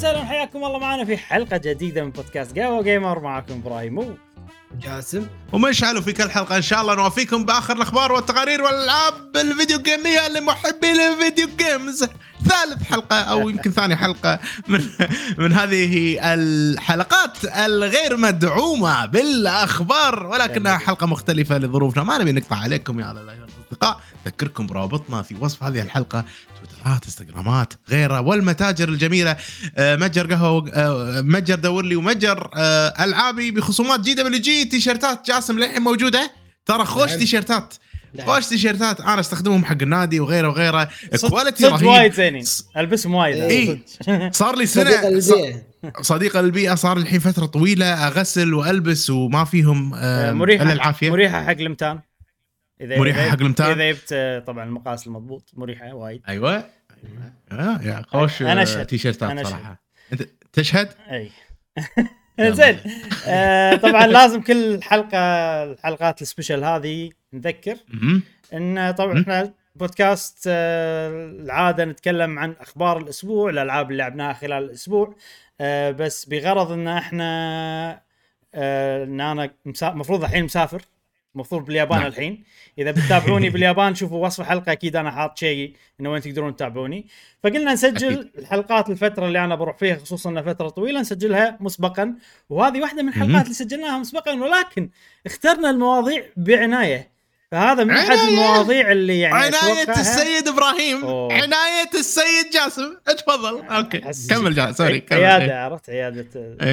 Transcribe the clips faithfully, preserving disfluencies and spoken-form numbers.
وسهلا حياكم الله معنا في حلقة جديدة من بودكاست قهوة جيمر. معكم إبراهيم وجاسم ومشعل. وفي كل حلقة إن شاء الله نوافيكم بآخر الأخبار والتقارير والألعاب الفيديو جيمية لمحبين الفيديو جيمز. ثالث حلقة أو يمكن ثاني حلقة من من هذه الحلقات الغير مدعومة بالأخبار، ولكنها حلقة مختلفة لظروفنا. ما نبي نقطع عليكم يا الأصدقاء. أذكركم برابطنا في وصف هذه الحلقة، تويترات، انستغرامات، غيرها، والمتاجر الجميلة. متجر قهوة، متجر دور لي، ومتجر ألعابي بخصومات جي دبليو جي. تيشيرتات جاسم للحين موجودة، ترى خوش تيشيرتات، خوش تيشيرتات انا استخدمهم حق النادي وغيره وغيره. كواليتي رهيب، وايد زينين، البسهم وايد. إيه. صار لي سنه صديق البيئة. صديق البيئه، صار الحين فتره طويله اغسل والبس وما فيهم مريحه العافيه. مريحه حق المتان، اذا مريحه حق المتان اذا جبت طبعا المقاس المضبوط. مريحه وايد. ايوه ايوه يا خوش تيشيرتات صراحه. انت تشهد؟ اي زين. آه طبعا لازم كل حلقه الحلقات السبيشال هذه نذكر ان طبعا احنا بودكاست آه العاده نتكلم عن اخبار الاسبوع، الالعاب اللي لعبناها خلال الاسبوع، آه بس بغرض ان احنا آه ان انا مفروض الحين مسافر، مفروض باليابان. نعم. الحين اذا بتتابعوني باليابان شوفوا وصف الحلقه، اكيد انا حاط شيء انه وين تقدرون تتابعوني. فقلنا نسجل أكيد. الحلقات الفتره اللي انا بروح فيها، خصوصا انها فتره طويله، نسجلها مسبقا، وهذه واحده من الحلقات اللي سجلناها مسبقا، ولكن اخترنا المواضيع بعنايه. فهذا من احد المواضيع اللي يعني عنايه السيد ابراهيم. أوه. عنايه السيد جاسم، اتفضل. اوكي كمل جاسم. سوري كمل. عياده، عرفت عياده.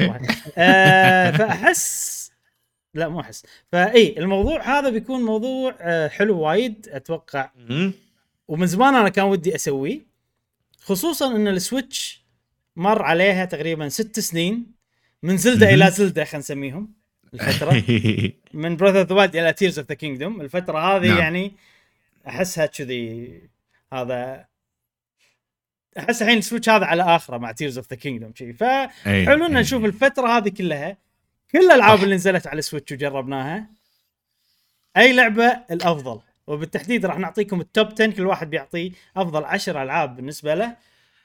آه فاحس لا مو احس فاي الموضوع هذا بيكون موضوع حلو وايد اتوقع، ومن زمان انا كان ودي اسويه، خصوصا ان السويتش مر عليها تقريبا ست سنين من زلدة الى زلدة، خلينا نسميهم الفتره من Breath of the Wild الى Tears of the Kingdom. الفتره هذه نعم. يعني احسها كذي، هذا احس الحين السويتش هذا على اخره مع Tears of the Kingdom شيء. فحلو ان نشوف الفتره هذه كلها، كل الألعاب اللي نزلت على السويتش وجربناها، أي لعبة الأفضل، وبالتحديد راح نعطيكم التوب عشرة. كل واحد بيعطي أفضل عشر ألعاب بالنسبة له،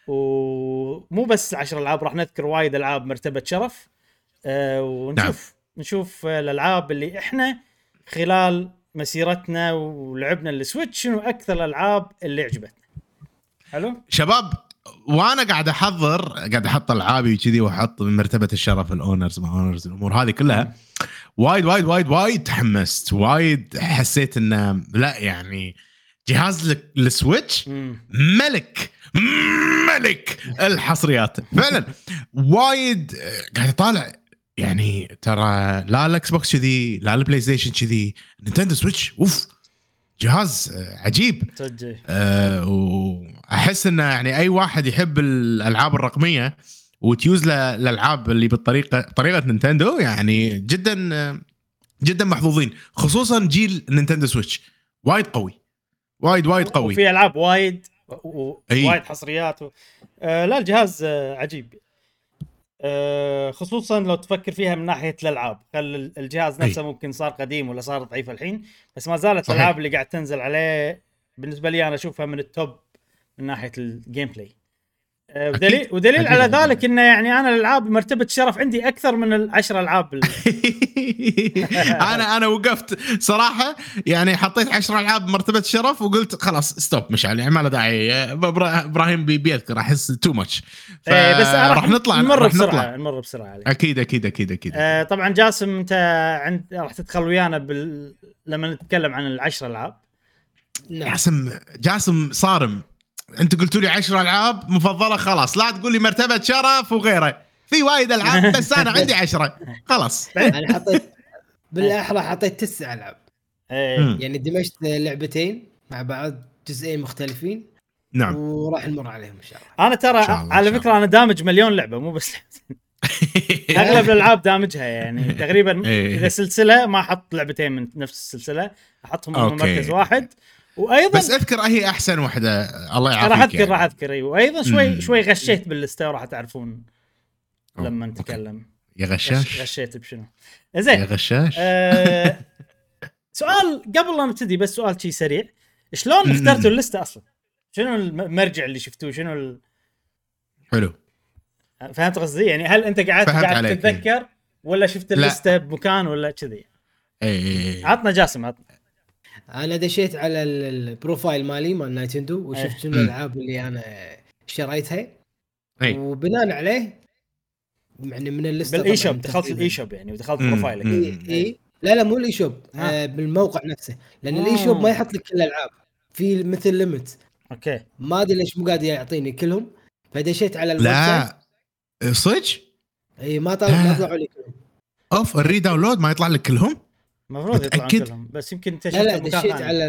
ومو بس عشر ألعاب، راح نذكر وايد ألعاب مرتبة شرف. أه ونشوف نعم. نشوف الألعاب اللي إحنا خلال مسيرتنا ولعبنا السويتش شنو أكثر الألعاب اللي عجبتنا. حلو شباب، وانا قاعد احضر قاعد احط العابي وكذي، واحط من مرتبه الشرف الاونرز ما اونرز الامور هذه كلها، وايد وايد وايد وايد تحمست، وايد حسيت انه لا يعني جهاز السويتش ملك ملك الحصريات فعلا. وايد قاعد اطالع يعني، ترى لا الاكس بوكس كذي، لا البلاي ستيشن كذي، نينتندو سويتش اوف جهاز عجيب. أه واحس انه يعني اي واحد يحب الالعاب الرقميه وتيوز للالعاب اللي بالطريقه طريقه نينتندو، يعني جدا جدا محظوظين، خصوصا جيل نينتندو سويتش وايد قوي، وايد وايد قوي، وفي العاب وايد وايد حصريات و... أه لا الجهاز عجيب، أه خصوصا لو تفكر فيها من ناحيه الالعاب. خل الجهاز نفسه أي. ممكن صار قديم ولا صار ضعيف الحين، بس ما زالت الالعاب اللي قاعد تنزل عليه بالنسبه لي انا اشوفها من التوب من ناحيه الجيم بلاي. أه ودليل, ودليل على ذلك انه يعني انا الالعاب مرتبه شرف عندي اكثر من العشر العاب ال... انا انا وقفت صراحه، يعني حطيت عشر العاب مرتبه شرف وقلت خلاص ستوب مشعل، يعني ما له داعي. ابراهيم بيذكر احس تو ماتش، بس راح نطلع نمر بسرعه نمر بسرعه عليك. اكيد اكيد اكيد اكيد آه طبعا جاسم انت عند راح تدخل ويانا بال... لما نتكلم عن العشر العاب. جاسم جاسم صارم، انت قلتوا لي عشر العاب مفضله، خلاص لا تقول لي مرتبه شرف وغيره، في وايد العاب بس انا عندي عشرة خلاص. انا حطيت بالاحرى حطيت تسع العاب، يعني دمجت لعبتين مع بعض، جزئين مختلفين. نعم وراح نمر عليهم ان شاء الله. انا ترى على فكره انا دامج مليون لعبه، مو بس اغلب الالعاب دامجها يعني تقريبا. اذا سلسله ما احط لعبتين من نفس السلسله، احطهم في مركز واحد. وايضا بس اذكر هي احسن وحده، الله يعافيك. راح اذكر يعني. راح اذكر ايوه. وايضا شوي مم. شوي غشيت باللسته، وراح تعرفون لما نتكلم. يا غشاش غشيت بشنو. زين يا غشاش. آه سؤال قبل لا نبتدي، بس سؤال شيء سريع، شلون اخترتوا اللسته اصلا؟ شنو المرجع اللي شفتوه؟ شنو ال... حلو فهمت قصدي؟ يعني هل انت قاعد قاعد تتذكر ولا شفت الليسته بمكان ولا كذي؟ اي عطنا جاسم عطنا. انا دشيت على البروفايل مالي مال نايتندو وشفت شنو الالعاب اللي انا شريتها أي. وبناء عليه يعني من الليسته بالاي شوب دخلت الاي شوب يعني ودخلت بروفايلك. اي إيه. لا لا مو الاي شوب آه. آه بالموقع نفسه لان آه. الاي شوب ما يحط لك كل الالعاب في مثل ليميت. اوكي ما ادري ليش مو قاعد يعطيني كلهم فدشيت على الويب سايت. لا صدق اي ما طلع ما طلعوا لي كلهم. اوف الري داونلود ما يطلع لك كلهم المفروض يطلعون كلهم بس يمكن انت شفت دشيت على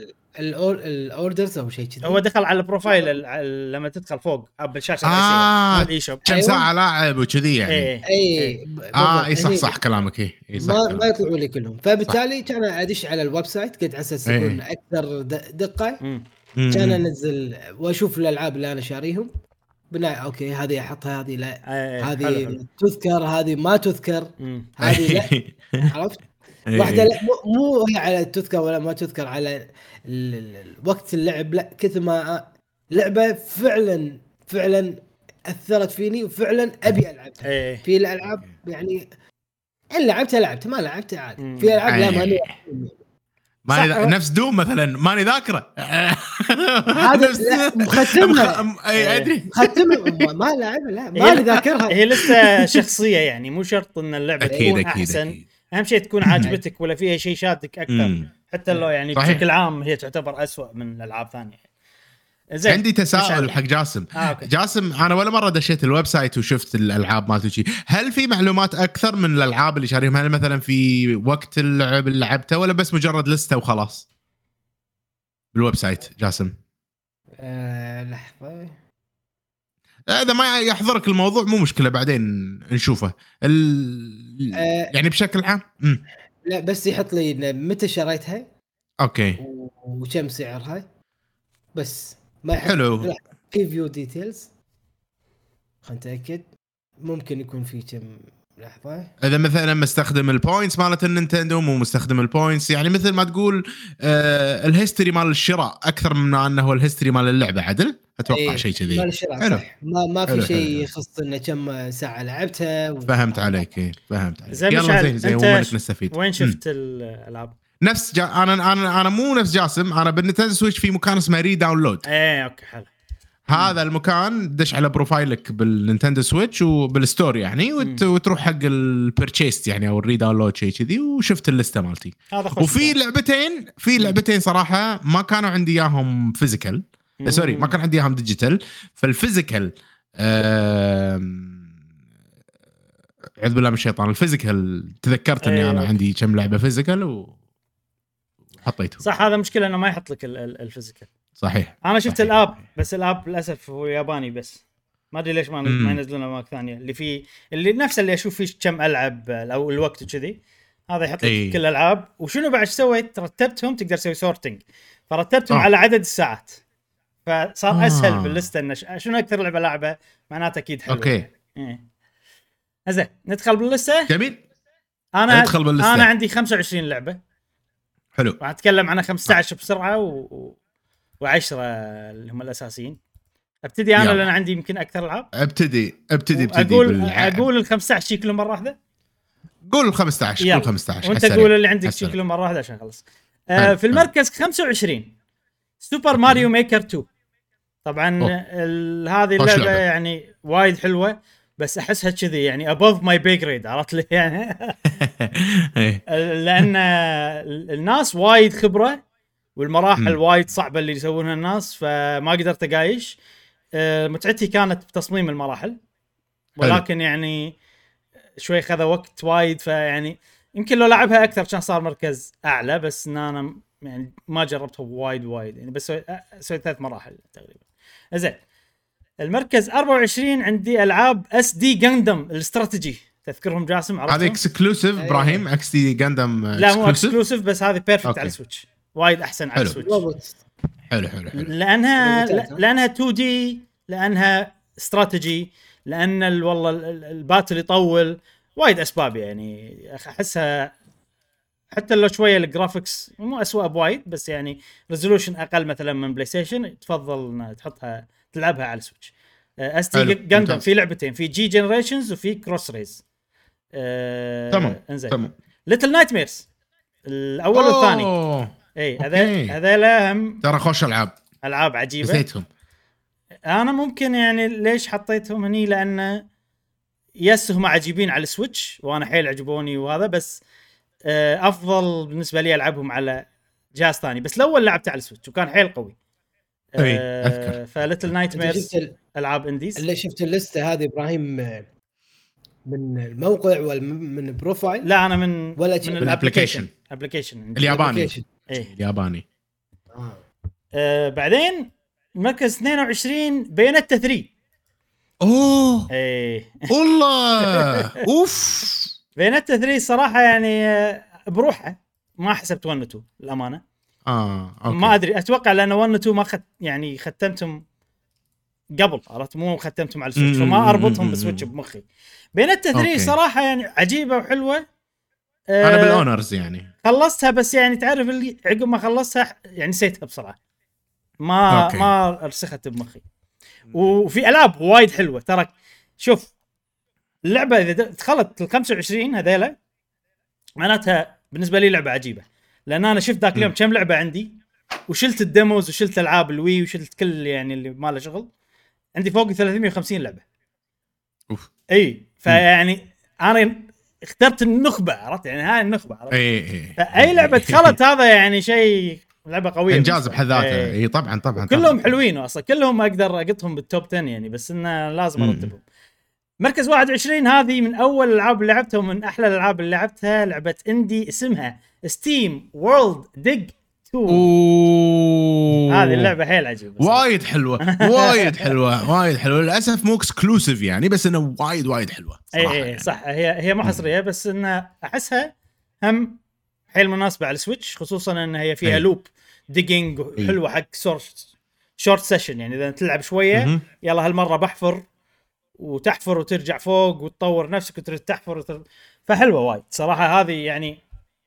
الاوردرز او شيء كذا. هو دخل على البروفايل لما تدخل فوق بالشاشه الرئيسيه الاي شوب كم ساعه لاعب وكذي يعني اي اي اه اي صح صح كلامك اي ما ما يطلعوا لي كلهم فبالتالي كان ادش على الويب سايت قلت على اساس يكون اكثر دقه كان انزل واشوف الالعاب اللي انا شاريهم بناء اوكي هذه احطها هذه لا هذه تذكر هذه ما تذكر هذه لا عرفت واحده لا مو, مو هي على تذكر ولا ما تذكر على وقت اللعب لا كثر ما لعبه فعلا فعلا اثرت فيني وفعلا ابي العبها. في الالعاب يعني ان لعبتها لعبتها ما لعبتها عادي. في العاب لا ماني ماني نفس دوم مثلا ماني ذاكره هذا مختمها اي ادري مختمها ما لعبها لا ماني ذاكرها. هي لسه شخصيه يعني مو شرط ان اللعبه تكون احسن أكيد. اهم شيء تكون عاجبتك ولا فيها شيء شادك اكثر مم. حتى لو يعني صحيح. بشكل عام هي تعتبر أسوأ من الالعاب ثانيه. زين عندي تساؤل حق جاسم آه، جاسم انا ولا مره دشيت الويب سايت وشفت الالعاب مالته شيء هل في معلومات اكثر من الالعاب اللي شاريهم هل مثلا في وقت اللعب اللي لعبته ولا بس مجرد لسته وخلاص بالويب سايت جاسم؟ أه لحظه اذا ما يحضرك الموضوع مو مشكله بعدين نشوفه ال... أه يعني بشكل عام م. لا بس يحط لي متى شريتها اوكي وكم سعرها بس ما يحط حلو في فيو ديتيلز خلينا نتاكد ممكن يكون في كم لحظه اذا مثلا مستخدم البوينتس مالت النينتندو مو مستخدم البوينتس يعني مثل ما تقول آه الهيستوري مال الشراء اكثر من انه هو الهيستوري مال اللعبه عدل اتوقع ايه شيء كذي مال الشراء حلو. ما ما في شيء يخص انه كم ساعه لعبتها و... فهمت عليك ايه فهمت عليك زي يلا زين زين ومنك نستفيد وين شفت الالعاب نفس جا... انا انا انا مو نفس جاسم انا بالنينتندو سويتش في مكان اسمه ري داونلود ايه اوكي حلو هذا المكان دش على بروفايلك بالنينتندو سويتش وبالستور يعني وت... وتروح حق البيرتشيست يعني او الري داونلود شيء كذي وشفت الليسته مالتي وفي لعبتين في لعبتين صراحه ما كانوا عندي اياهم فيزيكال سوري ما كان عندي اياهم ديجيتال فالفيزيكال اعوذ بالله من الشيطان الفيزيكال تذكرت اني انا عندي كم لعبه فيزيكال وحطيته صح هذا مشكله انه ما يحط لك الفيزيكال صحيح انا شفت صحيح. الاب بس الاب للاسف هو ياباني بس ما ادري ليش ما ما ينزلونه اماكن ثانيه اللي فيه اللي نفس اللي اشوف فيه كم العب او الوقت وكذي هذا يحط لك ايه. كل الالعاب وشنو بعد سويت رتبتهم تقدر تسوي سورتنج فرتبتهم آه. على عدد الساعات فصار آه. اسهل باللسته انه شنو اكثر لعبه لعبه معناته اكيد حلو اوكي ايه زين ندخل باللسته جميل انا ندخل باللسته انا عندي خمسة وعشرين لعبه حلو راح اتكلم عنها خمسة عشر بسرعه و... وعشرة اللي هم الاساسيين ابتدي انا لان عندي يمكن اكثر العاب ابتدي ابتدي ابتدي اقول بالعب. اقول ال خمسة عشر شيء كلهم مره واحده قول خمسة عشر قول خمسة عشر وانت قول اللي عندك شيء كلهم مره واحده عشان خلص آه في المركز خمسة وعشرين سوبر ماريو ميكر تو طبعا هذه اللعبه يعني وايد حلوه بس احسها كذي يعني above my pay grade عرفت لي يعني لان الناس وايد خبره والمراحل م. وايد صعبه اللي يسوونها الناس فما قدرت اقايش متعتي كانت بتصميم المراحل ولكن يعني شوي خذ وقت وايد فيعني يمكن لو لعبها اكثر كان صار مركز اعلى بس ان انا يعني ما جربتها وايد وايد يعني بس سويت ثلاث مراحل تقريبا. زين المركز أربعة وعشرين عندي العاب اس دي جاندم الاستراتيجي تذكرهم جاسم عرفتهم هذا اكسكلوسيف ابراهيم اكس دي جاندم لا مو اكسكلوسيف بس هذه بيرفكت على السويتش وايد احسن على السويتش حلو حلو حلو لانها لانها اثنين دي لانها استراتيجي لان والله الباتل يطول وايد اسباب يعني احسها حتى لو شويه الجرافيكس مو اسوء بوايد بس يعني ريزولوشن اقل مثلا من بلاي ستيشن تفضل ان تحطها تلعبها على السويتش اس تي جاندم في لعبتين، في جي جنريشنز وفي كروس ريز. أه تمام تمام. ليتل نايت ميرز الاول أوه. والثاني اي هذا هذا هم ترى خوش العاب العاب عجيبه نسيتهم. انا ممكن يعني ليش حطيتهم هني لان يس هم عجيبين على السويتش وانا حيل عجبوني وهذا، بس افضل بالنسبه لي العبهم على جهاز ثاني. بس الاول لعبته على السويتش وكان حيل قوي. اي اذكر. فليتل نايت ميرز العاب انديز. اللي شفت اللسته هذه ابراهيم من الموقع ولا من البروفايل؟ لا انا من ولا من الابلكيشن ابلكيشن الياباني. ايه الياباني. آه. آه بعدين مركز اثنين وعشرين بيانتا ثلاثة. اوه ايه والله اوف. بيانتا ثلاثة صراحه يعني بروحه ما حسبت واحد و اثنين الامانه. اه أوكي. ما ادري اتوقع لان واحد و اثنين ما خد يعني ختمتهم قبل، عرفت مو ختمتهم على السويتش فما اربطهم بالسويتش بمخي. بيانتا ثلاثة صراحه يعني عجيبه وحلوه. آه انا بالاونرز يعني خلصتها، بس يعني تعرف اللي عقب ما خلصتها يعني نسيتها بصراحه، ما أوكي. ما رسخت بمخي. وفي العاب وايد حلوه ترى. شوف اللعبه اذا دخلت ال خمسة وعشرين هذيلا معناتها بالنسبه لي لعبه عجيبه، لان انا شفت ذاك اليوم كم لعبه عندي وشلت الديموز وشلت العاب الوي وشلت كل يعني اللي ما له شغل. عندي فوق ثلاثمية وخمسين لعبه. اوف. اي فيعني انا اخترت النخبه، عرفت يعني هاي النخبه، عرفت اي اي اي لعبه دخلت هذا يعني شيء لعبه قويه انجاز بحد ذاته. اي طبعا طبعا كلهم طبعًا. حلوين اصلا كلهم اقدر اقطهم بالتوب عشرة يعني، بس انه لازم ارتبهم. مركز واحد وعشرين هذه من اول الالعاب اللي لعبتها ومن احلى الالعاب اللي لعبتها، لعبه اندي اسمها ستيم وورلد ديج تو. هذه اللعبه حيل عجيبه وايد حلوه وايد حلوه وايد حلوه. للاسف مو اكسكلوسيف يعني، بس انه وايد وايد حلوه صراحه. اي يعني. صح هي هي مو حصريه، بس انه احسها هم حيل مناسبه على السويتش، خصوصا ان هي فيها أي. لوب ديجينج حلوه حق سورت شورت سيشن. يعني اذا تلعب شويه يلا هالمره بحفر وتحفر وترجع فوق وتطور نفسك وترد تحفر وتر... فحلوه وايد صراحه. هذه يعني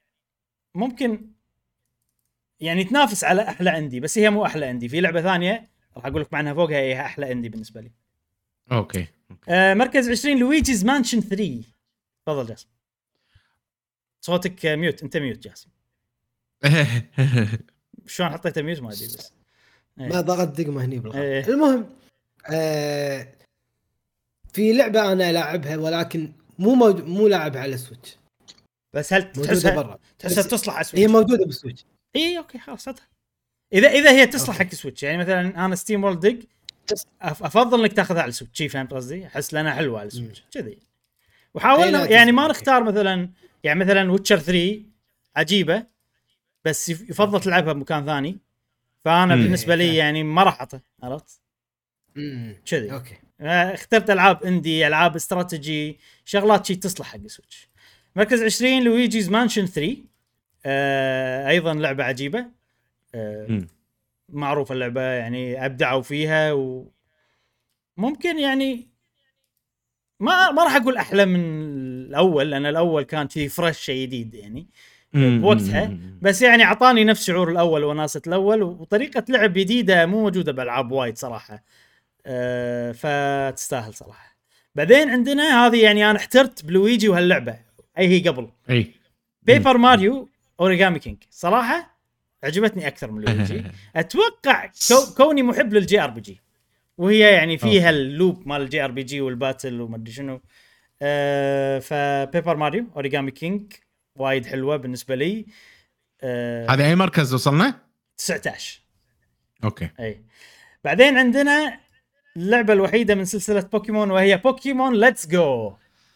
ممكن يعني تنافس على احلى عندي، بس هي مو احلى عندي. في لعبه ثانيه راح اقول لك معناها فوقها هي احلى عندي بالنسبه لي. اوكي, أوكي. آه مركز عشرين لويجيز مانشن ثلاثة. تفضل جاسم. صوتك ميوت. انت ميوت جاسم. شلون حطيته ميوت ما ادري، بس ما ضغط دقمه هني بالخط. ايه. المهم آه في لعبه انا لاعبها ولكن مو مود... مو لاعبها على السويتش، بس هل تحسها تحسها تصلح على السويتش؟ هي موجوده بالسويتش. اي اوكي خلاص. اذا اذا هي تصلح حق السويتش يعني مثلا انا ستيم وورلد ديج افضل انك تاخذها على السويتش. فهمت قصدي؟ احس لانها حلوه على السويتش كذي. وحاولنا يعني ما نختار مثلا يعني مثلا ويتشر ثلاثة عجيبه بس يفضل تلعبها بمكان ثاني، فانا مم. بالنسبه لي يعني ما راح اعطه. عرفت كذي. اوكي اخترت العاب اندي، العاب استراتيجي، شغلات شي تصلح حق السويتش. مركز عشرين لويجيز مانشن ثلاثة. آه ايضا لعبه عجيبه. آه معروفه اللعبه يعني ابدعوا فيها، وممكن يعني ما ما راح اقول احلى من الاول لان الاول كان فيه فريش شيء جديد يعني بوقتها، بس يعني اعطاني نفس شعور الاول وناسه الاول، وطريقه لعب جديده مو موجوده بالعاب وايد صراحه. أه فتستاهل صراحه. بعدين عندنا هذه يعني انا احترت بلويجي وهاللعبه اي هي قبل اي بيبر ماريو اوريجامي كينج. صراحه عجبتني اكثر من لويجي. اتوقع كو كوني محب للجي ار بي جي، وهي يعني فيها اللوب مال الجي ار بي جي والباتل وما ادري شنو. أه فبيبر ماريو اوريجامي كينج وايد حلوه بالنسبه لي. أه هذا اي مركز وصلنا؟ تسعة عشر. اوكي. اي بعدين عندنا اللعبه الوحيده من سلسله بوكيمون وهي بوكيمون ليتس جو.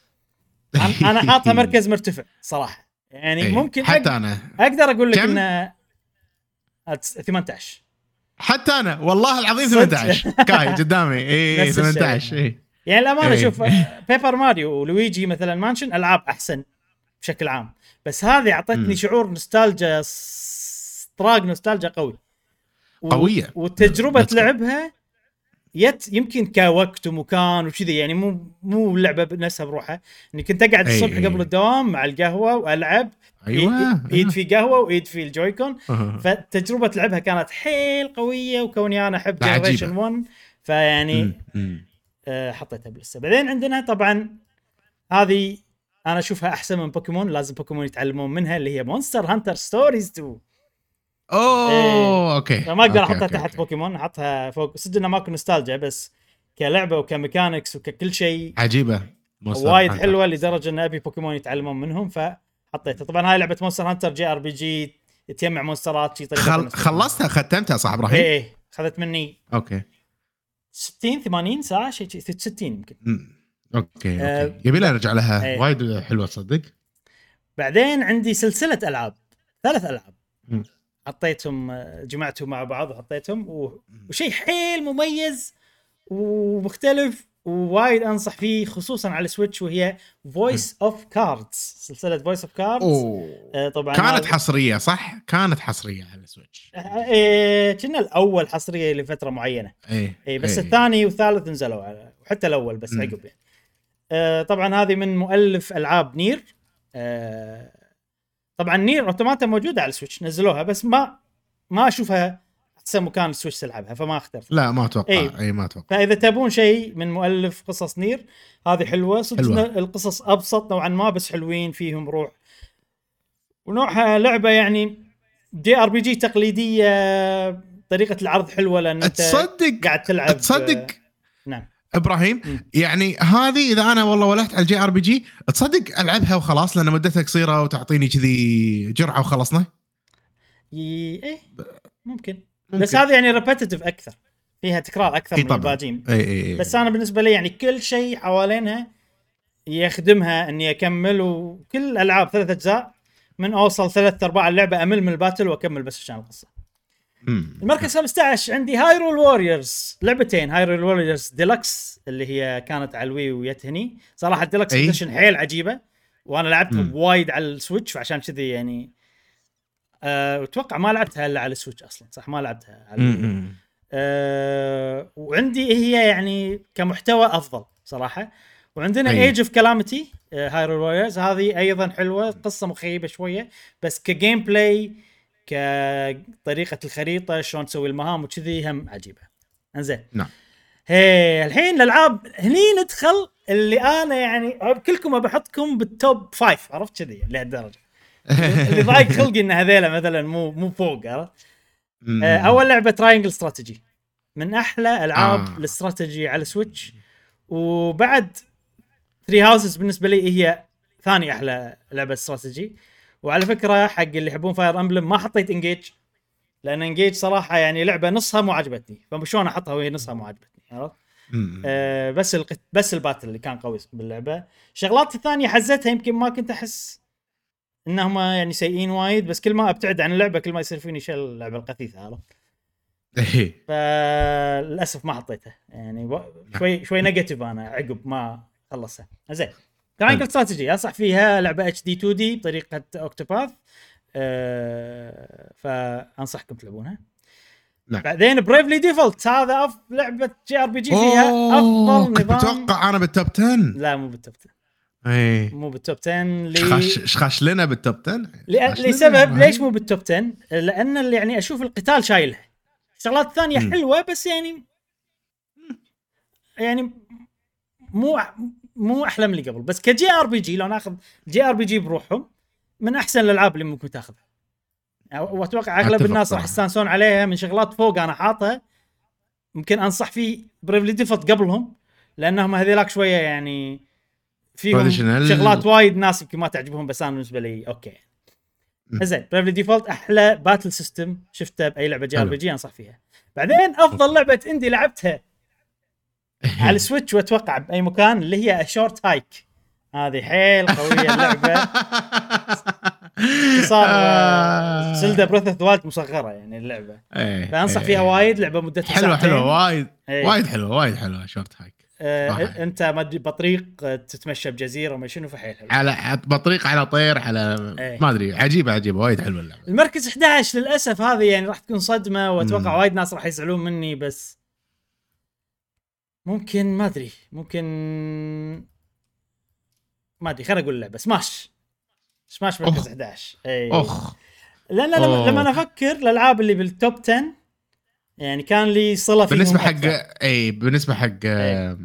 انا حاطها مركز مرتفع صراحه يعني. ممكن حتى أق... انا اقدر اقول لك انه ثمانية عشر. حتى انا والله العظيم ثمانية عشر كاي قدامي. اي ثمانية عشر. اي يعني الامانه شوف بيبر ماريو ولويجي مثلا مانشن العاب احسن بشكل عام، بس هذه اعطتني شعور نوستالجيا استراق نوستالجيا قوي قويه، وتجربه لعبها يت يمكن كوقت ومكان وكذي يعني مو مو اللعبه بنفسها بروحها. اني كنت اقعد الصبح قبل الدوام مع القهوه والعب. ايوه ايد في قهوه وايد في الجويكون. فتجربه لعبها كانت حيل قويه، وكوني انا احب جنريشن واحد فيعني أه حطيتها باللسته. بعدين عندنا طبعا هذه انا اشوفها احسن من بوكيمون، لازم بوكيمون يتعلمون منها، اللي هي مونستر هانتر ستوريز تو. اوه إيه. اوكي ما اقدر أوكي. احطها أوكي. تحت أوكي. بوكيمون، احطها فوق. صدق انه ماكو نوستالجيا، بس كلعبه وكميكانكس وككل شيء عجيبه وايد حلوه لدرجه ان ابي بوكيمون يتعلمون منهم، فحطيتها. طبعا هاي لعبه مونستر هانتر جي ار بي جي، تجمع مونسترات شي طريقه. خل... خلصتها ختمتها صح ابراهيم؟ ايه ايه اخذت مني اوكي ستين ثمانين ساعه شيء ستين يمكن. اوكي آه اوكي يبي لي ارجع لها. ايه. وايد حلوه تصدق. بعدين عندي سلسله العاب، ثلاث العاب م. حطيتهم جمعتهم مع بعض وحطيتهم و... وشيء حيل مميز ومختلف ووايد انصح فيه خصوصا على السويتش، وهي فويس اوف كاردز. سلسله فويس اوف كاردز طبعا كانت حصريه صح؟ كانت حصريه على السويتش. ايه كنا الاول حصريه لفتره معينه. ايه, إيه بس إيه. الثاني والثالث نزلوا على، وحتى الاول بس عقب يعني. آه طبعا هذه من مؤلف العاب نير. آه طبعا نير اوتوماتا موجوده على السويتش، نزلوها بس ما ما اشوفها احسن مكان السويتش تلعبها، فما اخترت. لا ما اتوقع. اي اي ما اتوقع. فاذا تبون شيء من مؤلف قصص نير هذه حلوه صدق. القصص ابسط نوعا ما بس حلوين، فيهم روح، ونوعها لعبه يعني دي ار بي جي تقليديه. طريقه العرض حلوه لان انت تصدق قاعد تلعب. تصدق نعم ابراهيم م. يعني هذه اذا انا والله ولحت على الجي ار بي جي تصدق العبها وخلاص، لان مدتها قصيره وتعطيني كذي جرعه وخلصنا. ايه ممكن. ممكن بس هذا يعني ريبيتيتيف اكثر، فيها تكرار اكثر من الباجين. اي اي. بس انا بالنسبه لي يعني كل شيء حوالينها يخدمها اني اكمل، وكل الالعاب ثلاث اجزاء من اوصل ثلاث ارباع اللعبه امل من الباتل واكمل بس عشان القصه. المركز خمسة عشر عندي هايرول ووريرز، لعبتين هايرول ووريرز ديلكس اللي هي كانت على الوي ويتهني صراحه. ديلكس اديشن حيل عجيبه، وانا لعبتها وايد على السويتش، وعشان كذي يعني أه اتوقع ما لعبتها الا على السويتش اصلا صح، ما لعبتها على أه وعندي هي يعني كمحتوى افضل صراحه. وعندنا ايج اوف كلاميتي هايرول ووريرز، هذه ايضا حلوه، قصه مخيبه شويه بس كجيم بلاي كطريقه الخريطه شلون تسوي المهام وكذي هم عجيبه. انزين نعم. هي الحين الالعاب هني ندخل اللي انا يعني كلكم بحطكم بالتوب فايف، عرفت كذي لهالدرجه اللي ضايق خلقي ان هذيلا مثلا مو مو فوق. عرفت اول لعبه تراينجل استراتيجي من احلى العاب آه. الاستراتيجي على سويتش، وبعد ثري هاوسز بالنسبه لي هي ثاني احلى لعبه استراتيجي. وعلى فكره حق اللي يحبون فاير امبلم ما حطيت انجيج، لان انجيج صراحه يعني لعبه نصها مو عجبتني، فشلون احطها وهي نصها مو عجبتني. عرفت آه بس القت... بس الباتل اللي كان قوي باللعبه. شغلات الثانيه حزتها يمكن ما كنت احس انهم يعني سيئين وايد، بس كل ما ابتعد عن اللعبه كل ما يصير فيني شيء اللعبه القثيثه. عرفت فللاسف ما حطيتها يعني و... شوي شوي نيجاتيف انا عقب ما خلصها. زين تراينجل استراتيجي انصح فيها، لعبه اتش دي تو دي بطريقه اوكتوباث. أه فانصحكم تلعبونها. نعم. بعدين بريفلي ديفولت، هذا أف... لعبه جي ار بي جي فيها افضل نظام. اتوقع انا بالتوب عشرة. لا مو بالتوب عشرة. اي مو بالتوب عشرة. لي خش خش لنا بالتوب عشرة ل... لسبب ليش مو بالتوب عشرة، لان اللي يعني اشوف القتال شايلها، الشغلات الثانيه م. حلوه بس يعني يعني مو مو احلى من اللي قبل. بس كجي ار بي جي لو ناخذ جي ار بي جي بروحهم من احسن الالعاب اللي ممكن تاخذها، واتوقع اغلب الناس راح يستانسون عليها. من شغلات فوق انا حاطها ممكن انصح فيه بريفلي ديفولت قبلهم، لانهم هذيلاك شويه يعني فيهم شغلات وايد ناس يمكن ما تعجبهم، بس انا بالنسبه لي اوكي. زين بريفلي ديفولت احلى باتل سيستم شفته باي لعبه جي ار بي جي انصح فيها. بعدين افضل لعبه اندي لعبتها على السويتش واتوقع باي مكان اللي هي شورت هايك، هذه حيل قويه اللعبه. صار زلدا بروث اوف ذا وايلد مصغره يعني اللعبه، فانصح فيها وايد. لعبه مدتها حلوه حلوه وايد وايد حلوه وايد حلوه شورت هايك. آه انت ما بطريق تتمشى بجزيره وما شنو، فحيل حلو على بطريق على طير على ايه. ما ادري عجيبه عجيبه وايد حلوه اللعبه. المركز احد عشر للاسف هذه يعني راح تكون صدمه، واتوقع وايد ناس راح يزعلون مني، بس ممكن ما ادري ممكن ما ادري خليني اقول اللعبه سماش سماش مركز احد عشر. اي اخ لا لا لما, لما انا افكر الالعاب اللي بالتوب عشرة يعني كان لي صله فيهم بالنسبه حق اي بالنسبه حق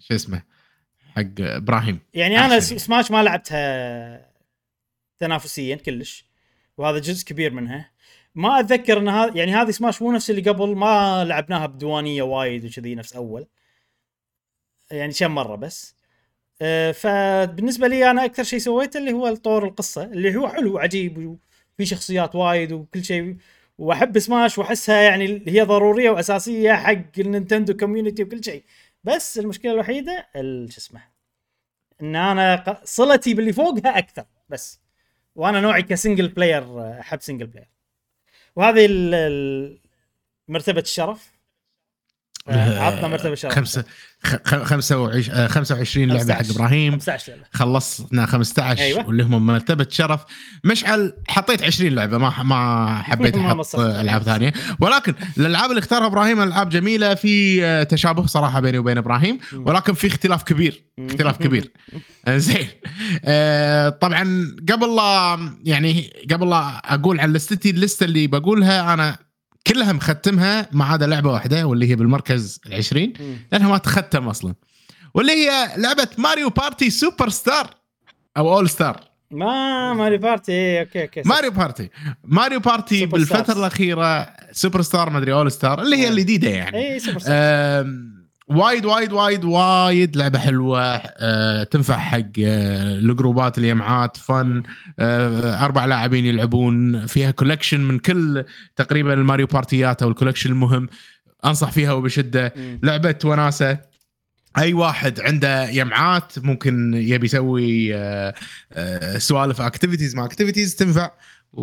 شو اسمه حق ابراهيم. يعني انا سماش ما لعبتها تنافسيا كلش، وهذا جزء كبير منها. ما اتذكر ان هذا يعني هذه سماش مو نفس اللي قبل، ما لعبناها بديوانيه وايد وكذي نفس اول، يعني كم مره بس. أه فبالنسبه لي انا اكثر شيء سويته اللي هو الطور القصه، اللي هو حلو وعجيب وفي شخصيات وايد وكل شيء، واحب سماش واحسها يعني هي ضروريه واساسيه حق النينتندو كوميونتي وكل شيء. بس المشكله الوحيده شو اسمه ان انا صلتي باللي فوقها اكثر بس، وانا نوعي كسنجل بلاير احب سنجل بلاير. وهذه مرتبه الشرف، عطنا مرتبه الشرف خمسة خمسة وعشرين لعبه حق ابراهيم، خلصنا خمسة عشر. أيوة. واللي هم مرتبه شرف. مشعل حطيت عشرين لعبه، ما ما حبيت احط العاب ثانيه، ولكن الالعاب اللي اختارها ابراهيم العاب جميله، في تشابه صراحه بيني وبين ابراهيم، ولكن في اختلاف كبير اختلاف كبير زين. آه طبعا قبل لا يعني قبل لا اقول عن لستي، اللسته اللي بقولها انا كلها مختمها ما عدا لعبه واحده واللي هي بالمركز العشرين لانها ما تختم اصلا، واللي هي لعبه ماريو بارتي سوبر ستار او اول ستار. ما ماريو بارتي اوكي اوكي ماريو بارتي ماريو بارتي بالفتره ستارز. الاخيره سوبر ستار ما ادري اول ستار اللي هي الجديده يعني. اي سوبر ستار وايد وايد وايد وايد لعبه حلوه. أه تنفع حق أه الجروبات الجمعات فن. أه اربع لاعبين يلعبون فيها، كولكشن من كل تقريبا الماريو بارتيات او الكولكشن المهم، انصح فيها وبشده. م. لعبه وناسه، اي واحد عنده يمعات ممكن يبي يسوي أه أه سوالف اكتيفيتيز مع اكتيفيتيز تنفع.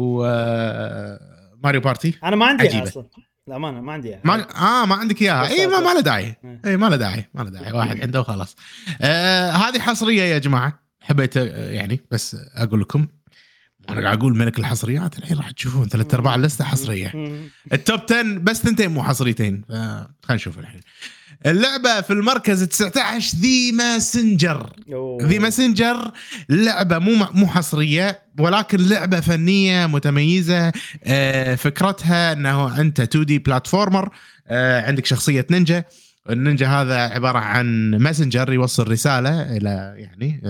وماريو بارتي انا ما عندي اصلا، لا ما ما عندي ما اه ما عندك اياها. اي ما, ما له داعي اي ما له داعي ما له داعي واحد عنده وخلاص. آه هذه حصريه يا جماعه، حبيت يعني بس اقول لكم انا قاعد اقول ملك الحصريات. الحين راح تشوفون ثلاث ارباع اللسته حصريه، التوب عشرة بس ثنتين مو حصريتين. خلينا نشوف الحين. اللعبة في المركز تسعة عشر ذي ماسنجر. ذي ماسنجر لعبة مو مو حصرية، ولكن لعبة فنية متميزة. فكرتها أنه أنت تو دي بلاتفورمر، عندك شخصية نينجا. النينجا هذا عبارة عن ماسنجر يوصل رسالة إلى يعني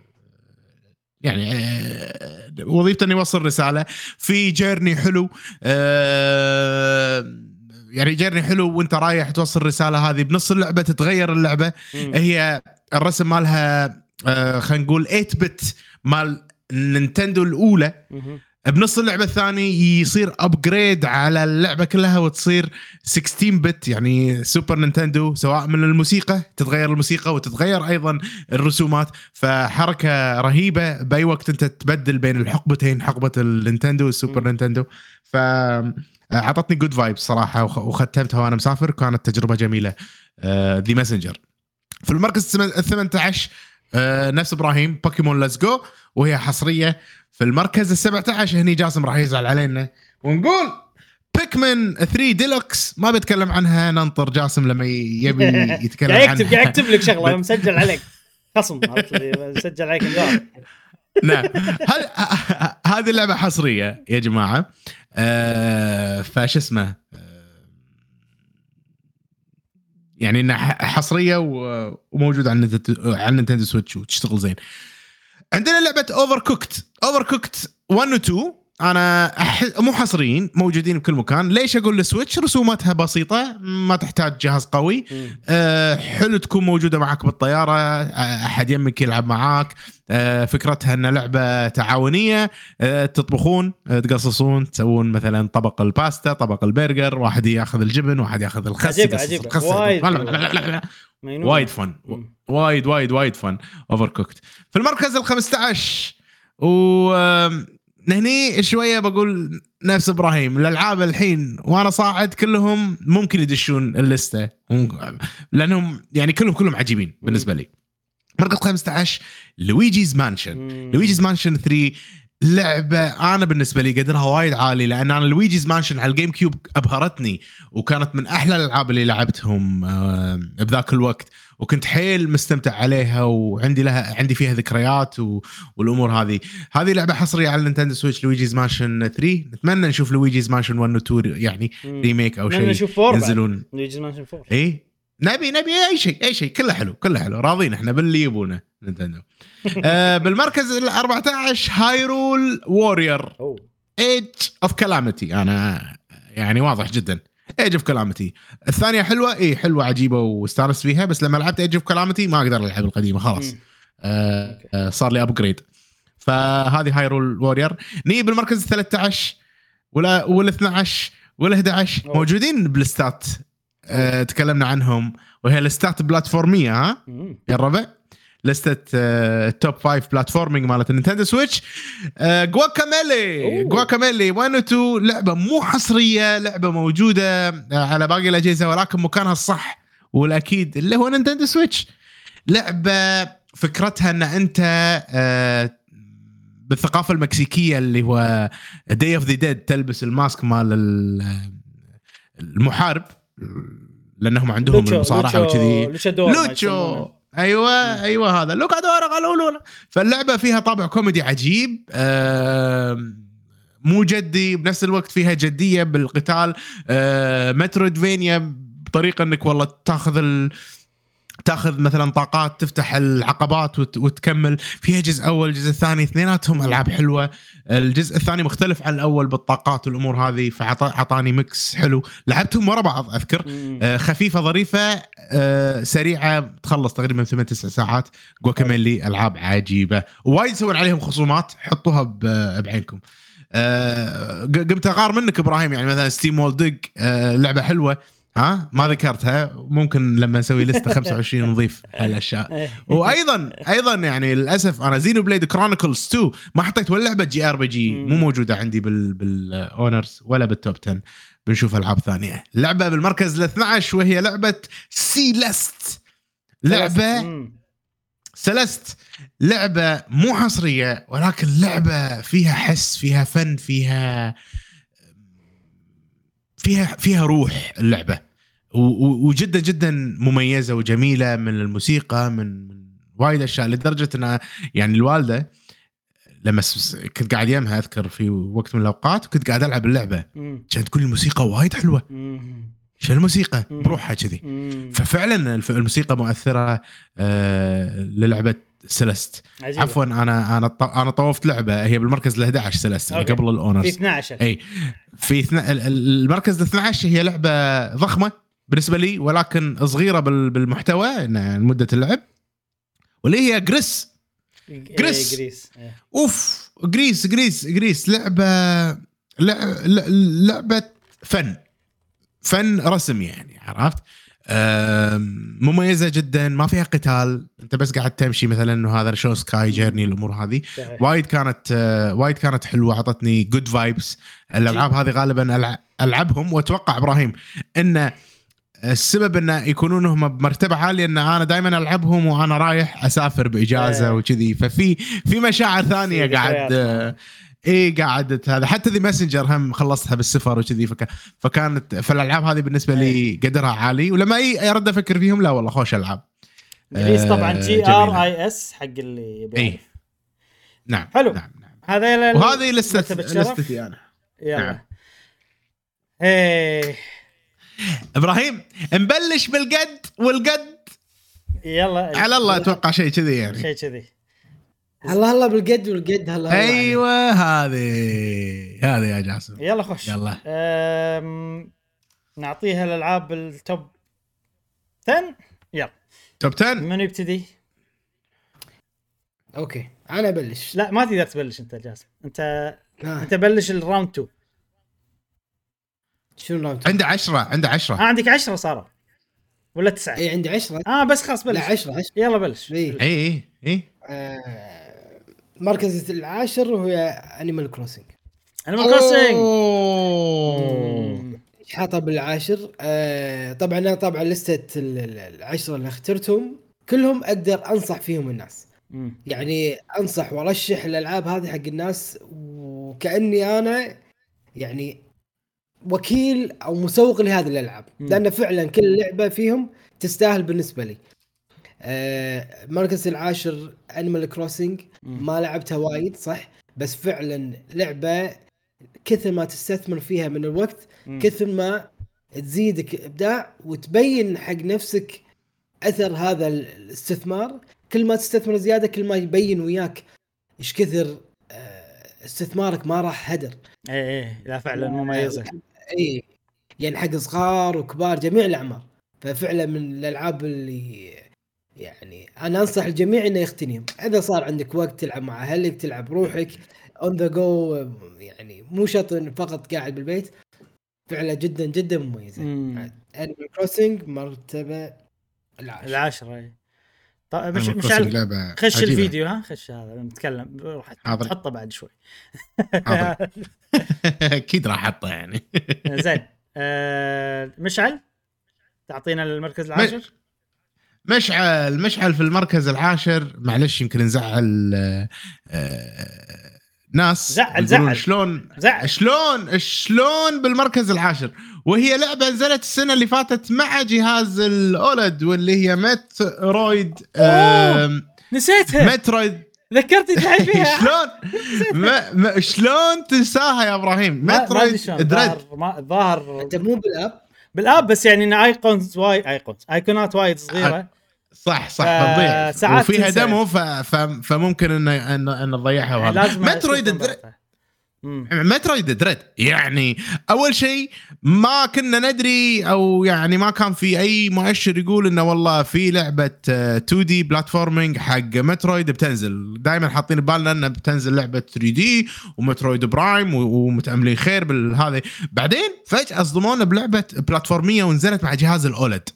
يعني وظيفته أنه يوصل رسالة في جيرني حلو. يعني جيرني حلو وانت رايح توصل الرسالة هذه. بنص اللعبة تتغير اللعبة. مم. هي الرسم مالها آه خلينا نقول ثمانية بت مال نينتندو الأولى. مم. بنص اللعبة الثاني يصير أبجريد على اللعبة كلها وتصير ستة عشر بت يعني سوبر نينتندو، سواء من الموسيقى تتغير الموسيقى وتتغير أيضا الرسومات. فحركة رهيبة، بأي وقت انت تبدل بين الحقبتين، حقبة النينتندو والسوبر مم. نينتندو. ف عطتني جود فايب صراحة وختمتها وأنا مسافر، كانت تجربة جميلة. ذي ماسنجر في المركز الثامن عشر نفس إبراهيم بوكيمون ليتس جو، وهي حصرية. في المركز السابع عشر هني جاسم راح يزعل علينا ونقول بيكمن ثري ديلوكس. ما بتكلم عنها، ننطر جاسم لما يبي يتكلم عنها. يكتب قاعد يكتب لك شغلة مسجل عليك خصم، مسجل عليك انذار. نعم هذه اللعبة حصرية يا جماعة. آه فاش اسمه آه يعني انها حصريه وموجوده على على نينتندو سويتش وتشتغل زين. عندنا لعبه اوفر كوكت. اوفر كوكت واحد و اثنين انا أح... مو حصريين، موجودين بكل مكان. ليش اقول السويتش؟ رسوماتها بسيطه، ما تحتاج جهاز قوي. أه حلو تكون موجوده معك بالطياره، احد يمك يلعب معاك. أه فكرتها ان لعبه تعاونيه. أه تطبخون، أه تقصصون، تسوون مثلا طبق الباستا، طبق البرجر، واحد ياخذ الجبن واحد ياخذ الخس. عجيب عجيب وايد وايد فن وايد وايد وايد فن. اوفر كوكت في المركز الخامس عشر. و نهني شويه بقول نفس ابراهيم، الالعاب الحين وانا صاعد كلهم ممكن يدشون اللسته لانهم يعني كلهم كلهم عجيبين بالنسبه لي. مركز خامس عشر لويجيز مانشن. لويجيز مانشن ثري لعبه انا بالنسبه لي قدرها وايد عالي، لان انا لويجيز مانشن على الجيم كيوب ابهرتني وكانت من احلى الالعاب اللي لعبتهم بذاك الوقت، وكنت حيل مستمتع عليها وعندي لها عندي فيها ذكريات و... والامور هذه. هذه لعبه حصريه على نينتندو سويتش لويجيز مانشن ثري. نتمنى نشوف لويجيز مانشن واحد و اثنين يعني ريميك او شيء ينزلون. لويجيز مانشن فور اي نبي نبي اي شيء اي شيء كله حلو كله حلو راضين احنا باللي يبونه نينتندو. آه بالمركز ال أربعة عشر هايرول وورير ايج اوف كلامتي. انا يعني واضح جدا ايج اوف كلامتي. الثانيه حلوه اي حلوه عجيبه واستانس فيها، بس لما لعبت ايج اوف كلامتي ما اقدر العب القديمه خلاص. آه آه صار لي ابجريد. فهذه هايرول وورير. ني بالمركز ال ثلاثة عشر ولا ولا اثنا عشر ولا أحد عشر موجودين بالستات. أه تكلمنا عنهم وهي الستات بلاتفورميه. ها يا الربع لستة أه توب خمسة بلاتفورمينج مالت نينتندو سويتش. أه جواكاميلي جواكاميلي واحد و اثنين لعبه مو حصريه، لعبه موجوده على باقي الاجهزه ولكن مكانها الصح والاكيد اللي هو نينتندو سويتش. لعبه فكرتها ان انت أه بالثقافه المكسيكيه اللي هو داي اوف ذا ديد تلبس الماسك مال المحارب لانهم عندهم لوتشو المصارعه وكذي لوتشو, لوتشو. ايوه مم. ايوه هذا لوكادور قالوا. فاللعبه فيها طابع كوميدي عجيب مو جدي بنفس الوقت فيها جديه بالقتال. مترويدفينيا بطريقه انك والله تاخذ ال تاخذ مثلا طاقات تفتح العقبات وت... وتكمل فيها. جزء اول جزء ثاني اثنيناتهم العاب حلوه. الجزء الثاني مختلف عن الاول بالطاقات والامور هذه فعطاني ميكس حلو. لعبتهم ورا بعض اذكر آه خفيفه ظريفه آه سريعه تخلص تقريبا ثمانية تسع ساعات. جواكاميلي العاب عجيبه وايد يسوون عليهم خصومات حطوها بعينكم. آه قمت اغار منك ابراهيم يعني مثلا ستيم وول ديج آه لعبه حلوه ها ما ذكرتها ممكن لما نسوي لسته خمسة وعشرين نضيف هالاشياء. وايضا ايضا يعني للاسف انا زينو بليد كرونيكلز اثنين ما حطيت ولا لعبه جي ار بي جي مو موجوده عندي بال بالاونرز ولا بالتوب عشرة. بنشوف العاب ثانيه. لعبه بالمركز ال اثنا عشر وهي لعبه سيلست. لعبه سيلست لعبه مو حصريه ولكن لعبه فيها حس فيها فن فيها فيها فيها روح اللعبه وجدا جدا مميزه وجميله من الموسيقى من وايد اشياء لدرجه ان يعني الوالده لما كنت قاعد يمها اذكر في وقت من الاوقات وكنت قاعد العب اللعبه كانت تقول الموسيقى وايد حلوه. شو الموسيقى بروحها كذي. ففعلا الموسيقى مؤثره آه للعبه سيلست. عفوا انا انا انا طوفت لعبه هي بالمركز ال أحد عشر سيلست قبل الاونرز في اثنا عشر. اي في اثنا... المركز ال اثنا عشر هي لعبه ضخمه بالنسبه لي ولكن صغيره بالمحتوى مده اللعب واللي هي جريس جريس جريس اوف جريس جريس جريس لعبه لعبه فن فن رسم يعني عرفت. مميزه جدا ما فيها قتال انت بس قاعد تمشي مثلا انه هذا شو سكاي جيرني الامور هذه وايد كانت وايد كانت حلوه عطتني جود فايبس. الالعاب هذه غالبا العبهم واتوقع ابراهيم ان السبب انه يكونون هم بمرتبه عاليه ان انا دائما العبهم وانا رايح اسافر باجازه وكذي ففي في مشاعر ثانيه قاعد ايه قاعدت هذا حتى ذي ماسنجر هم خلصتها بالسفر وكذي فك... فكانت فالالعاب هذه بالنسبه لي قدرها عالي ولما اي ارد افكر فيهم لا والله خوش العاب. جريس طبعا جي ار اي اس حق اللي يبي ايه. نعم حلو نعم نعم. هذا وهذه لسه لستي انا يلا نعم. ايه ابراهيم نبلش بالقد والقد يلا على الله اتوقع شيء كذي يعني شيء كذي هلا هلا بالقد والقد هلا ايوه هذه هذه يا جاسم يلا خش يلا أم... نعطيها الالعاب التوب عشرة. يلا توب عشرة من يبتدي؟ اوكي انا ابلش. لا ما تقدر تبلش انت جاسم انت آه. انت بلش الراوند اثنين. شنو الراوند؟ عنده عشرة عنده عشرة آه عندك عشرة صاروا ولا تسعة؟ اي عندي عشرة. اه بس خلاص بلش. لا عشرة عشرة. يلا بلش. اي اي اي آه مركز العاشر وهي انيمال كروسنج. انيمال كروسنج ايش حاطه بالعاشر؟ آه طبعا انا طبعا لستة العشرة اللي اخترتهم كلهم اقدر انصح فيهم الناس. مم. يعني انصح وارشح الالعاب هذه حق الناس وكاني انا يعني وكيل او مسوق لهذه الالعاب لان فعلا كل لعبه فيهم تستاهل بالنسبه لي. آه مركز العاشر انيمال كروسنج ما لعبتها وايد صح بس فعلا لعبه كثر ما تستثمر فيها من الوقت مم. كثر ما تزيدك ابداع وتبين حق نفسك اثر هذا الاستثمار. كل ما تستثمر زياده كل ما يبين وياك ايش كثر استثمارك ما راح هدر. ايه ايه لا فعلا مميزه. ايه يعني حق صغار وكبار جميع الاعمار. ففعلا من الالعاب اللي يعني انا انصح الجميع انه يختنيهم. اذا صار عندك وقت تلعب مع اهلك تلعب روحك اون ذا جو، يعني مو شرط فقط قاعد بالبيت. فعلا جدا جدا مميزه. انيمال كروسنج مرتبه العاشره العاشره. طيب مش مش على خش عجيبة. الفيديو ها خش هذا نتكلم راح تحطه بعد شوي. اكيد راح احطه يعني. زين أه مشعل تعطينا المركز العاشر. مشعل مشعل في المركز العاشر. معلش يمكن نزعل أه ناس زعل زعل شلون زعل. شلون شلون بالمركز العاشر وهي لعبه نزلت السنه اللي فاتت مع جهاز الاولد واللي هي مترويد. نسيتها مترويد ذكرتني تحب فيها. شلون ما ما شلون تنساها يا ابراهيم؟ مترويد دريد ظاهر انت مو بالاب بالاب بس يعني ان ايقونز وايد ايقونز ايقونات وايد صغيره. صح صح تضيع وفيها دمو فممكن ان ان ان نضيعها. وهذا مترويد دريد مترويد دريد يعني اول شيء ما كنا ندري او يعني ما كان في اي مؤشر يقول انه والله في لعبه تو دي بلاتفورمينج حق مترويد بتنزل. دائما حاطين ببالنا انه بتنزل لعبه ثري دي ومترويد برايم ومتاملين خير بالهذا. بعدين فجاه اصدمونا بلعبه بلاتفورميه ونزلت مع جهاز الاولد.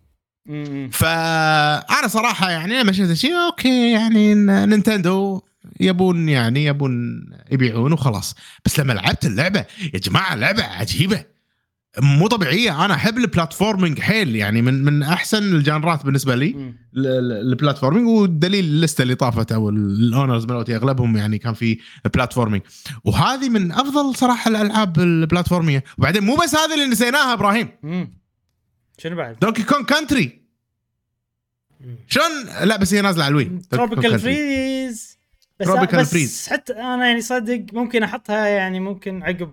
فانا صراحه يعني ما شفت شيء اوكي يعني نينتندو يبون يعني يبون يبيعون وخلاص. بس لما لعبت اللعبه يا جماعه لعبه عجيبه مو طبيعيه. انا احب البلاتفورمينج حيل يعني من من احسن الجانرات بالنسبه لي البلاتفورمينج. والدليل الليسته اللي طافت او الاونرز مالتي اغلبهم يعني كان في بلاتفورمينج وهذه من افضل صراحه الالعاب البلاتفورميه. وبعدين مو بس هذه اللي نسيناها ابراهيم. شنو بعد؟ دونكي كون كانتري شلون؟ لا بس هي نازله على الوي. تروبيكال فريز بس, بس فريز. حتى انا يعني صدق ممكن احطها يعني ممكن عقب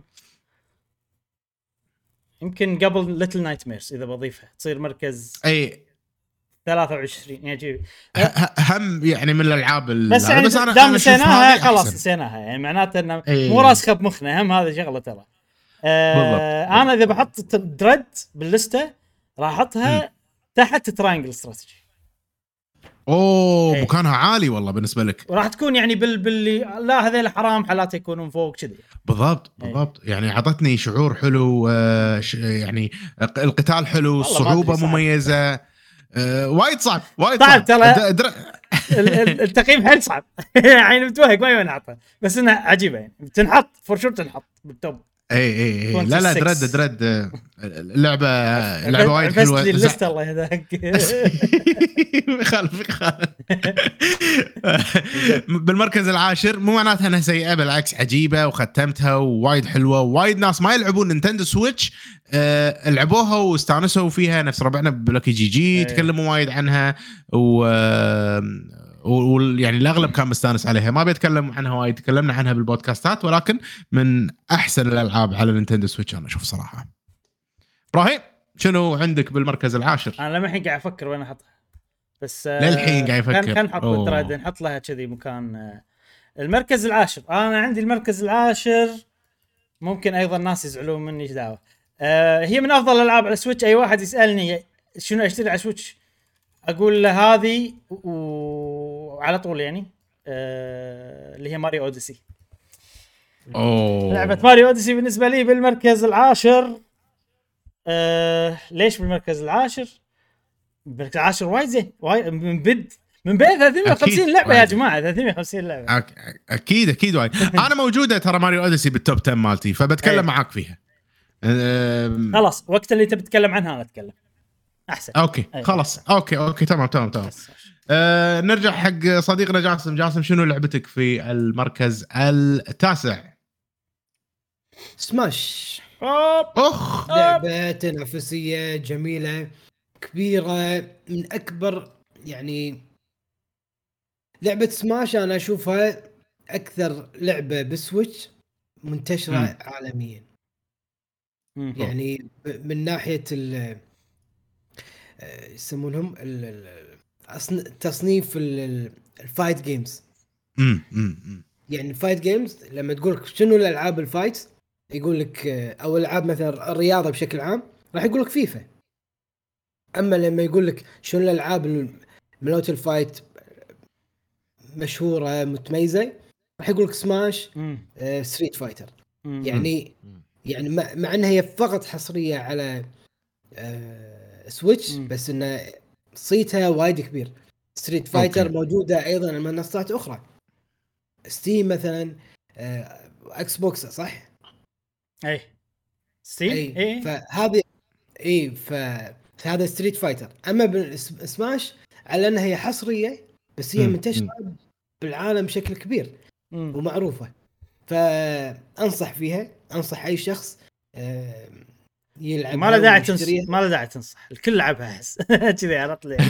يمكن قبل ليتل نايت ميرز اذا بضيفها تصير مركز اي ثلاثة وعشرين يعني هم يعني من الالعاب بس, يعني بس انا دام نسيناها خلاص نسيناها يعني معناته انه مو راسخه بمخنا. هم هذا شغله ترى. آه انا اذا بحط دريد باللسته راح احطها تحت تراينجل استراتيجي. اوه مكانها عالي والله بالنسبه لك. وراح تكون يعني بال باللي لا هذول حرام حالات يكونون فوق كذي. بالضبط بالضبط أي. يعني عطتني شعور حلو. آه يعني القتال حلو الصعوبه مميزه. آه وايد صعب وايد صعب ترى در... التقييم حيل صعب. يعني متوهق ما ينحطها بس انها عجيبه يعني تنحط فور شور تنحط بالتوب. اي اي اي لا لا درد درد اللعبه لعبه وايد حلوه. بس الليسته الله يهداك. خالف خالف. بالمركز العاشر مو معناتها انها سيئه بالعكس عجيبه وختمتها ووايد حلوه. وايد ناس ما يلعبون نينتندو سويتش أه لعبوها واستانسوا فيها نفس ربعنا بلوكي جي جي تكلموا وايد عنها و ويعني الاغلب كان مستانس عليها. ما بيتكلم عنها وايد تكلمنا عنها بالبودكاستات ولكن من احسن الالعاب على نينتندو سويتش انا اشوف صراحه. ابراهيم شنو عندك بالمركز العاشر؟ انا لما الحين قاعد افكر وين احطها بس للحين قاعد افكر كان نحط دريد نحط لها كذي مكان. المركز العاشر انا عندي المركز العاشر ممكن ايضا الناس يزعلون مني ايش دعوه. أه هي من افضل الالعاب على سويتش. اي واحد يسالني شنو اشتري على سويتش اقول له هذه وعلى طول يعني أه اللي هي ماريو اوديسي. اوه لعبه ماريو اوديسي بالنسبه لي بالمركز العاشر. أه ليش بالمركز العاشر؟ بالمركز العاشر وايد زين وايد من بد من بين ثلاثمية وخمسين لعبه وايد. يا جماعه ثلاثمية وخمسين لعبه أك... اكيد اكيد وايد. انا موجوده ترى ماريو اوديسي بالتوب عشرة مالتي فبتكلم أيه. معاك فيها. أه... خلاص وقت اللي تبي تتكلم عنها انا اتكلم احسن. اوكي أيه. خلاص اوكي اوكي تمام تمام تمام. أه... نرجع حق صديقنا جاسم. جاسم شنو لعبتك في المركز التاسع؟ سماش. اخ لعبه تنافسيه جميله كبيره من اكبر يعني لعبه سماش انا اشوفها اكثر لعبه بسويتش منتشره م. عالميا. يعني من ناحيه ال يسمونهم تصنيف الفايت جيمز. يعني الفايت جيمز لما تقول لك شنو الالعاب الفايت يقول لك او العاب مثلا الرياضه بشكل عام راح يقول لك فيفا. اما لما يقول لك شنو الالعاب ملوت الفايت مشهوره متميزه راح يقول لك سماش آه، ستريت فايتر. يعني يعني مع انها هي فقط حصريه على آه، سويتش بس انه صيتها وايد كبير. ستريت فايتر أوكي. موجوده ايضا على منصات اخرى ستيم مثلا آه، اكس بوكس صح اي ستيم اي, أي. فهذه اي فهذا ستريت فايتر. اما بالسماش على انها هي حصريه بس هي منتشره بالعالم بشكل كبير م. ومعروفه. فانصح فيها انصح اي شخص آه يلعب. ما له داعي تنصح ما له داعي تنصح الكل لعبها احس كذي عرفت لي.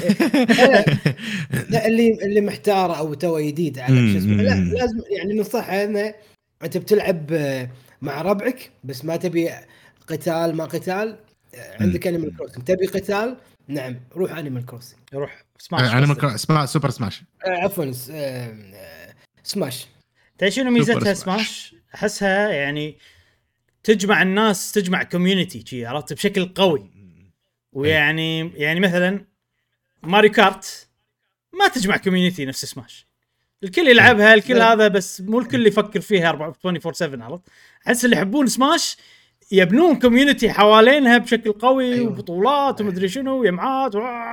لا اللي اللي محتار او تو جديد على شو اسمه لا لازم يعني ننصحه انه انت بتلعب مع ربعك بس ما تبي قتال ما قتال عندك انيمال كروسنج تبي قتال نعم روح انيمال كروسنج روح سماش انيمال كروسنج سوبر سماش عفوا سماش. تعرف شنو ميزتها سماش؟ احسها يعني تجمع الناس تجمع كوميونتي شي عرفت بشكل قوي. ويعني يعني مثلا ماريو كارت ما تجمع كوميونتي نفس سماش. الكل يلعبها الكل هذا بس مو الكل يفكر فيها أربعة وعشرين سبعة عرفت. احس اللي يحبون سماش يبنون كوميونتي حوالينها بشكل قوي أيوة. وبطولات أيوة. ومدري شنو ويمعات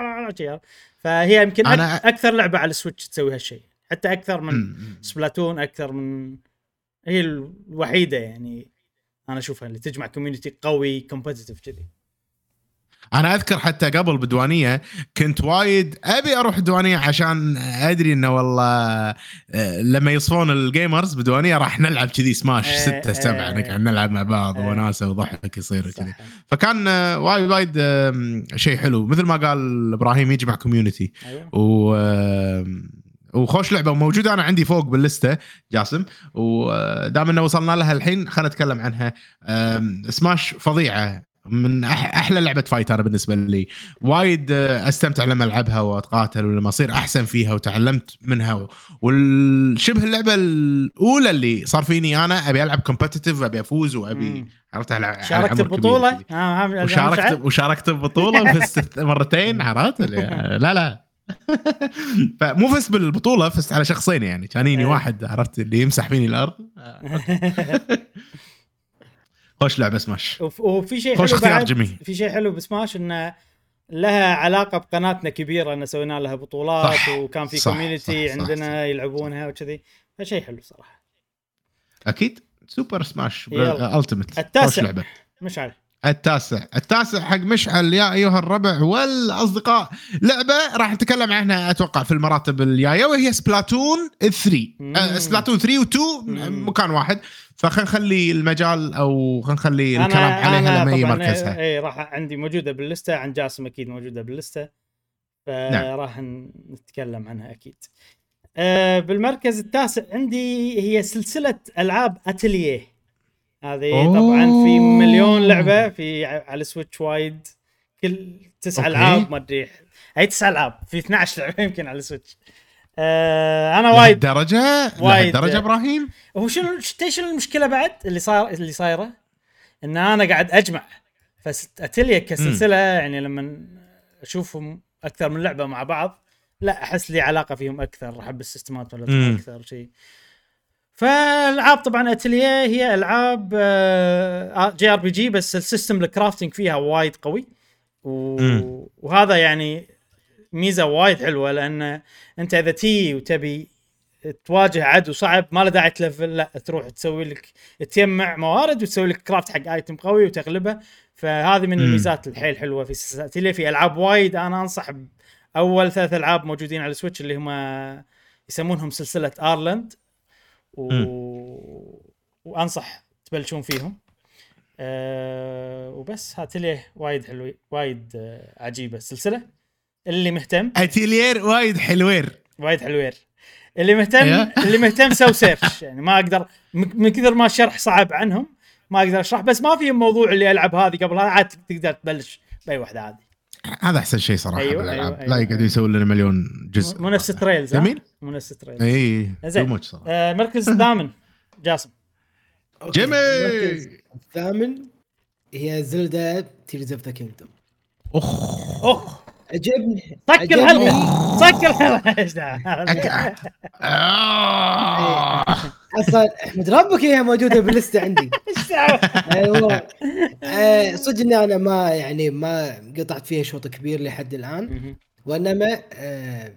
فهي يمكن أنا... اكثر لعبه على السويتش تسوي هالشيء حتى اكثر من م- سبلاتون اكثر من هي الوحيده يعني انا اشوفها اللي تجمع كوميونتي قوي كومبتيتيف كذي. انا اذكر حتى قبل بدوانيه كنت وايد ابي اروح دوانيه عشان ادري انه والله لما يصفون الجيمرز بدوانيه راح نلعب كذي سماش ستة سبعة نقعد نلعب مع بعض وناسه وضحك يصير كذي. فكان وايد وايد شيء حلو مثل ما قال ابراهيم يجمع كوميونتي. أيوة. و وخوش لعبه موجوده انا عندي فوق باللسته جاسم ودام انه وصلنا لها الحين خلينا نتكلم عنها. سماش فظيعه من احلى لعبه فايتر بالنسبه لي وايد استمتع لما العبها واتقاتل ولما اصير احسن فيها وتعلمت منها. والشبه اللعبه الاولى اللي صار فيني انا ابي العب كومبتيتيف ابي افوز وابي عرفت على شاركت ببطوله اه وشاركت وشاركت ببطوله فزت مرتين عرفت لا لا فمو فزت بالبطوله فزت على شخصين يعني كانيني واحد عرفت اللي يمسح فيني الارض. خوش لعبه سماش وفي شيء حلو بعد جميل. في شيء حلو بسماش انه لها علاقه بقناتنا كبيره ان سوينا لها بطولات صح. وكان في كوميونتي عندنا صح. يلعبونها وكذي فشيء حلو صراحه. اكيد سوبر سماش التيمت التاسع لعبه مشعل التاسع التاسع حق مشعل يا ايها الربع والاصدقاء لعبه راح نتكلم عنها اتوقع في المراتب الجايه وهي سبلاتون ثلاثة أه سبلاتون ثلاثة و2 مكان واحد. فخلينا نخلي المجال او خلينا نخلي الكلام عليها لما هي مركزها. اي راح عندي موجوده باللسته عند جاسم اكيد موجوده باللسته فراح نعم. نتكلم عنها اكيد. أه بالمركز التاسع عندي هي سلسله العاب اتليه. هذه طبعا في مليون لعبه في على سويتش وايد كل تسع العاب ما ادري اي تسع العاب في اثنتي عشرة لعبه يمكن على سويتش. آه انا وايد درجه وايد درجه ابراهيم. هو شنو شنو المشكله بعد اللي صار اللي صايره ان انا قاعد اجمع فاتليه كسلسله يعني لما اشوفهم اكثر من لعبه مع بعض لا احس لي علاقه فيهم اكثر احب السيستمات ولا اكثر شيء. فالعاب طبعا اتليه هي العاب جي ار بي جي بس السيستم الكرافتنج فيها وايد قوي و... وهذا يعني ميزه وايد حلوه لان انت اذا تي وتبي تواجه عدو صعب ما له داعي تلفل لا تروح تسوي لك تجمع موارد وتسوي لك كرافت حق ايتم قوي وتغلبه. فهذه من الميزات الحيل حلوه في سلسله اتليه. في العاب وايد انا انصح اول ثلاث العاب موجودين على السويتش اللي هم يسمونهم سلسله ارلاند و... وانصح تبلشون فيهم. أه... وبس هاتليه وايد حلوه وايد أه... عجيبه السلسله. اللي مهتم اتيلير وايد حلوير وايد حلوير اللي مهتم اللي مهتم سو سيرش يعني ما اقدر من كثر ما الشرح صعب عنهم ما اقدر اشرح. بس ما في موضوع اللي العب هذه قبل هذا عاد تقدر تبلش باي واحده عادي. هذا احسن شيء صراحه أيوة بالالعاب. أيوة لا أيوة يقعدوا يسوي لنا مليون جزء. مو نفس تريلز. جميل نفس تريلز. اي زين. آه مركز الثامن جاسم. جيمي الثامن هي زلدا تيرز اوف ذا كينجدوم. اخ اخ عجبني. صك الحلقه صك الحلقه. اصلا احمد ربك هي موجوده باللسته عندي. ايوه صدق اني انا ما يعني ما قطعت فيها شوط كبير لحد الان. وانما آه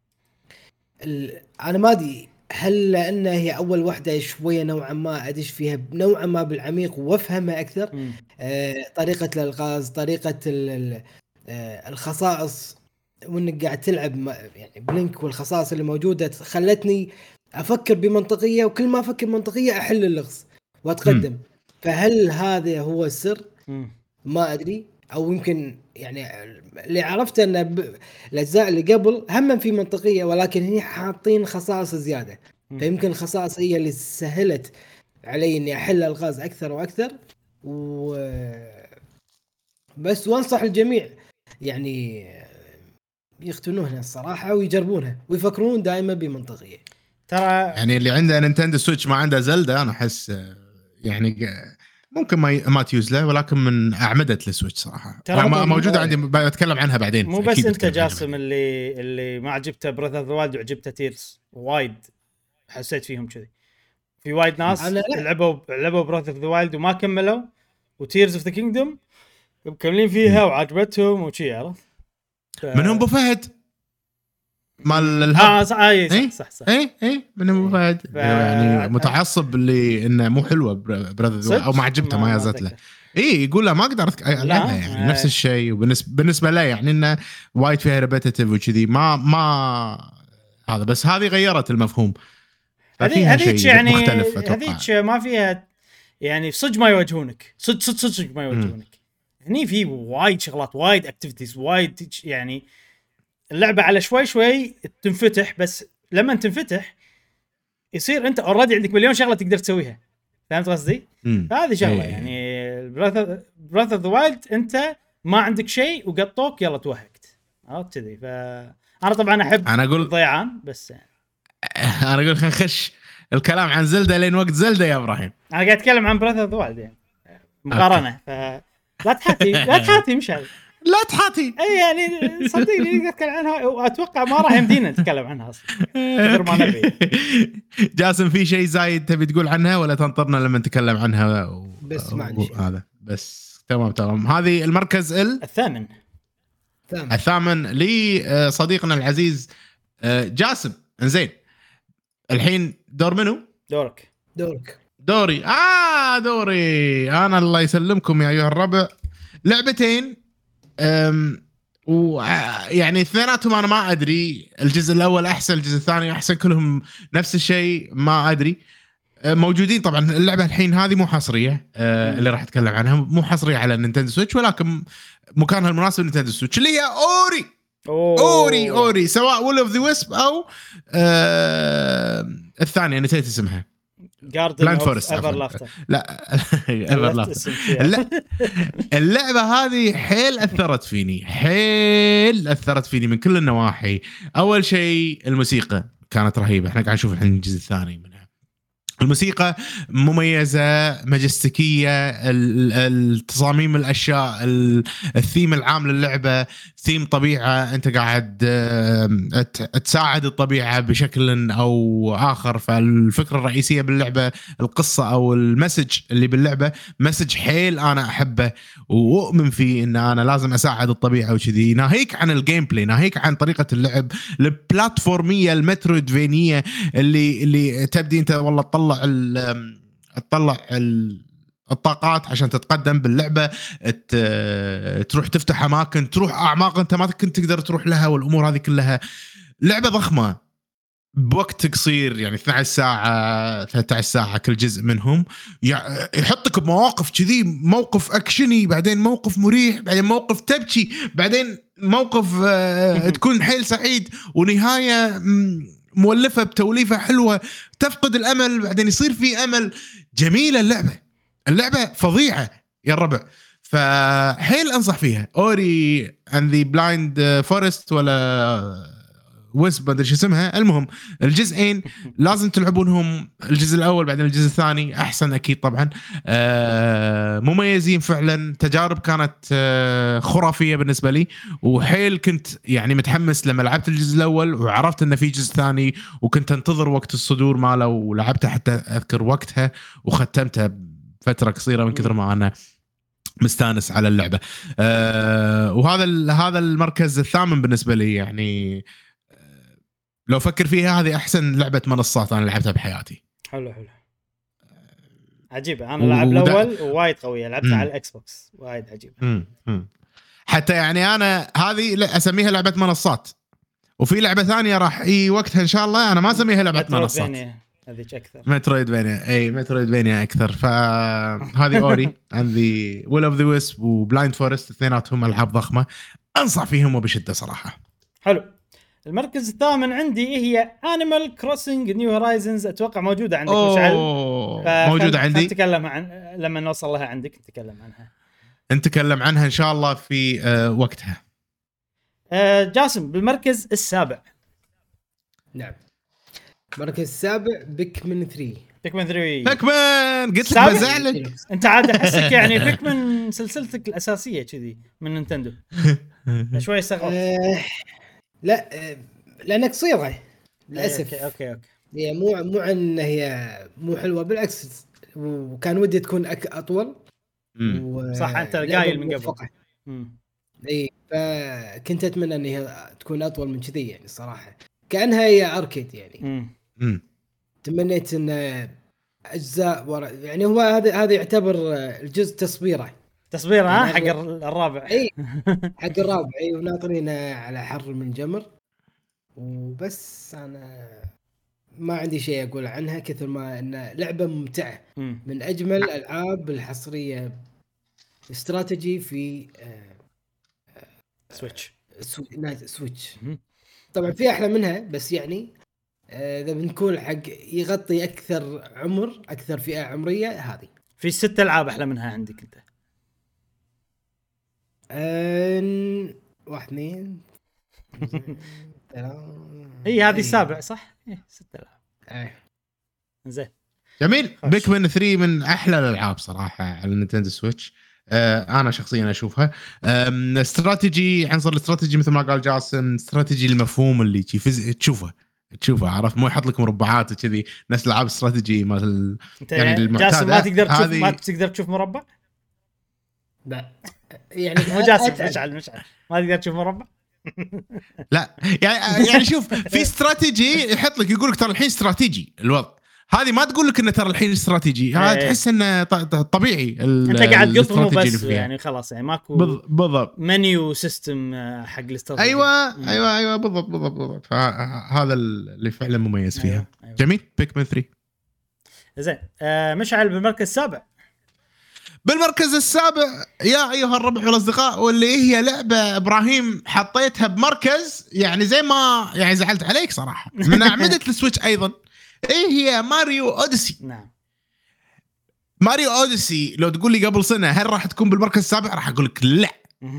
انا ما ادري هل لانها هي اول واحده شويه نوعا ما ادش فيها نوعا ما بالعميق وافهمها اكثر. آه طريقه الالغاز، طريقه آه الخصائص، وانك قاعد تلعب يعني بلينك والخصائص اللي موجوده خلتني افكر بمنطقيه، وكل ما افكر منطقيه احل اللغز واتقدم. م. فهل هذا هو السر؟ م. ما ادري. او يمكن يعني اللي عرفته ان ب... الاجزاء اللي قبل هم في منطقيه، ولكن هي حاطين خصائص زياده. م. فيمكن الخصائص هي اللي سهلت علي اني احل الغاز اكثر واكثر. و بس وانصح الجميع يعني يختنونها الصراحه ويجربونها ويفكرون دائما بمنطقيه. ترى يعني اللي عنده نينتندو سويتش ما عنده زلدا انا احس يعني ممكن ما ما تيوز له، ولكن من اعمده السويتش صراحه موجوده عندي بتكلم عنها بعدين. مو بس انت جاسم اللي اللي ما عجبته براذر اوف ذا وايلد وعجبته تيرز، وايد حسيت فيهم كذي. في وايد ناس لعبوا لعبوا براذر اوف ذا وايلد وما كملوا، وتيرز اوف ذا كينجدوم مكملين فيها وعجبتهم وشي. عرفت ف... منهم ابو فهد مال الهب. اه صح اي صح صح اي اي منهم ابو فهد ف... يعني متعصب اللي انه مو حلوه براذر او ما عجبته ما يازت له. اي يقول له ما اقدر العبها يعني آه. نفس الشيء. وبالنسبه بالنسبه له يعني انه وايد فيها ريبيتيتيف وكذي ما ما هذا. بس هذه غيرت المفهوم. هذه هذيك يعني هذيك ما فيها يعني صدق ما يواجهونك صدق صدق صدق ما يواجهونك. هني في وايد شغلات وايد اكتيفيتيز وايد يعني اللعبه على شوي شوي تنفتح. بس لما تنفتح يصير انت اوريدي عندك مليون شغله تقدر تسويها. فهمت قصدي؟ هذه شغله أيه. يعني براذر اوف ذا وايلد انت ما عندك شيء وقطوك يلا توهقت. عرفت كذي. فانا طبعا احب انا اقول الضيعان بس يعني. انا اقول خلينا نخش الكلام عن زلدة لين وقت زلدة يا ابراهيم. انا قاعد اتكلم عن براذر اوف ذا وايلد يعني مقارنه. ف لا تحاتي لا تحاتي مش هذا لا تحاتي اي يعني صدقني نقدر نتكلم عنها واتوقع ما راح يمدينا نتكلم عنها اصلا غير ما نبي. جاسم في شيء زايد تبي تقول عنها ولا تنطرنا لما نتكلم عنها و... بس ما عندي هذا بس تمام تمام. هذه المركز ال... الثامن ثامن. الثامن لي صديقنا العزيز جاسم. انزين الحين دور منو؟ دورك. دورك. دوري. اه دوري انا. الله يسلمكم يا ايها الربع. لعبتين أم ويعني اثنيناتهم انا ما ادري الجزء الاول احسن الجزء الثاني احسن كلهم نفس الشيء ما ادري. موجودين طبعا. اللعبه الحين هذه مو حصريه أه اللي راح اتكلم عنها مو حصريه على نينتندو سويتش، ولكن مكانها المناسب نينتندو سويتش اللي هي اوري. أوه. اوري اوري سواء وول اوف ذا ويسب او أه الثانيه نسيت اسمها بلاند فورست. ايفرلافتر. لا ايفرلافتر. اللعبه هذه حيل اثرت فيني حيل اثرت فيني من كل النواحي. اول شيء الموسيقى كانت رهيبه. احنا قاعد نشوف الحين الجزء الثاني منها. الموسيقى مميزة مجستيكية. التصاميم الأشياء الثيم العام للعبة ثيم طبيعة. أنت قاعد تساعد الطبيعة بشكل أو آخر. فالفكرة الرئيسية باللعبة القصة أو المسج اللي باللعبة مسج حيل أنا أحبه وأؤمن فيه إن أنا لازم أساعد الطبيعة وكذي. ناهيك عن الجيم بلاي ناهيك عن طريقة اللعب البلاتفورمية المترويدفينية اللي اللي تبدي أنت والله تطلع تطلع الطاقات عشان تتقدم باللعبة. تروح تفتح أماكن تروح أعماق أنت ما كنت تقدر تروح لها والأمور هذه كلها. لعبة ضخمة بوقت قصير يعني اثنتي عشرة ساعة ثلاثة عشر ساعة كل جزء منهم. يحطك بمواقف كذي موقف أكشني بعدين موقف مريح بعدين موقف تبكي بعدين موقف تكون حيل سعيد ونهاية مولفة بتوليفة حلوة تفقد الأمل بعدين يصير في أمل. جميلة اللعبة اللعبه فظيعه يا الربع، فحيل انصح فيها. اوري اند ذا بلايند فورست ولا ويسب ما ادري شو اسمها، المهم الجزئين لازم تلعبونهم، الجزء الاول بعدين الجزء الثاني احسن اكيد طبعا. آه مميزين فعلا، تجارب كانت آه خرافيه بالنسبه لي، وحيل كنت يعني متحمس لما لعبت الجزء الاول وعرفت انه في جزء ثاني، وكنت انتظر وقت الصدور ماله ولعبته حتى اذكر وقتها وختمتها بفتره قصيره من كثر ما انا مستانس على اللعبه. آه وهذا هذا المركز الثامن بالنسبه لي، يعني لو فكر فيها هذه احسن لعبه منصات انا لعبتها بحياتي. حلو حلو عجيبه. انا لعب الاول ووايد قويه، لعبتها على الاكس بوكس وايد عجيبه. مم. مم. حتى يعني انا هذه اسميها لعبه منصات، وفي لعبه ثانيه راح اي وقتها ان شاء الله انا ما اسميها لعبه منصات، هذيك اكثر مترويد بينيا. اي مترويد بينيا اكثر. فهذه اوري عندي ويل اوف ذا ويسب وبلايند فورست، اثنيناتهم العاب ضخمه انصح فيهم وبشده صراحه. حلو. المركز الثامن عندي هي انيمال كروسنج نيو هورايزنز، اتوقع موجوده عندك مشعل. موجوده عندي، نتكلم عن لما نوصل لها عندك نتكلم عنها نتكلم عنها ان شاء الله في آه وقتها. آه جاسم بالمركز السابع. نعم المركز السابع بيكمن ثري. بيكمن ثري بيكمن قلت لك بزعلك انت عاد احسك يعني بيكمن سلسلتك الاساسيه كذي من نينتندو شوي استغربت. آه لا آه لانك قصيره للاسف. اوكي اوكي اوكي هي مو مو ان هي مو حلوه، بالعكس وكان ودي تكون اطول. و... صح انت قايل من قبل. اي فكنت اتمنى ان هي تكون اطول من كذي يعني صراحه، كانها هي اركيد يعني. امم تمنيت ان اجزاء ورا يعني، هو هذا هذا يعتبر الجزء تصبيره تصبيره ها حق الرابع. اي حق الرابع اي، وناطرين على حر من جمر. وبس انا ما عندي شيء اقول عنها كثر ما ان لعبه ممتعه، من اجمل الالعاب الحصريه استراتيجي في سويتش. سويتش طبعا في احلى منها، بس يعني اذا بنكون حق يغطي اكثر عمر اكثر فئه عمريه هذه. في ست العاب احلى منها عندك انت؟ ان واحد اثنين هي هذه السابع صح؟ ايه ست العاب. ايه زين جميل. بيكمن ثري من احلى الالعاب صراحه على النينتندو سويتش. آه انا شخصيا اشوفها استراتيجي، عنصر الاستراتيجي مثل ما قال جاسم، استراتيجي المفهوم اللي تشوفه تشوفه عرفت، مو يحط لك مربعات وكذي نفس العاب استراتيجي مثل يعني المعتاد. جاسم ما تقدر تشوف هذه... ما تقدر تشوف مربع؟ لا يعني مو جاسم مشعل مشعل ما تقدر تشوف مربع. لا يعني يعني شوف في استراتيجي يحط لك يقول لك ترى الحين استراتيجي الوضع، هذه ما تقول لك انه ترى الحين استراتيجي، هذا تحس انه طبيعي. انت قاعد تقطمه بس يعني خلاص يعني ماكو بالضبط منيو سيستم حق الاستراتيجي. ايوه م. ايوه ايوه بالضبط بالضبط بالضبط. فهذا اللي فعلا مميز فيها. أيوة. أيوة. جميل. بيكمن ثري. زين آه مشعل بالمركز السابع. بالمركز السابع يا ايها الربع والاصدقاء، واللي هي لعبه ابراهيم حطيتها بمركز يعني زي ما يعني زعلت عليك صراحه من اعمده السويتش ايضا. ايه هي ماريو اوديسي. نعم ماريو اوديسي لو تقول لي قبل سنه هل راح تكون بالمركز السابع راح اقول لك لا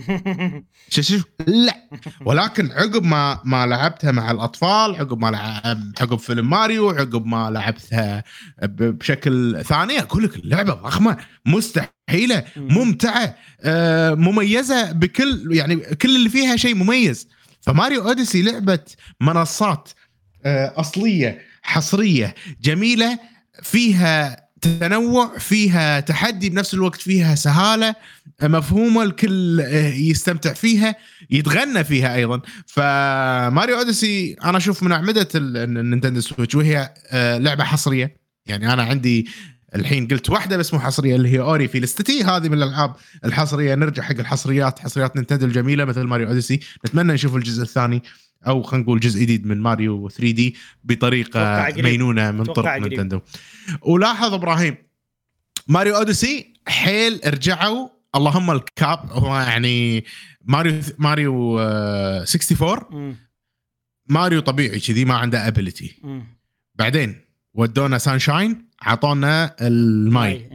شو شو لا، ولكن عقب ما ما لعبتها مع الاطفال، عقب ما لعب عقب فيلم ماريو، عقب ما لعبتها بشكل ثاني اقول لك اللعبه ضخمه مستحيله ممتعه آه مميزه بكل يعني كل اللي فيها شيء مميز. فماريو اوديسي لعبه منصات آه اصليه حصريه جميله، فيها تنوع، فيها تحدي بنفس الوقت، فيها سهاله مفهومه الكل يستمتع فيها يتغنى فيها ايضا. فماريو اوديسي انا اشوف من اعمده النينتندو سويتش، وهي لعبه حصريه يعني. انا عندي الحين قلت واحده بس مو حصريه اللي هي اوري في لستي، هذه من الالعاب الحصريه. نرجع حق الحصريات، حصريات نينتندو الجميله مثل ماريو اوديسي، نتمنى نشوف الجزء الثاني او خلينا نقول جزء جديد من ماريو ثري دي بطريقه مينونه من طرق نينتندو. ولاحظ ابراهيم ماريو اوديسي حيل رجعوا اللهم الكاب، هو يعني ماريو ماريو أربعة وستين م. ماريو طبيعي كذي ما عنده ابيليتي، بعدين ودونا سانشاين عطونا الماي،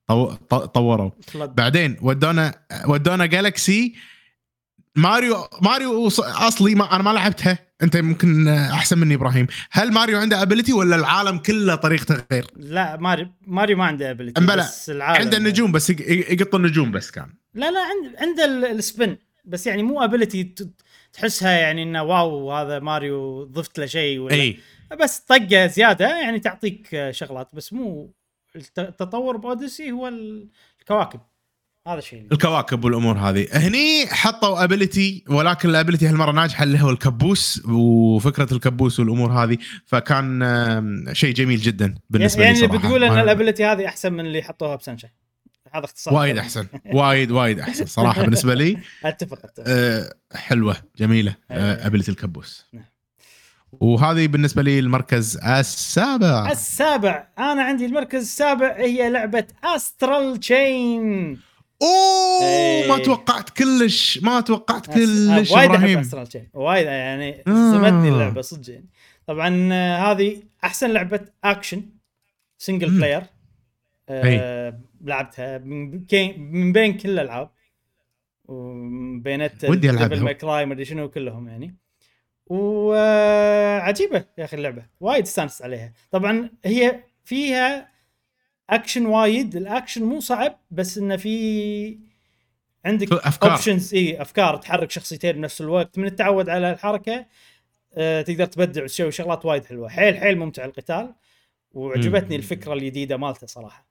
طوروا. بعدين ودونا ودونا جالكسي ماريو ماريو اصلي ما انا ما لعبتها، انت ممكن احسن مني ابراهيم. هل ماريو عنده ابيليتي ولا العالم كله طريقته غير؟ لا ماريو ماريو ما عنده ابيليتي بس العالم عنده النجوم بس يقط النجوم بس كان. لا لا عند عنده السبن بس يعني مو ابيليتي تحسها يعني انه واو هذا ماريو ضفت له شيء ولا أي. بس طقه زياده يعني تعطيك شغلات بس مو التطور باوديسي هو الكواكب هذا الشيء الكواكب والامور هذه. هني حطوا ابيليتي ولكن الابيليتي هالمره ناجحه اللي هو الكبوس وفكره الكبوس والامور هذه، فكان شيء جميل جدا بالنسبه يعني لي صراحه. يعني بتقول ان الابيليتي هذه احسن من اللي حطوها بسانشاين؟ هذا اختصار وايد احسن وايد وايد احسن صراحه بالنسبه لي. اتفق اتفق أه حلوه جميله أه ابيليتي الكبوس. وهذه بالنسبه لي المركز السابع. السابع انا عندي المركز السابع هي لعبه استرال تشين. اوه ايه. ما توقعت كلش ما توقعت كلش وايد ابراهيم استرال تشين وايد يعني صدمتني اللعبه صدق يعني. طبعا هذه احسن لعبه اكشن سنجل بلاير آه لعبتها من, من بين كل الالعاب وبينت دبل ماكراي ما ادري شنو كلهم يعني. وعجيبه يا اخي اللعبه وايد استانست عليها. طبعا هي فيها اكشن وايد، الاكشن مو صعب بس انه في عندك اوبشنز اي افكار تحرك شخصيتين بنفس الوقت. من التعود على الحركه أه تقدر تبدع وتسوي شغلات وايد حلوه. حيل حيل ممتع القتال وعجبتني الفكره الجديده مالته صراحه.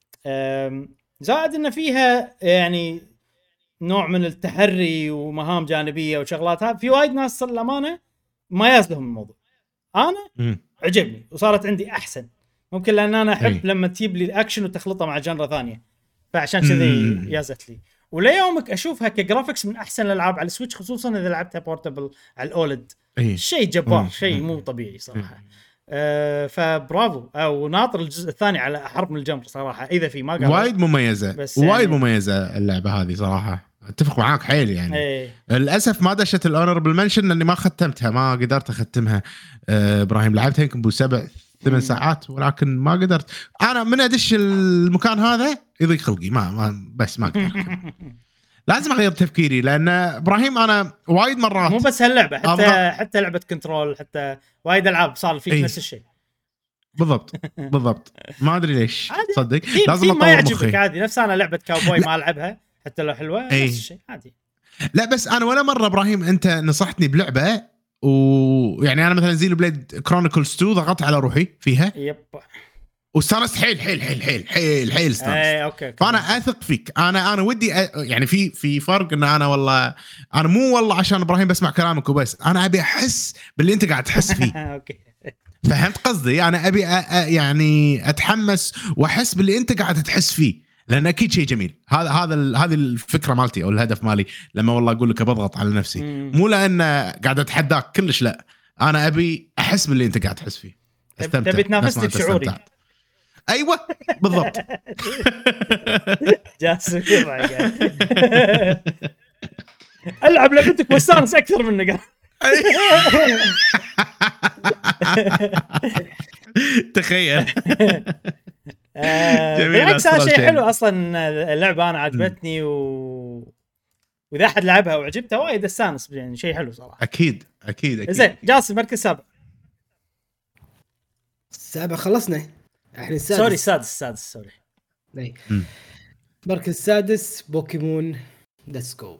زائد ان فيها يعني نوع من التحري ومهام جانبيه وشغلات. هذه في وايد ناس الامانه ما يازلهم الموضوع. انا م. عجبني وصارت عندي احسن ممكن لان انا احب أي. لما تجيب لي الاكشن وتخلطه مع جنرا ثانيه فعشان كذي يازت لي. وليومك اشوفها كجرافيكس من احسن الالعاب على السويتش خصوصا اذا لعبتها بورتبل على الاولد. شيء جبار شيء مو طبيعي صراحه. أه فبرافو او ناطر الجزء الثاني على حرب من الجمر صراحه اذا في ما قال وايد مميزه وايد يعني مميزه اللعبه هذه صراحه. اتفق معاك حيل يعني. ايه. للاسف ما دشت الاونربل منشن لاني ما ختمتها ما قدرت اختمها. أه ابراهيم لعبتها يمكن بسبع ثمان ساعات ولكن ما قدرت. انا من ادش المكان هذا يضيق خلقي ما, ما بس ما اقدر لازم اغير تفكيري لان ابراهيم انا وايد مرات مو بس هاللعبه حتى أفضل. حتى لعبه كنترول حتى وايد العاب صار فيك ايه. نفس الشيء بالضبط بالضبط ما ادري ليش تصدق لازم اطور مخي عادي. نفس انا لعبه كاوبوي ما العبها حتى لو حلوه ايه. نفس الشيء عادي. لا بس انا ولا مره ابراهيم انت نصحتني بلعبه ويعني انا مثلا زينو بليد كرونيكلز تو ضغطت على روحي فيها يب واستانست حيل حيل حيل حيل حيل حيل استانست. اي اوكي فانا اثق فيك. انا انا ودي أ... يعني في في فرق ان انا والله انا مو والله عشان ابراهيم بسمع كلامك وبس انا ابي احس باللي انت قاعد تحس فيه. اوكي فهمت قصدي؟ انا ابي أ... يعني اتحمس واحس باللي انت قاعد تحس فيه لان اكيد شيء جميل. هذا هذا هذه الفكره مالتي او الهدف مالي لما والله اقول لك بضغط على نفسي مم. مو لان قاعد اتحداك كلش لا انا ابي احس باللي انت قاعد تحس فيه. استمتع تبي تنافسني بشعوري. ايوه بالضبط جاسم العب لعبتك واستانس اكثر منك. تخيل. بالعكس هذا شيء حلو اصلا. اللعبه انا عجبتني و... واذا احد لعبها وعجبته وايد استانس يعني شيء حلو صراحه. اكيد اكيد اكيد. زين جاسم مركز سابع. السابع خلصنا احنا السادس. سوري السادس السادس سوري. اي مركز السادس بوكيمون ليتس جو.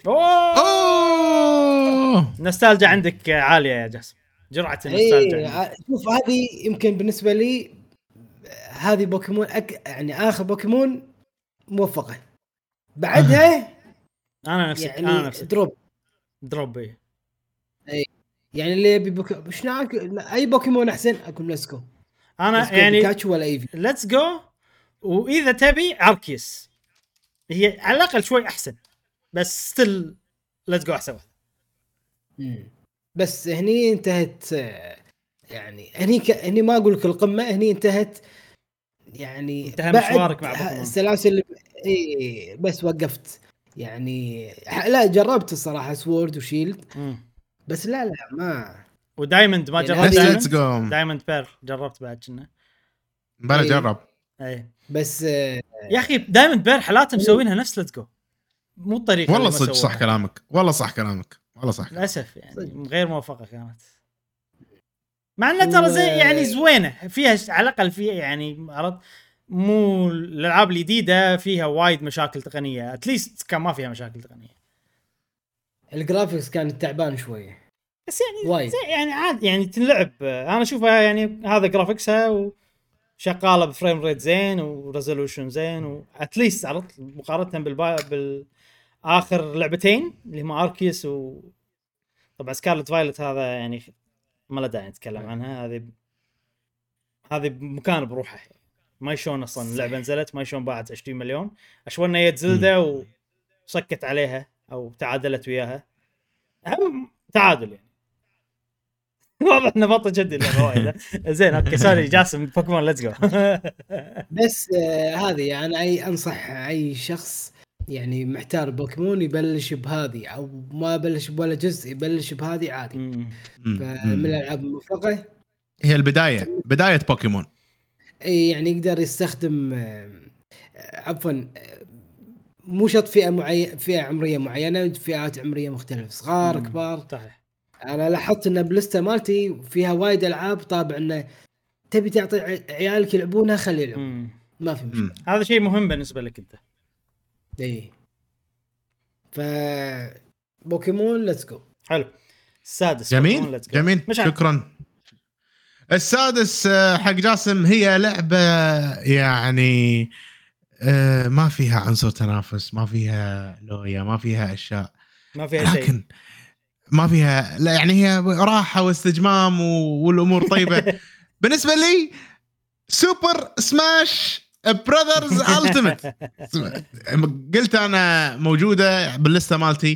اوه نوستالجيا عندك عاليه يا جاسم. جرعه النوستالجيا. ايه شوف هذه يمكن بالنسبه لي هذه بوكيمون أك... يعني اخر بوكيمون موفقه. بعدها انا نفسي يعني انا نفسي دروب دروب اي يعني اللي يبي بوك... مش نعرف اي بوكيمون احسن اكون ليتس جو. انا يعني بيكاتشو ولا ايفي ليتس جو. واذا تبي اركيس هي على الاقل شوي احسن بس ستيل ليتس جو احسن. امم بس هني انتهت يعني هني ك... هني ما اقول لك القمه هني انتهت يعني انتهى مشوارك مع بوكيمون السلاسل. اي بس وقفت يعني لا جربت الصراحه سوورد وشيلد مم. بس لا لا ما ودايموند ما يعني جربت. دايموند دايموند بير جربت بعد كنا بلا إيه. جرب اي بس يا اخي دايموند بير حالاتهم مسوينها نفس ليتس جو، مو الطريقه والله صدق صح كلامك، والله صح كلامك، والله صح للاسف يعني غير موفقه كانت، مع انها ترى زي يعني زوينه فيها على الاقل فيها يعني عرض، مو الالعاب الجديده فيها وايد مشاكل تقنيه، اتليست كان ما فيها مشاكل تقنيه. الجرافيكس كان تعبان شويه بس يعني وايد. زي يعني عاد يعني تلعب، انا اشوفها يعني هذا جرافيكسها وشغاله بفريم ريت زين وريزولوشن زين واتليست عرضت مقارنه بالبا بالاخر لعبتين اللي هم اركيس و طبعا سكارلت فايلت هذا يعني ما له داعي نتكلم عنها، هذه هذه بمكان بروحه، ما يشون اصلا اللعبه نزلت ما يشون باعت عشرين مليون، اشونا هي زلده وسكت عليها او تعادلت وياها، اهم تعادل يعني واضح انه بطل جدي اللعبه وايد. زين اوكي سوري جاسم بوكيمون ليتس جو. بس آه هذه يعني اي انصح اي شخص يعني محتار بوكيمون يبلش بهذه، او ما يبلش بولا جزء يبلش بهذه عادي. فمن الالعاب الموفقه هي البدايه، بدايه بوكيمون. اي يعني يقدر يستخدم آه عفوا مو شرط فئه معينه، فئه عمريه معينه، فئات عمريه مختلفه، صغار مم. كبار. صحيح. انا لاحظت ان بلسته مالتي فيها وايد العاب طابع انه تبي تعطي عيالك يلعبونها خلي يلعبون، ما في مشكله. هذا شيء مهم بالنسبه لك انت. اي ف بوكيمون ليتس جو. حلو. السادس جميل جميل شكرا. السادس حق جاسم هي لعبه يعني ما فيها عنصر تنافس، ما فيها لويا، ما فيها اشياء، ما فيها شيء، لكن ما فيها لا يعني هي راحه واستجمام والامور طيبه. بالنسبه لي سوبر سماش براذرز التيمت، قلت انا موجوده باللسته مالتي.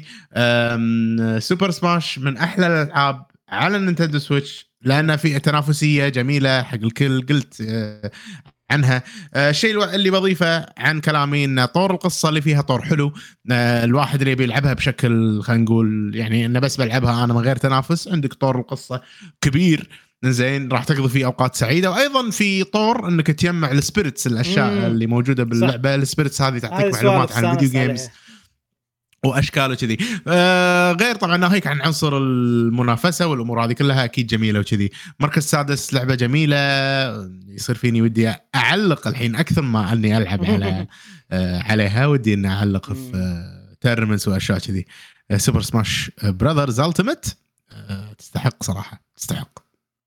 سوبر سماش من احلى الالعاب على النينتندو سويتش لانها في تنافسيه جميله حق الكل، قلت عنها. الشيء اللي بضيفه عن كلامي ان طور القصه اللي فيها طور حلو، الواحد اللي بيلعبها بشكل خلينا نقول يعني انه بس بلعبها انا من غير تنافس، عندك طور القصه كبير زين راح تقضي فيه اوقات سعيده، وايضا في طور انك تجمع السبيريتس، الاشياء مم. اللي موجوده باللعبه، السبيريتس هذه تعطيك معلومات عن الفيديو جيمز عليها. واشكال وكذي. آه غير طبعا ناهيك عن عنصر المنافسه والامور هذه كلها اكيد جميله وكذي. مركز سادس لعبه جميله، يصير فيني ودي اعلق الحين اكثر ما اني العب على آه عليها، ودي اني اعلق في آه تيرمنز واشياء كذي. آه سوبر سماش براذرز التيمت آه تستحق صراحه، تستحق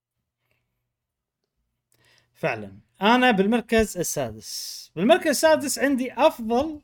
فعلا. انا بالمركز السادس، بالمركز السادس عندي افضل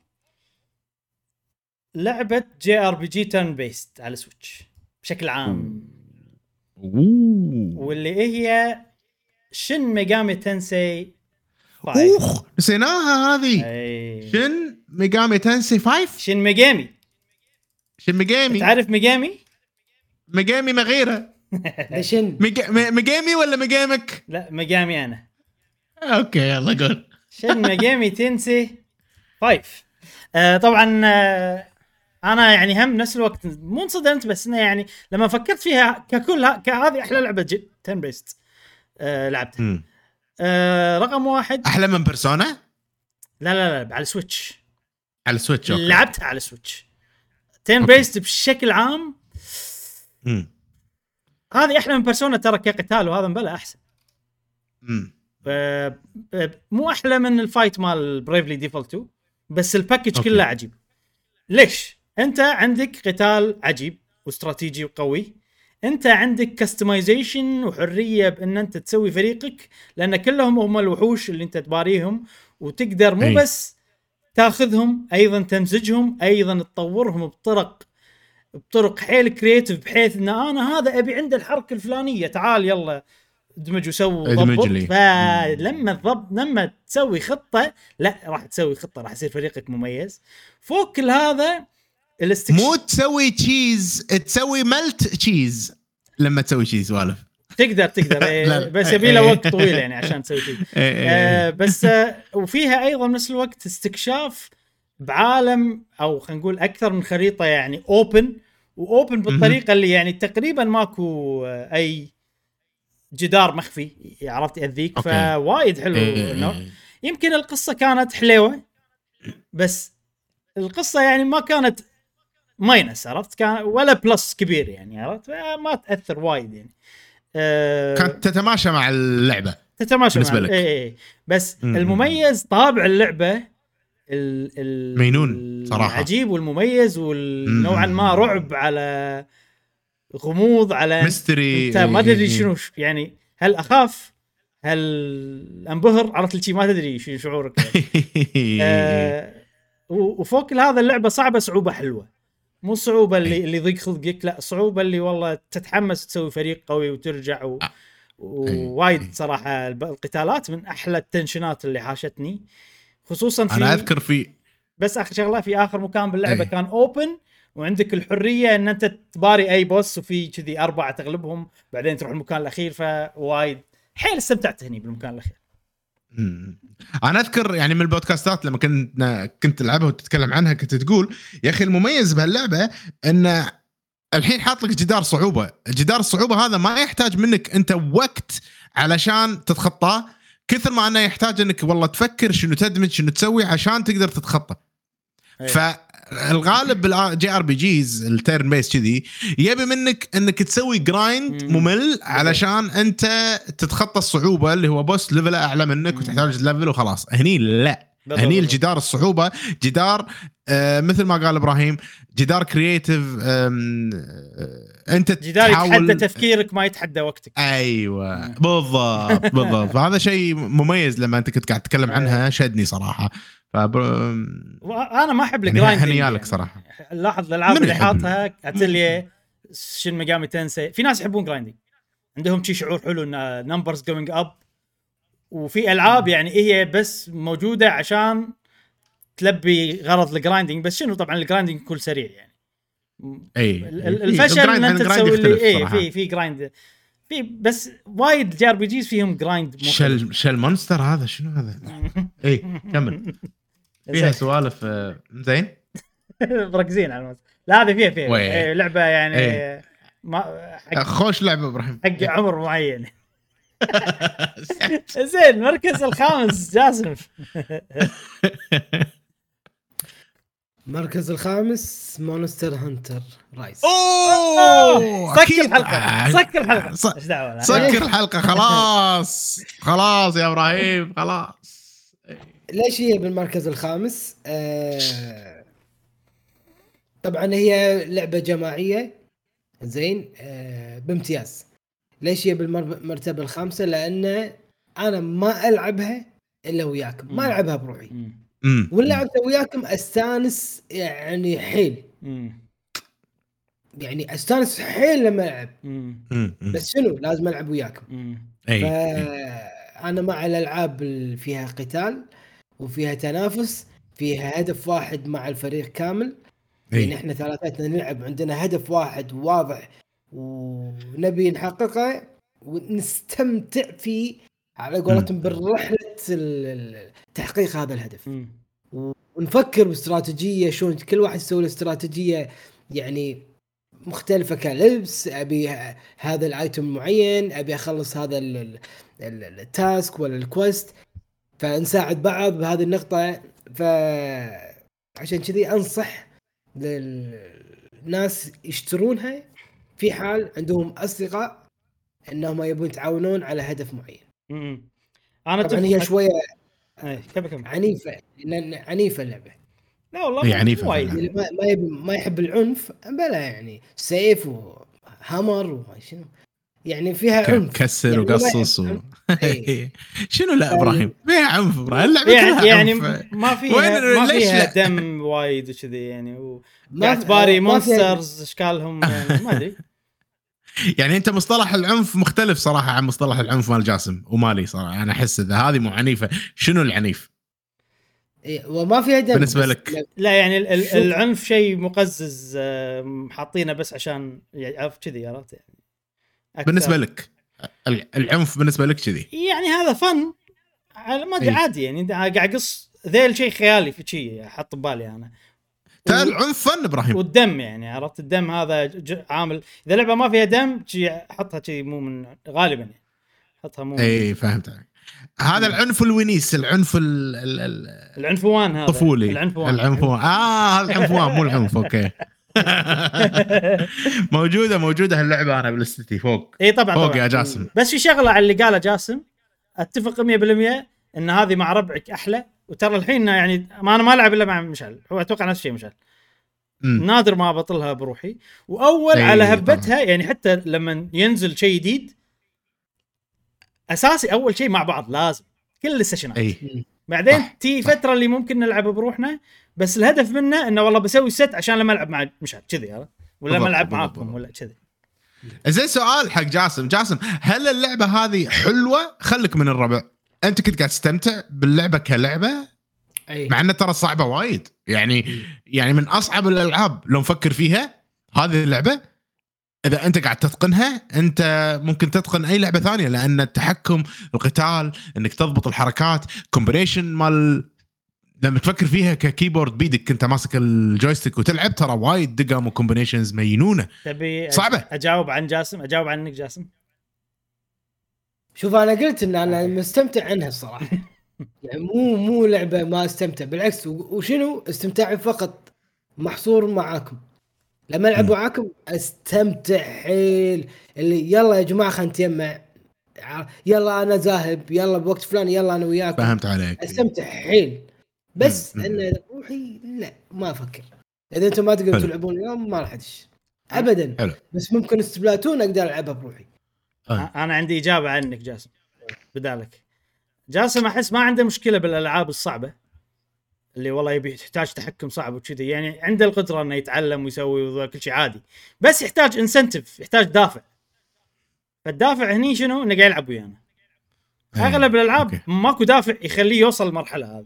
لعبة جي ار بي جي تيرن بيست على سويتش بشكل عام. أوه. واللي هي شن ميجامي تنسي خمسة. اوخ نسيناها هذه. أي. شن ميجامي تنسي خمسة. شن ميجامي شن ميجامي تعرف ميجامي ميجامي ما غيره. شن ميجامي ولا ميجامك؟ لا ميجامي انا. اوكي يلا قول. شن ميجامي تنسي خمسة. آه طبعا آه انا يعني هم نفس الوقت مو انصدمت، بس انه يعني لما فكرت فيها ككل هذه احلى لعبه تيرن بيست آه لعبتها. آه رقم واحد احلى من بيرسونا. لا لا لا على سويتش، على سويتش أوكي. لعبتها على سويتش تيرن بيست بشكل عام. امم هذه احلى من بيرسونا ترى كقتال، وهذا مبلا احسن. امم مو احلى من الفايت مال بريفلي ديفولت تو، بس الباكج كله عجيب. ليش؟ انت عندك قتال عجيب واستراتيجي وقوي، انت عندك كاستمايزيشن وحريه بان انت تسوي فريقك، لان كلهم هم الوحوش اللي انت تباريهم، وتقدر مو بس تاخذهم ايضا تمزجهم، ايضا تطورهم بطرق بطرق حيل كرييتيف، بحيث ان انا هذا ابي عنده الحركه الفلانيه، تعال يلا ادمج وسوي ضبط. فلما تضبط لما تسوي خطه، لا راح تسوي خطه راح يصير فريقك مميز. فوق كل هذا الاستكشاف، مو تسوي تشيز، تسوي ملت تشيز. لما تسوي تشيز والف تقدر تقدر إيه بس يبي له وقت طويل يعني عشان تسوي شيء. آه بس آه وفيها ايضا نفس الوقت استكشاف بعالم، او خلينا نقول اكثر من خريطه، يعني اوبن واوبن بالطريقه اللي يعني تقريبا ماكو آه اي جدار مخفي عرفت يأذيك. فوايد حلو انه يمكن القصه كانت حلوه بس القصه يعني ما كانت ماينس عرفت كان ولا بلس كبير يعني عرفت ما تاثر وايد يعني أه كانت تتماشى مع اللعبه تتماشى بالنسبه مع لك. ايه بس م-م. المميز طابع اللعبه ال مينون صراحه العجيب والمميز والنوعا ما رعب على غموض على ميستري انت ما تدري شنو يعني هل اخاف هل انبهر عرفت شيء ما تدري شو شعورك يعني. آه وفوق هذا اللعبه صعبه صعوبه حلوه مو صعوبه اللي اللي يضيق خلقك لا صعوبه اللي والله تتحمس تسوي فريق قوي وترجع و... ووايد صراحه القتالات من احلى التنشنات اللي حاشتني خصوصا في انا اذكر في بس اخر شغله في اخر مكان باللعبه كان اوبن وعندك الحريه ان انت تباري اي بوس وفي كذي اربعه تغلبهم بعدين تروح المكان الاخير فوايد حيل استمتعت هني بالمكان الاخير. امم انا اذكر يعني من البودكاستات لما كنت كنت العبها وتتكلم عنها كنت تقول يا اخي المميز بهاللعبه ان الحين حاط لك جدار صعوبه جدار الصعوبه هذا ما يحتاج منك انت وقت علشان تتخطاه كثر ما انه يحتاج انك والله تفكر شنو تدمج شنو تسوي عشان تقدر تتخطى. فالغالب بالجي ار بي جيز التيرن بيس كذي يبي منك انك تسوي جرايند ممل علشان انت تتخطى الصعوبه اللي هو بوس ليفل اعلى منك وتحتاج ليفل وخلاص. هني لا هني الجدار الصعوبه جدار آه مثل ما قال ابراهيم جدار كرييتيف آه انت جدار يتحدى تفكيرك ما يتحدى وقتك. ايوه بالضبط بالضبط فهذا شيء مميز لما انت كنت قاعد تتكلم عنها شدني صراحه. فبر... انا ما احب الجرايندنج يعني يعني صراحه لاحظ الالعاب اللي حاطها اتليه شن ميجامي تنسي في ناس يحبون جرايندنج عندهم شيء شعور حلو ان نمبرز جوينج اب وفي العاب يعني هي بس موجوده عشان تلبي غرض الجرايندنج بس شنو طبعا الجرايندنج كل سريع يعني اي الفشل ان انت تسوي اللي اي في في جرايند في بس وايد جي ار بي جيز فيهم جرايند شل شل مونستر هذا شنو هذا اي كمل فيها سوالف زين مركزين على الموضوع لا هذه فيها فيها ايه لعبه يعني ايه. ما خوش لعبه ابراهيم حق عمر معين. زين المركز الخامس جاسم. المركز الخامس مونستر هانتر رايز. اوه سكر الحلقه سكر الحلقه ايش دعوه سكر الحلقه خلاص خلاص يا ابراهيم خلاص. ليش هي بالمركز الخامس؟ آه طبعا هي لعبه جماعيه زين آه بامتياز. ليش هي بالمرتبه الخامسه؟ لان انا ما العبها الا وياكم ما العبها بروحي ولا لعبتها وياكم استانس يعني حيل يعني استانس حيل لما العب بس شنو لازم العب وياكم. فانا مع الالعاب اللي فيها قتال وفيها تنافس فيها هدف واحد مع الفريق كامل يعني احنا ثلاثتنا نلعب عندنا هدف واحد واضح ونبي نحققه ونستمتع فيه على قولتهم بالرحلة تحقيق هذا الهدف م. ونفكر باستراتيجية شلون كل واحد يسوي استراتيجية يعني مختلفة كلبس أبي هذا الآيتم معين أبي أخلص هذا التاسك ولا الكويست فنساعد بعض بهذه النقطة. فعشان كذي أنصح للناس يشترونها في حال عندهم أصدقاء انهم يبون يتعاونون على هدف معين. امم انا طبعا هي شويه اي كم كم عنيفه لان عنيفه اللعبه. لا والله عنيفه اللي ما ما, يب... ما يحب العنف بلا يعني سيف وهامر وما شنو يعني فيها ك... عنف كسر يعني وقصص و... شنو لا ابراهيم فيها عنف ابراهيم اللعبه يعني, يعني ما فيها ما فيها دم وايد وكذي يعني و... باعتباري مونسترز اشكالهم يعني ما ادري يعني انت مصطلح العنف مختلف صراحه عن مصطلح العنف مال جاسم ومالي صراحه انا احس اذا هذه مو عنيفه شنو العنيف إيه وما فيها دم بالنسبه لك لا يعني العنف شيء مقزز حاطينه بس عشان يعرف كذي عرفت يعني بالنسبه لك العنف بالنسبه لك كذي يعني هذا فن ما ادري عادي يعني قاعد اقص ذيل شيء خيالي في شيء احط ببالي انا تال عنف فن ابراهيم والدم يعني عرفت الدم هذا عامل اذا لعبه ما فيها دم شيء حطها شيء مو من غالبا يعني حطها مو اي فهمت هذا العنف الونيس، العنف ال ال العنفوان هذا الطفولي، العنفوان العنفوان اه هذا العنفوان مو العنف. اوكي. موجوده موجوده هاللعبه انا بالاستدي فوق. اي طبعا فوق طبعا. يا جاسم. بس في شغله على اللي قاله جاسم اتفق مية بالمية ان هذه مع ربعك احلى. وترى الحين يعني ما انا ما العب الا مع مشعل، هو اتوقع نفس الشيء مشعل. مم. نادر ما بطلها بروحي. واول على هبتها طبعا. يعني حتى لما ينزل شيء جديد اساسي اول شيء مع بعض لازم كل السيشنات. بعدين صح. تي صح. فتره اللي ممكن نلعب بروحنا، بس الهدف منه انه والله بسوي ست عشان لما العب مع مشعل كذي ولا ما العب معاكم ولا كذي. زين سؤال حق جاسم. جاسم هل اللعبه هذه حلوه؟ خلك من الربع، انت كنت قاعد تستمتع باللعبه كلعبه؟ أي. مع انها ترى صعبه وايد يعني. م. يعني من اصعب الالعاب لو نفكر فيها هذه اللعبه. اذا انت قاعد تتقنها انت ممكن تتقن اي لعبه ثانيه، لان التحكم، القتال، انك تضبط الحركات، كومبينيشن مال لما تفكر فيها ككيبورد بيدك انت ماسك الجويستيك وتلعب، ترى وايد دقم وكومبينيشنز مينونه. تبي صعبه. اجاوب عن جاسم؟ اجاوب عنك جاسم. شوف انا قلت ان انا مستمتع عنها الصراحه. يعني مو مو لعبه ما استمتع، بالعكس. وشنو استمتاعي فقط محصور معاكم. لما العب معاكم استمتع حيل. اللي يلا يا جماعه خلينا نتجمع، يلا انا ذاهب، يلا بوقت فلان يلا انا وياكم. فهمت عليك. استمتع حيل. بس انا روحي لا ما افكر. اذا انتم ما تقدرون تلعبون اليوم ما راح ادش ابدا. حلو. بس ممكن سبلاتون اقدر العبها بروحي. أه. انا عندي اجابه عنك جاسم بدالك. جاسم احس ما عنده مشكله بالالعاب الصعبه اللي والله يبي يحتاج تحكم صعب وكذي، يعني عنده القدره انه يتعلم ويسوي كل شيء عادي، بس يحتاج انسنتيف، يحتاج دافع. فالدافع هني شنو؟ انه قاعد يلعب ويانا. اغلب الالعاب أوكي. ماكو دافع يخليه يوصل المرحله هذه.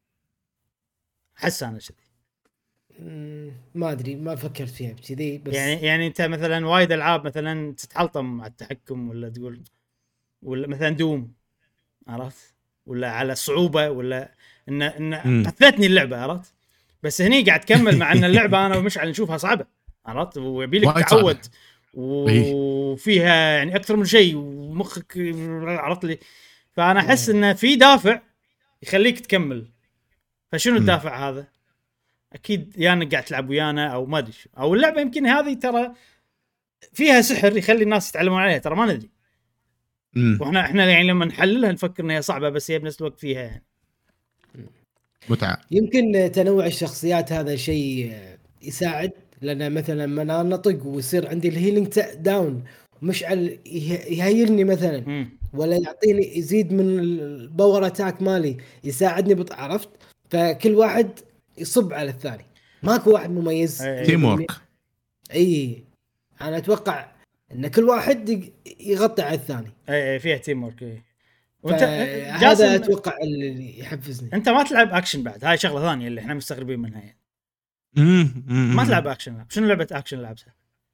حس انا كذي ما ادري ما فكرت فيها كذي. بس يعني يعني انت مثلا وايد العاب مثلا تتحلطم مع التحكم، ولا تقول ولا مثلا دوم عرفت، ولا على الصعوبه، ولا ان ان قثتني اللعبه عرفت. بس هني قاعد تكمل مع ان اللعبه انا ومشعل نشوفها صعبه عرفت، ويبي لك تعود وفيها يعني اكثر من شيء ومخك عرفت لي. فانا احس انه في دافع يخليك تكمل. فشنو الدافع هذا؟ اكيد يا يعني انك قاعد تلعب ويانا او ما ادري، او اللعبه يمكن هذه ترى فيها سحر يخلي الناس يتعلمون عليها، ترى ما ندري. واحنا احنا يعني لما نحللها نفكر انها صعبه، بس هي بنفس الوقت فيها يعني متعه. يمكن تنوع الشخصيات هذا شيء يساعد، لان مثلا لما انا نطق ويصير عندي الهيلينج داون مشعل يهيلني مثلا م. ولا يعطيني يزيد من الباور اتاك مالي يساعدني بط... عرفت. فكل واحد يصب على الثاني، ماكو واحد مميز. تيم وورك. اي انا اتوقع ان كل واحد يغطي على الثاني. اي فيها تيم وورك. اي وانت هذا اتوقع اللي يحفزني. انت ما تلعب اكشن بعد، هاي شغله ثانيه اللي احنا مستغربين منها يعني. ما تلعب اكشن. شنو لعبه اكشن لعبتها؟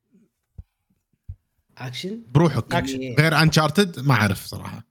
اكشن بروحك أكشن. غير انشارتد ما اعرف صراحه.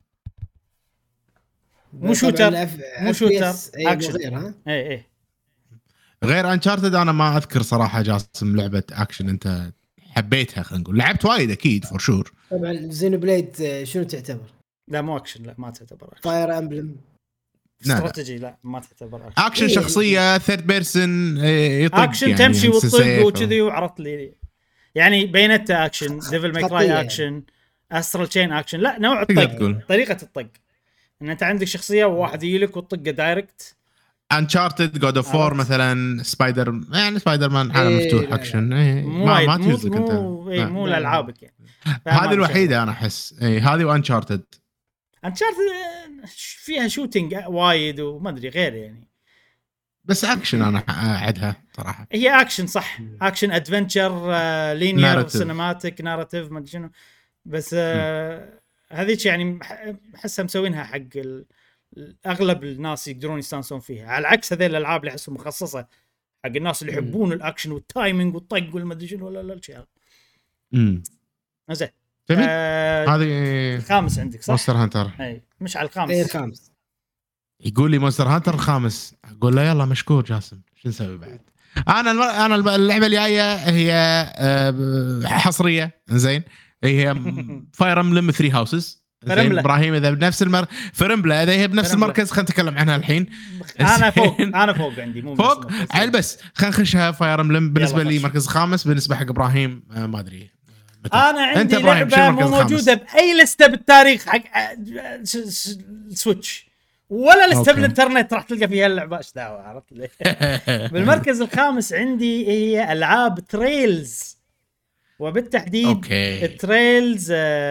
مو شوتر مو شوتر اكشن. اي اي غير انشارتد انا ما اذكر صراحه جاسم لعبه اكشن انت حبيتها. خلينا نقول لعبت وايد اكيد فور شور. طبعا زينو بليد شنو تعتبر؟ لا مو اكشن، لا ما تعتبر اكشن. فاير امبلم استراتيجي، لا ما تعتبر اكشن. اكشن إيه شخصيه ثيرد بيرسون يطق اكشن يعني تمشي وتطق وكذي وعرضت لي يعني بينتا اكشن، ديفل ماي كراي اكشن، استرال تشين اكشن. لا نوع الطق، طريقه الطق ان انت عندك شخصيه وواحد يجيلك وتطقه دايركت. انشارتد جود اوف فور مثلا، سبايدر يعني سبايدر مان عالم إيه مفتوح اكشن. إيه ما ما تجوزك انت مو إيه مو لالعابك يعني. هذه الوحيده انا احس. ايه هذه وانشارتد. انشارتد فيها شوتينج وايد وما ادري غير يعني، بس اكشن انا اعدها صراحه. هي اكشن صح، اكشن ادفنتشر لينير سينماتيك ناراتيف ما ادري شنو. بس آه هذيك يعني احسها مسوينها حق اغلب الناس يقدرون يستانسون فيها، على عكس هذه الالعاب اللي احسهم مخصصه حق الناس اللي يحبون الاكشن والتايمينج والطق والما ادري شنو ولا لا الاشياء. امم زين آه هذه الخامس عندك صح؟ مونستر هانتر. اي مش على الخامس. اي الخامس. يقول لي مونستر هانتر الخامس، اقول له يلا مشكور جاسم شو نسوي بعد. انا الم... انا اللعبه الجايه هي حصريه زين، هي فاير امبلم ثري هاوسز. زين ابراهيم اذا بنفس المر فرمبلا اذا هي بنفس المركز خلينا نتكلم عنها الحين. انا فوق انا فوق عندي مو فوق عيل بس خلينا نخشها فاير امبلم. بالنسبه لي مركز خامس، بالنسبه حق ابراهيم ما ادري. انا عندي لعبه مو موجوده باي لسته بالتاريخ حق سويتش ولا لسته بالانترنت راح تلقى فيها اللعبه. ايش دعوه عرفت ليه؟ بالمركز الخامس عندي هي العاب تريلز، وبالتحديد أوكي. تريلز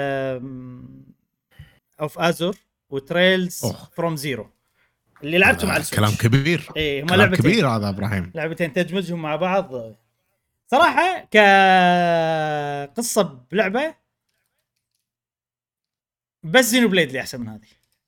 اوف ازور وتريلز فروم زيرو اللي لعبتهم على السويتش. كلام كبير. ايه كلام لعبتين. كبير هذا ابراهيم. لعبتين تدمجهم مع بعض صراحه كقصه بلعبه، بس زينو بليد اللي احسن من هذه،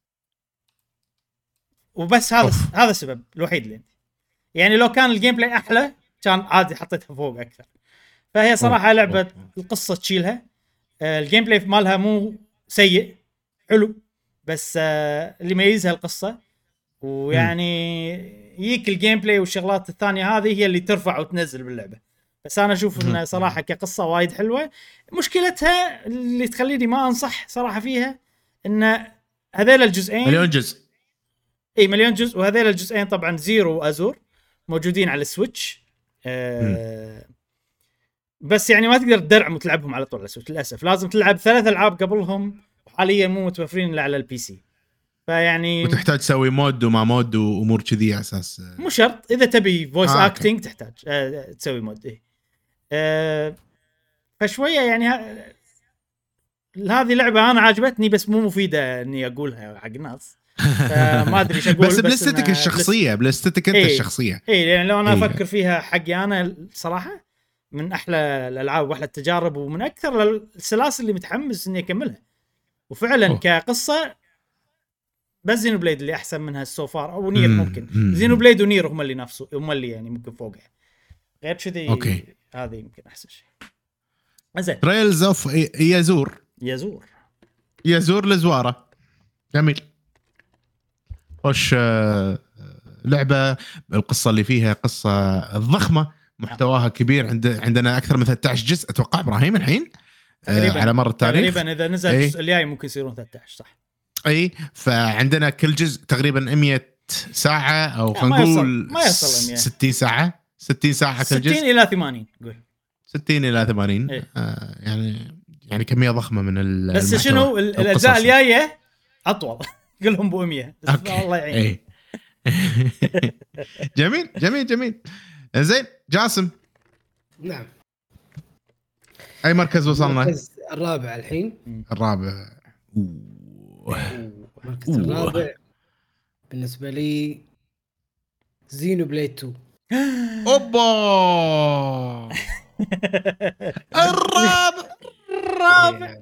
وبس هذا أوف. هذا السبب الوحيد اللي يعني لو كان الجيم بلاي احلى كان عادي حطيتها فوق اكثر. فهي صراحه أوف. لعبه أوف. القصه تشيلها، الجيم بلاي مالها مو سيء حلو، بس اللي يميزها القصه، ويعني يجيك الجيم بلاي والشغلات الثانيه هذه هي اللي ترفع وتنزل باللعبه. بس انا اشوف ان صراحه كقصه وايد حلوه. مشكلتها اللي تخليني ما انصح صراحه فيها ان هذيل الجزئين مليون جزء، اي مليون جزء، وهذيل الجزئين طبعا زيرو وازور موجودين على السويتش. أه بس يعني ما تقدر تدرعم وتلعبهم على طول على السويتش للاسف، لازم تلعب ثلاث العاب قبلهم، وحاليا مو متوفرين الا على البي سي. فيعني وتحتاج تسوي مود وما مود وامور كذي على اساس مو شرط. اذا تبي فويس آه اكتنج تحتاج آه تسوي مود. ايه آه فشويه يعني ه... هذه لعبه انا عجبتني بس مو مفيده اني اقولها حق الناس. ما ادري ايش اقول. بس بالاستاتيك الشخصيه بالاستاتيك انت إيه الشخصيه اي يعني لو انا إيه. افكر فيها حقي انا صراحه من احلى الالعاب واحلى التجارب، ومن اكثر السلاسل اللي متحمس اني اكملها. وفعلا أوه. كقصه بس زينو بليد اللي احسن منها السوفار، او نير ممكن. مم. زينو بليد ونير هم اللي نفسه هم اللي يعني ممكن فوقها، غير كذي هذه يمكن احسن شيء. زين تريلز اوف يازور يازور يازور لزواره جميل. وش لعبه القصه اللي فيها قصه ضخمه، محتواها كبير. عند عندنا اكثر من ثلاثة عشر جزء اتوقع ابراهيم الحين على مر التاريخ. تقريبا اذا نزل الجزء الجاي ممكن يصيرون ثلاثة عشر صح. اي فعندنا كل جزء تقريبا مية ساعه، او خلينا نقول ما يوصل مية. ستين ساعه ستين ساعه كل جزء، ستين الى ثمانين قول ستين الى ثمانين. إيه؟ آه يعني يعني كميه ضخمه من المحتوى. بس شنو الاجزاء الجايه اطول كلهم ب مية. الله يعين. إيه. جميل جميل جميل. زين جاسم. نعم اي مركز وصلنا؟ المركز الرابع الحين. الرابع المركز الرابع بالنسبه لي زينو بليد تو. اوبا الرابع الرابع.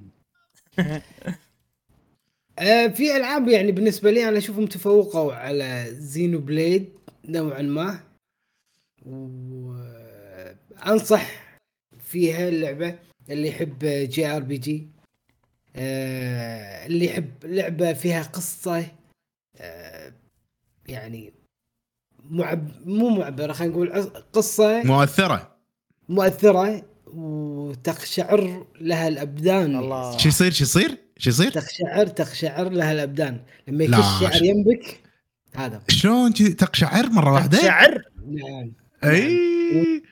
آه في العاب يعني بالنسبه لي انا اشوفهم تفوقوا على زينو بليد نوعا ما، وانصح فيها اللعبه اللي يحب جي ار بي جي، آه اللي يحب لعبه فيها قصه آه يعني معب... مو معبره، خلينا نقول قصه مؤثره مؤثره وتقشعر لها الابدان. الله شو يصير شو يصير شو يصير تقشعر تقشعر لها الابدان لما يكش الشعر ينبك. هذا شلون تقشعر مره واحده؟ تقشعر نعم. اي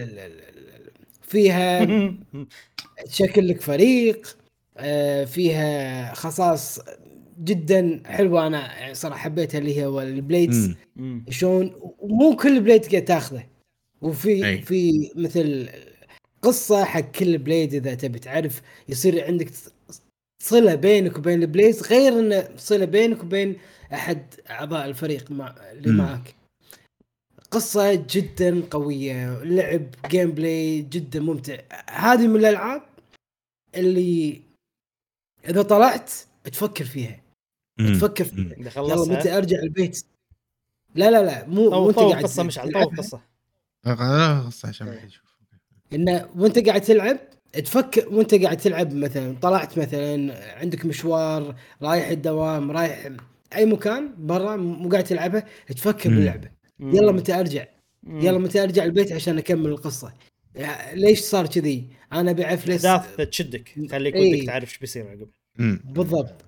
فيها شكل لك فريق، فيها خصائص جدا حلوه انا يعني صراحه حبيتها اللي هي البليدز. شلون مو كل بليد قاعد تاخذه، وفي أي. في مثل قصه حق كل بليد اذا تبي تعرف يصير عندك صله بينك وبين البليدز، غير انه صله بينك وبين احد اعضاء الفريق مع اللي م. معك. قصه جدا قويه، لعب جيم بلاي جدا ممتع. هذه من الالعاب اللي اذا طلعت تفكر فيها م. تفكر فيها يلا متى ارجع البيت. لا لا لا مو وانت قاعد قصه مش على طول قصه قصه عشان ما يشوف انه وانت قاعد تلعب تفكر، وانت قاعد تلعب مثلا طلعت مثلا عندك مشوار رايح الدوام رايح اي مكان برا مو قاعد تلعبها تفكر م. باللعبه م. يلا متى ارجع م. يلا متى ارجع البيت عشان اكمل القصه. ليش صار كذي؟ انا بعرف ليش احداث تشدك خليك ودك تعرف ايش بيصير عقب. بالضبط.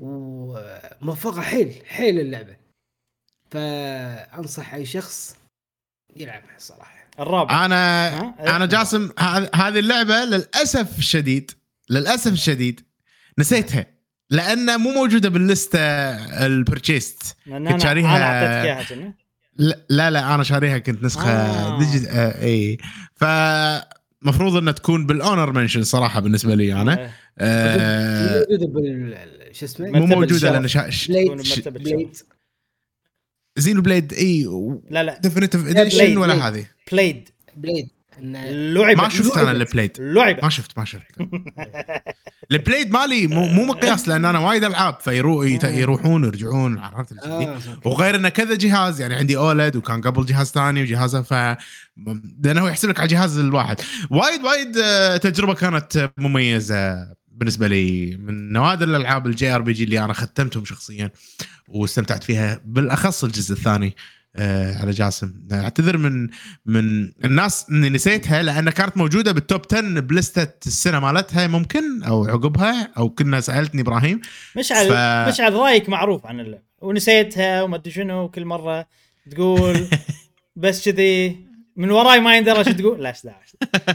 وموفقه حيل حيل اللعبه، فانصح اي شخص يلعبها صراحه. الرابع انا انا جاسم هذه اللعبه للاسف الشديد للاسف الشديد نسيتها لانها مو موجوده باللسته البرتشيست. كنت شاريها انا اعطيتك اياها. لا لا انا شاريها كنت نسخه آه. ديجيت آه اي فمفروض انها تكون بالاونر منشن صراحه بالنسبه لي انا آه. موجوده بال شو اسمه مو موجوده لان شاش بليد زينو بليد اي و... لا لا ديفينيتيف اديشن ولا هذه بليد بليد ما شفت انا البليد ما شفت ما شفت البليد مالي مو مو مقياس لان انا وايد العاب فيروح يروحون ويرجعون عرفت آه وغير انه كذا جهاز يعني عندي اولد وكان قبل جهاز ثاني وجهازه ف لانه يحسب لك على الجهاز الواحد. وايد وايد تجربه كانت مميزه بالنسبه لي من نوادر الالعاب الجي ار بي جي اللي انا ختمتهم شخصيا واستمتعت فيها بالاخص الجزء الثاني. آه على جاسم اعتذر من من الناس اني نسيتها لانها كانت موجوده بالتوب عشرة بلستة السنه مالتها ممكن او عقبها او كنا سالتني ابراهيم مشعل ف... مشعل رايك معروف عن اللعبه ونسيتها وما ادري شنو كل مره تقول بس كذي من وراي ما يندرى شو تقول. لا لا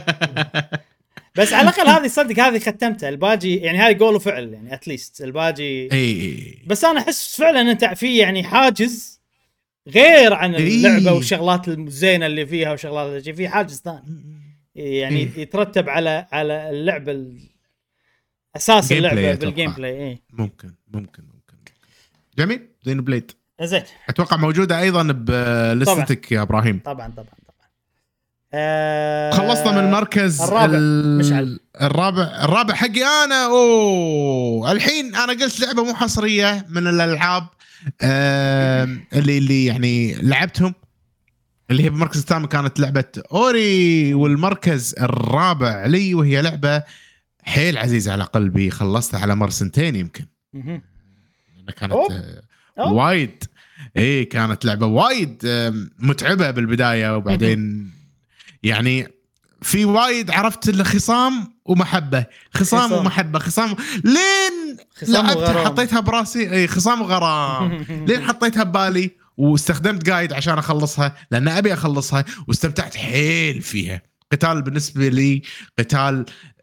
بس على الاقل هذه صدق هذه ختمتها الباجي يعني هذه قول وفعل يعني اتليست الباجي اي بس انا احس فعلا انت في يعني حاجز غير عن اللعبه والشغلات الزينه اللي فيها وشغلات اللي في حاجز ثاني يعني إيه؟ يترتب على على اللعبه اساس اللعبه بالجيم بلاي. اي ممكن ممكن ممكن جميل زين بليد زين اتوقع موجوده ايضا بلستك يا ابراهيم. طبعا طبعا طبعا أه خلصنا من المركز الرابع ال... مشعل الرابع الرابع حقي انا. اوه الحين انا قلت لعبه مو حصريه من الالعاب آه اللي اللي يعني لعبتهم اللي هي بالمركز الثامن كانت لعبة أوري والمركز الرابع لي وهي لعبة حيل عزيزة على قلبي خلصتها على مر سنتين يمكن لأنها كانت أوه. أوه. وايد إيه كانت لعبة وايد متعبة بالبداية وبعدين يعني في وايد عرفت الخصام ومحبة خصام, خصام. ومحبة خصام لين لعبتها حطيتها براسي اي خصام وغرام لين حطيتها ببالي واستخدمت جايد عشان اخلصها لان ابي اخلصها واستمتعت حيل فيها. قتال بالنسبة لي قتال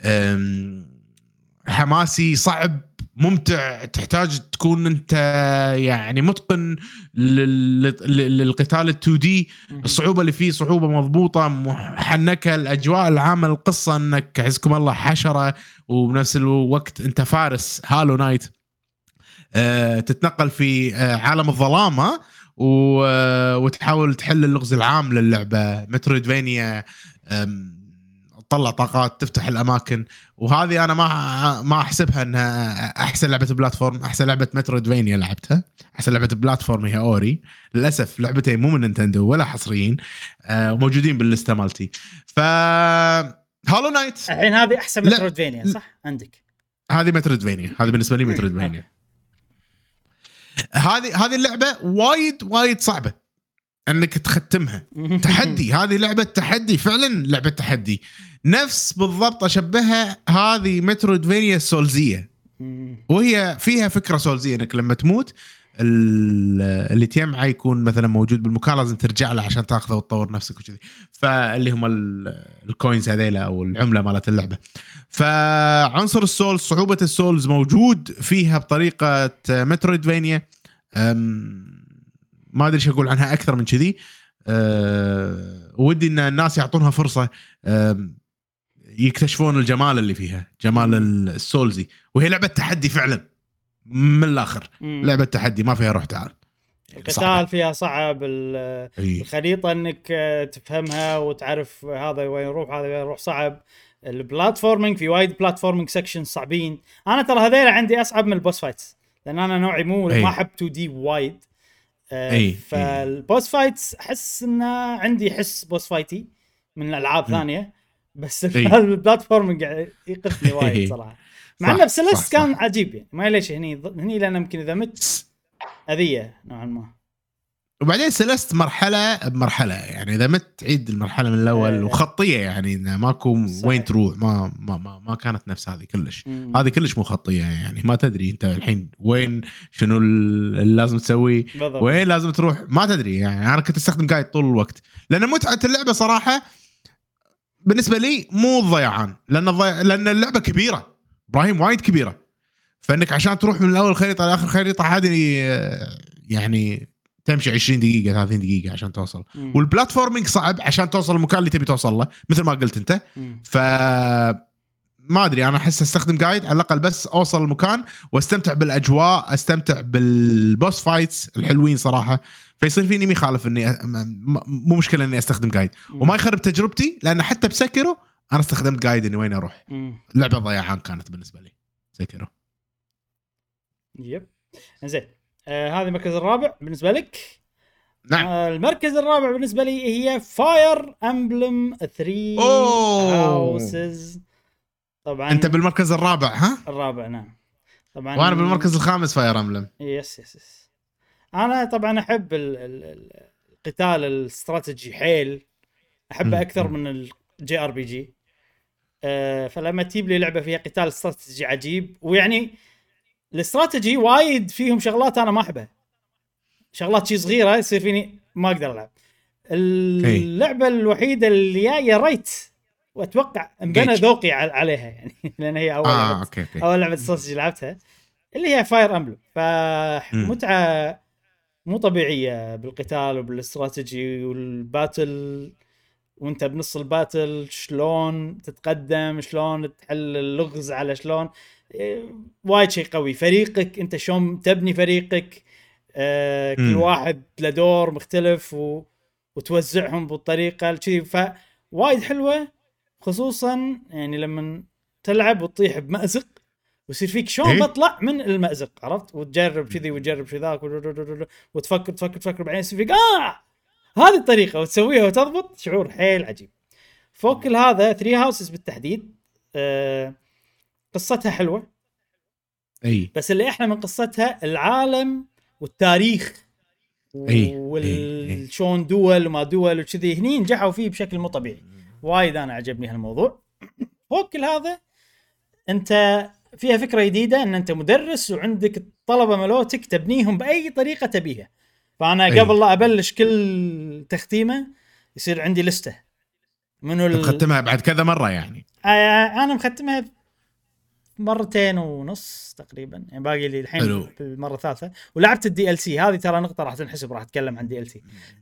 حماسي صعب ممتع تحتاج تكون انت يعني متقن للقتال التو دي الصعوبة اللي فيه صعوبة مضبوطة محنكة الأجواء العامة القصة انك عزكم الله حشرة وبنفس الوقت انت فارس هالو نايت أه تتنقل في أه عالم الظلامة وتحاول تحل اللغز العام للعبة مترويدفانيا تطلع طاقات تفتح الاماكن وهذه انا ما ما احسبها انها احسن لعبه بلاتفورم. احسن لعبه مترويدفانيا لعبتها احسن لعبه بلاتفورم هي اوري. للاسف لعبتين مو من نينتندو ولا حصريين آه موجودين باللسته مالتي. ف هالو نايت الحين هذه احسن مترويدفانيا صح عندك؟ هذه مترويدفانيا هذه بالنسبه لي مترويدفانيا. هذه هذه اللعبه وايد وايد صعبه انك تختمها تحدي. هذه لعبه تحدي فعلا لعبه تحدي نفس بالضبط اشبهها هذه مترويدفانيا سولزيه وهي فيها فكره سولزيه انك لما تموت اللي تيمعه يكون مثلا موجود بالمكان لازم ترجع له عشان تاخذه وتطور نفسك وكذي فاللي هم الكوينز هذيلا او العمله مالت اللعبه. فعنصر السولز صعوبه السولز موجود فيها بطريقه مترويدفانيا ما ادري ايش اقول عنها اكثر من كذي. أه ودي ان الناس يعطونها فرصه أه يكتشفون الجمال اللي فيها جمال السولزي وهي لعبه تحدي فعلا من الاخر لعبه تحدي ما فيها روح تعال. القتال فيها صعب الخريطه انك تفهمها وتعرف هذا وين يروح هذا وين يروح صعب. البلاتفورمينج في وايد بلاتفورمينج سكشن صعبين. انا ترى هذول عندي اصعب من البوس فايتس لان انا نوعي مو ما احب تو دي وايد أه فالبوس فايتس احس انه عندي حس بوس فايتي من الالعاب ثانيه بس البلاتفورمينج يقفني وايد صراحه مع انه بسلس كان صح. عجيب يعني ما ليش هني هني لان يمكن اذا مت اذيه نوعا ما وبعدين سلست مرحله بمرحله، يعني اذا مت تعيد المرحله من الاول أه وخطيه، يعني ماكو وين تروح، ما ما ما, ما كانت نفس هذه كلش. مم. هذه كلش مو خطيه، يعني ما تدري انت الحين وين، شنو اللي لازم تسوي، وين لازم تروح، ما تدري. يعني انا كنت استخدم قايد طول الوقت، لان متعه اللعبه صراحه بالنسبه لي مو ضيعان، لان الضي... لان اللعبه كبيره ابراهيم، وايد كبيره، فانك عشان تروح من الاول خريطه لاخر خريطه هذه يعني تمشي عشرين دقيقه ثلاثين دقيقه عشان توصل. مم. والبلاتفورمينج صعب عشان توصل المكان اللي تبي توصل له مثل ما قلت انت. مم. ف ما ادري، انا احس استخدم جايد على الاقل بس اوصل المكان واستمتع بالاجواء، استمتع بالبوس فايتس الحلوين صراحه، فيصير فيني مخالف اني أ... مو مشكله اني استخدم جايد وما يخرب تجربتي، لان حتى بسكرو انا استخدمت جايد اني وين اروح. مم. لعبه ضيعان كانت بالنسبه لي سكرو. يب زين. آه هذا المركز الرابع بالنسبه لك. نعم. آه المركز الرابع بالنسبه لي هي فاير امبلم ثري هاوسز. طبعا انت بالمركز الرابع ها؟ الرابع نعم طبعا. وانا بالمركز الخامس فاير امبلم. يس يس يس. انا طبعا احب القتال الاستراتيجي حيل، احبه اكثر من الجي ار بي جي. آه فلما تجيب لي لعبه فيها قتال استراتيجي عجيب، ويعني الاستراتيجي وايد فيهم شغلات انا ما احبها، شغلات شي صغيره يصير فيني ما اقدر العب. اللعبه الوحيده اللي يا ريت واتوقع انبنى ذوقي عليها يعني لان هي اول آه، لعبه أوكي، أوكي. اول لعبه استراتيجي لعبتها اللي هي فاير امبلم. فمتعه مو طبيعيه بالقتال وبالاستراتيجي والباتل، وانت بنص الباتل شلون تتقدم، شلون تحل اللغز على شلون. وايد شيء قوي. فريقك انت شلون تبني فريقك، آه كل واحد له دور مختلف و... وتوزعهم بالطريقه كذي، فوايد حلوه. خصوصا يعني لما تلعب وتطيح بمأزق ويصير فيك شلون إيه؟ بطلع من المأزق، عرفت؟ وتجرب كذي وتجرب شي ذاك وتفكر تفكر تفكر بعدين يصير فيك اه هذه الطريقه وتسويها وتضبط. شعور حيل عجيب. فوق كل هذا ثري هاوسز بالتحديد آه قصتها حلوه، اي بس اللي احلى من قصتها العالم والتاريخ والشون دول وما دول وكذي. هني نجحوا فيه بشكل مو طبيعي، وايد انا عجبني هالموضوع. فوق كل هذا انت فيها فكره جديده ان انت مدرس وعندك الطلبه ملوتك تبنيهم باي طريقه تبيها. فانا أي. قبل لا ابلش كل تختيمه يصير عندي لسته منو ال... تختمها بعد كذا مره يعني. آه انا مختمها مرتين ونص تقريبا، يعني باقي لي الحين المره الثالثه. ولعبت الدي ال سي هذه، ترى نقطه راح تنحسب، راح اتكلم عن دي ال سي.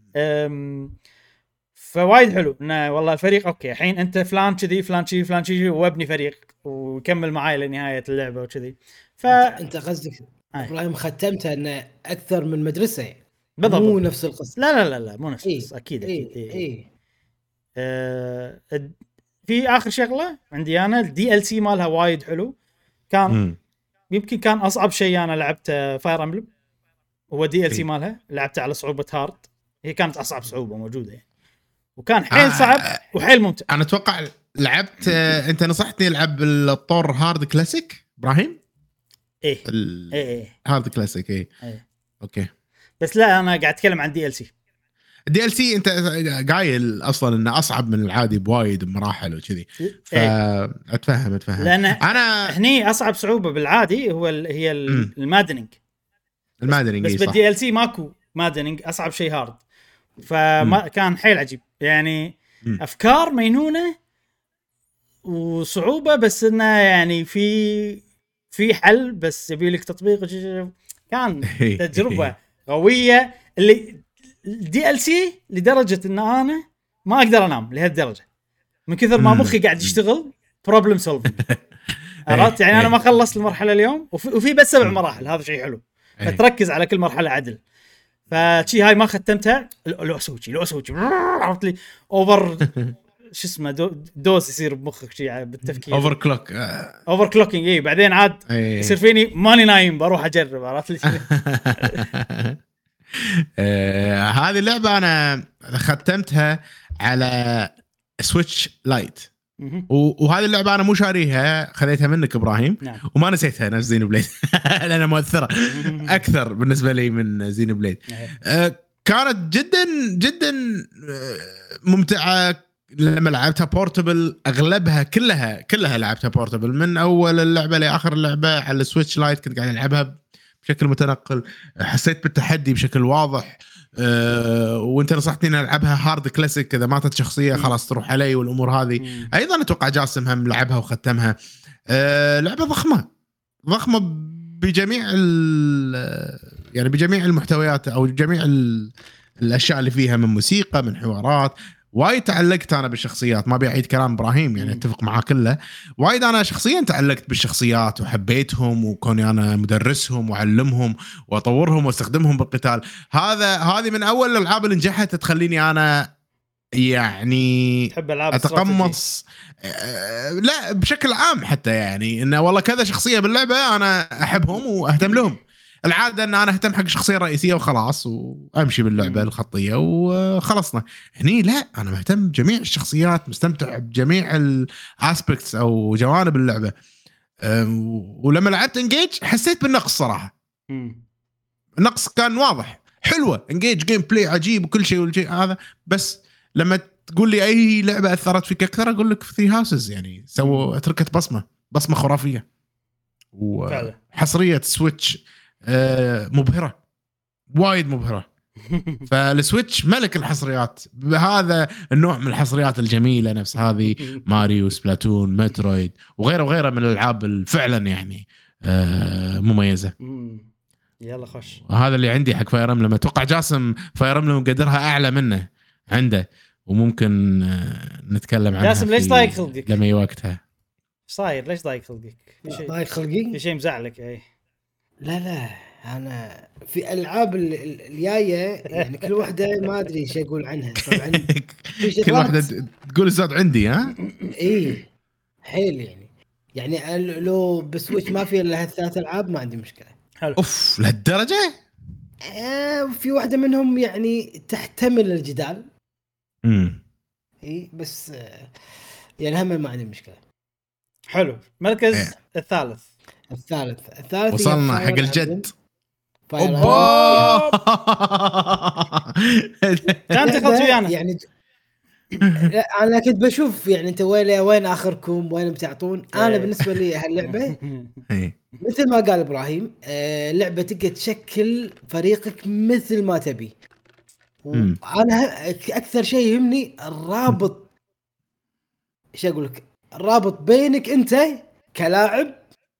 فوايد حلو انه والله الفريق اوكي الحين انت فلان كذي فلان شي فلان شي وابني فريق ويكمل معاي لنهايه اللعبه وكذي. ف انت قصدك ابراهيم ختمتها انه اكثر من مدرسه بالضبط، مو نفس القصه. لا لا لا لا مو نفس القصه. إيه؟ اكيد اكيد. اي إيه. آه في اخر شغله عندي انا الدي ال سي مالها وايد حلو. كان م. يمكن كان اصعب شيء انا لعبته فاير امبلم هو دي ال سي مالها. لعبته على صعوبه هارد، هي كانت اصعب صعوبه موجوده يعني. وكان حيل صعب آه وحيل ممتع. انا اتوقع لعبت آه انت نصحتني العب الطور هارد كلاسيك ابراهيم. ايه ال... ايه هارد كلاسيك ايه. ايه اوكي. بس لا انا قاعد اتكلم عن دي ال سي. الدي ال سي انت قايل اصلا انه اصعب من العادي بوايد بمراحل وكذي، فاتفهم اتفهم. لان انا هني اصعب صعوبه بالعادي هو ال... هي المادنينج. المادنينج بس, بس بالدي ال سي ماكو مادنينج، اصعب شيء هارد. فما كان حيل عجيب يعني. م. افكار مينونه وصعوبه، بس انه يعني في في حل، بس يبي لك تطبيق. كان تجربه قويه. اللي الدي ال سي لدرجه ان انا ما اقدر انام لهالدرجه من كثر ما مخي قاعد يشتغل بروبلم سولفينج. عرفت يعني انا ما خلصت المرحله اليوم وفي, وفي بس سبع مراحل، هذا شيء حلو. فتركز على كل مرحله عدل. فشي هاي ما ختمتها لو اسوي لو اسوي عرفت لي اوفر شو اسمه دو دوز يصير بمخك شيء بالتفكير. اوفر كلوك اوفر كلوكينج. اي بعدين عاد يصير فيني ماني نايم بروح اجرب. عرفت لي آه هذه اللعبة أنا ختمتها على سويتش لايت، وهذه اللعبة أنا مو شاريها، خذيتها منك إبراهيم. نعم. وما نسيتها نفس زين بليد لأنها مؤثرة أكثر بالنسبة لي من زين بليد. آه كانت جدا جدا ممتعه لما لعبتها بورتبل. اغلبها كلها كلها لعبتها بورتبل من اول اللعبه لاخر اللعبه على السويتش لايت. كنت قاعد العبها بشكل متنقل، حسيت بالتحدي بشكل واضح. أه وانت نصحتني ان العبها هارد كلاسيك، اذا ماتت شخصيه خلاص تروح علي والامور هذه. ايضا اتوقع جاسم هم لعبها وختمها. أه لعبه ضخمه ضخمه بجميع يعني بجميع المحتويات او جميع الاشياء اللي فيها، من موسيقى من حوارات. وايد تعلقت انا بالشخصيات، ما بيعيد كلام ابراهيم يعني اتفق معاه كله. وايد انا شخصيا تعلقت بالشخصيات وحبيتهم، وكوني انا مدرسهم وعلمهم واطورهم واستخدمهم بالقتال. هذا هذه من اول الالعاب اللي نجحت تخليني انا يعني تحب العاب اتقمص أه لا بشكل عام حتى يعني انه والله كذا شخصيه باللعبه انا احبهم واهتم لهم. العاده ان انا اهتم حق الشخصيه الرئيسيه وخلاص وامشي باللعبه الخطيه وخلصنا. هني لا، انا مهتم بجميع الشخصيات، مستمتع بجميع الاسبكتس او جوانب اللعبه. ولما لعبت انجيج حسيت بالنقص صراحه. النقص كان واضح. حلوه انجيج جيم بلاي عجيب وكل شيء والشيء هذا، بس لما تقول لي اي لعبه اثرت فيك اكثر اقول لك ثري هاوسز. يعني سووا تركت بصمه بصمه خرافيه وحصريه سويتش آه مبهرة، وايد مبهرة. فالسويتش ملك الحصريات بهذا النوع من الحصريات الجميلة، نفس هذه ماريو، سبلاتون، مترويد وغيره وغيره من الألعاب فعلا يعني آه مميزة. يلا خش. هذا اللي عندي حق فاير امبلم. اتوقع جاسم فاير امبلم قدرها اعلى منه عنده، وممكن آه نتكلم عنها. جاسم ليش ضايق خلقك لما يوقتها صاير؟ ليش ضايق خلقك؟ ضايق خلقي في شيء مزعلك؟ اي لا لا انا في العاب الجايه يعني كل واحده ما ادري ايش اقول عنها. طبعا كل واحده تقول الزاد عندي ها ايه حيل يعني يعني لو بسويتش ما في الا هالثلاث العاب ما عندي مشكله. حلو. اوف لهالدرجه؟ آه في واحده منهم يعني تحتمل الجدال. امم ايه بس آه يعني هم ما عندي مشكله. حلو. مركز إيه. الثالث الثالث الثالث وصلنا حق الجد. اوبا كانت خلص ويانا يعني انا كنت بشوف يعني انت وين وين اخركم، وين بتعطون. انا بالنسبه لي هاللعبه مثل ما قال ابراهيم آه لعبه تقدر تشكل فريقك مثل ما تبي. وانا اكثر شيء يهمني الرابط، ايش اقول لك، الرابط بينك انت كلاعب،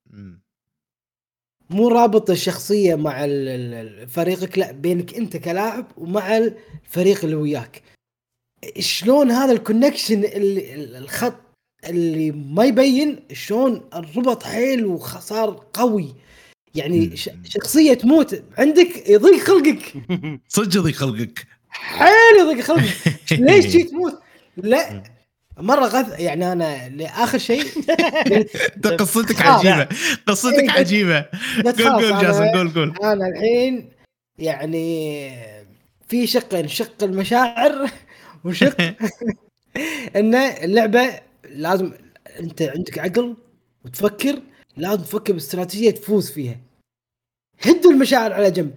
مو رابط الشخصيه مع فريقك، لا بينك انت كلاعب ومع الفريق اللي وياك. شلون هذا الكونكشن اللي الخط اللي ما يبين، شلون الربط حيل وصار قوي يعني. شخصيه تموت عندك يضيق خلقك صدق يضيق خلقك حيل يضيق خلقك. ليش شي تموت؟ لا مره غث يعني. انا لاخر شيء قصتك عجيبه قصتك عجيبه قول قول جاسم قول قول. انا الحين يعني في شقين، شق المشاعر وشق ان اللعبه لازم انت عندك عقل وتفكر، لازم تفكر باستراتيجيه تفوز فيها. هد المشاعر على جنب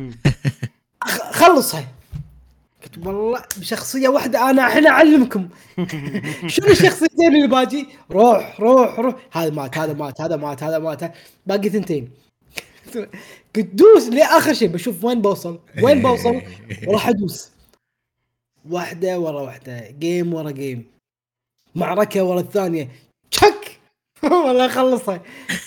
خلصها. قلت والله بشخصيه واحده انا الحين اعلمكم شنو الشخصيتين اللي باجي. روح روح روح، هذا مات هذا مات هذا مات هذا مات، باقي ثنتين. قلت دوس لاخر شيء بشوف وين بوصل وين بوصل وراح ادوس واحده ورا واحده، جيم ورا جيم، معركه ورا الثانيه، تشك والله خلصها.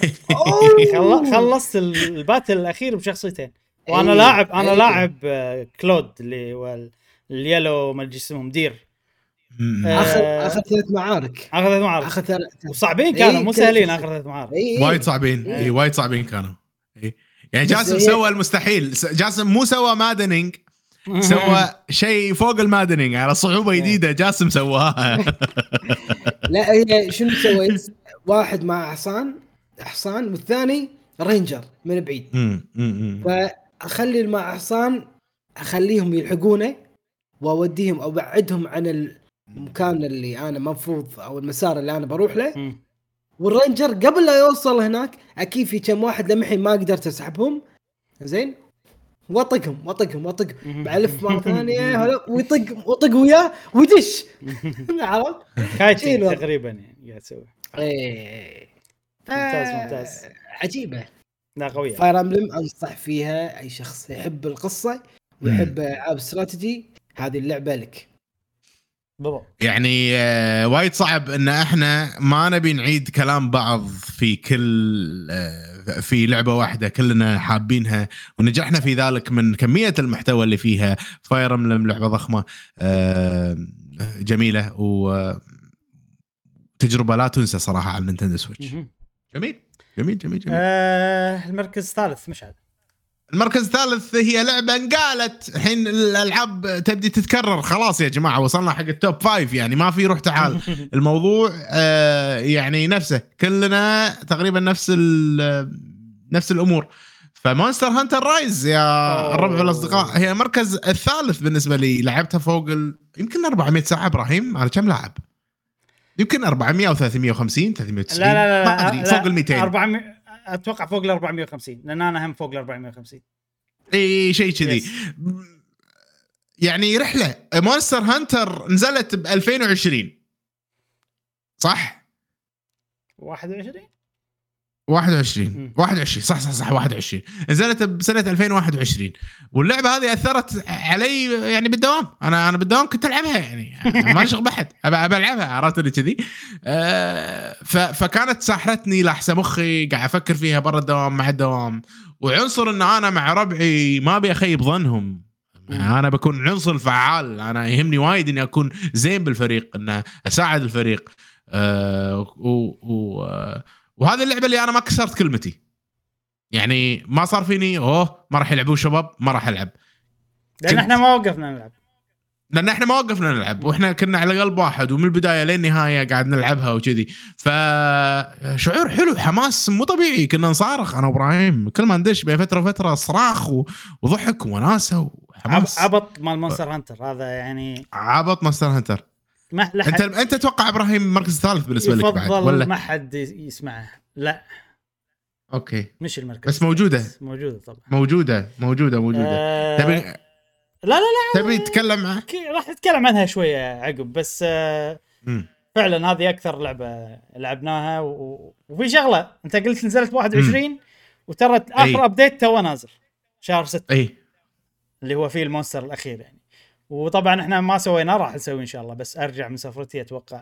خلصت الباتل الاخير بشخصيتين. وانا أيه. لاعب انا أيه. لاعب كلود اللي هو اليلو ما جسمه مدير. اخذ اخذ ثلاث معارك اخذ ثلاث معارك اخذ ثلاث وصعبين كانوا، مو سهلين. اخذ ثلاث معارك وايد صعبين. اي وايد صعبين كانوا. اي يعني جاسم سوى المستحيل. جاسم مو سوى مادنينج، سوى شيء فوق المادنينج على صعوبه جديده جاسم سواها. لا هي شنو سويت؟ واحد مع حصان حصان والثاني رينجر من بعيد. فاخلي مع حصان اخليهم يلحقونه واوديهم او ابعدهم عن المكان اللي انا مفروض او المسار اللي انا بروح له. والرينجر قبل لا يوصل هناك اكيد في كم واحد لمحي ما قدرت اسحبهم زين، وطقهم وطقهم وطقهم بعلف مره ثانيه هلا ويطق وطق وياه ويدش عرفت كايتشي تقريبا يعني قاعد تسوي ايه ممتاز ممتاز عجيبه لا قويه. فاير امبلم انصح فيها اي شخص يحب القصه ويحب العاب استراتيجي هذه اللعبه لك بالضبط. يعني آه وايد صعب ان احنا ما نبي نعيد كلام بعض في كل آه في لعبه واحده كلنا حابينها ونجحنا في ذلك من كميه المحتوى اللي فيها. فاير امبلم لعبه ضخمه آه جميله وتجربه لا تنسى صراحه على النينتندو سويتش. جميل جميل جميل, جميل. آه المركز الثالث مشعل. المركز الثالث هي لعبة انقالت الحين الألعاب تبدي تتكرر خلاص يا جماعة وصلنا حق التوب فايف يعني ما في روح تعال الموضوع آه يعني نفسه كلنا تقريبا نفس نفس الأمور. فمونستر هانتر رايز يا الربع والأصدقاء هي المركز الثالث بالنسبة لي. لعبتها فوق ال... يمكن أربعمية ساعة إبراهيم على كم لاعب يمكن أربعمية أو ثلاثمية وخمسين ثلاثمية وتسعين لا لا لا, ما أدري فوق ال مئتين أربعمية اتوقع فوق ال أربعمية وخمسين لان انا هم فوق ال أربعمية وخمسين اي شيء كذي يعني. رحله مونستر هانتر نزلت ب ألفين وعشرين صح واحد وعشرين واحد وعشرين واحد وعشرين صح صح صح واحد وعشرين نزلت بسنه ألفين وواحد وعشرين واللعبه هذه اثرت علي يعني بالدوام. انا انا بالدوام كنت العبها يعني ما شغل بحد ابى العبها عرفت لي كذي أه فكانت ساحرتني لحسه مخي قاعد افكر فيها برا الدوام مع الدوام. وعنصر ان انا مع ربعي ما ابي اخيب ظنهم انا بكون عنصر فعال. انا يهمني وايد اني اكون زين بالفريق ان اساعد الفريق أه و, و وهذه اللعبة اللي أنا ما كسرت كلمتي يعني ما صار فيني أوه ما راح يلعبون شباب ما راح ألعب لأن إحنا ما وقفنا نلعب لأن إحنا ما وقفنا نلعب وإحنا كنا على قلب واحد ومن البداية للنهاية قاعد نلعبها وكذي. فشعور حلو حماس مو طبيعي. كنا نصارخ أنا وإبراهيم كل ما ندش بين فترة وفترة صراخ وضحك وناسة وحماس. عبط مال مونستر هانتر هذا يعني عبط مونستر هانتر. ما انت انت تتوقع ابراهيم المركز الثالث بالنسبه لك بعد ولا ما حد يسمعه؟ لا اوكي مش المركز بس موجوده موجوده طبعا موجوده موجوده موجوده أه... تبي لا لا لا تبي تتكلم عنها راح نتكلم عنها شويه عقب بس أه... فعلا هذه اكثر لعبه لعبناها و... وفي شغله انت قلت نزلت واحد وعشرين م. وترى اخر ابديت تو نازل شهر ستة اي اللي هو فيه المونستر الاخير يعني. وطبعا احنا ما سوينا راح نسوي ان شاء الله بس ارجع من سفرتي اتوقع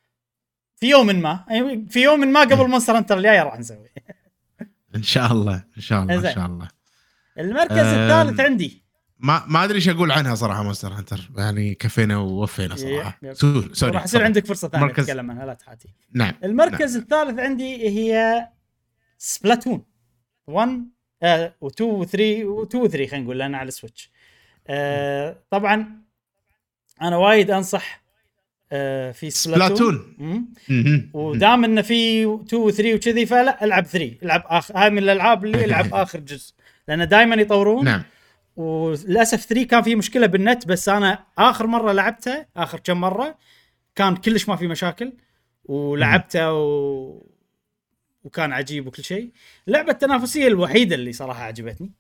في يوم ما في يوم ما قبل مونستر هانتر الجاي راح نسوي ان شاء الله ان شاء الله ان شاء الله. المركز الثالث عندي ما ما ادري ايش اقول عنها صراحه مونستر هانتر يعني كفينا ووفينا صراحه سوري راح يصير عندك فرصه ثانيه مركز... تتكلم عنها لا تحاتي. نعم المركز نعم. الثالث عندي هي سبلاتون واحد آه و2 و3 و2 و3 خلينا نقول لنا على السويتش. آه طبعا انا وايد انصح آه في سبلاتون ودام انه في اثنين و ثلاثة وكذي فلا العب ثلاثة العب اخر هاي من الالعاب اللي العب اخر جزء لان دائما يطورون. نعم وللاسف ثلاثة كان في مشكله بالنت بس انا اخر مره لعبتها اخر كم مره كان كلش ما في مشاكل ولعبته و... وكان عجيب وكل شيء. اللعبه التنافسيه الوحيده اللي صراحه عجبتني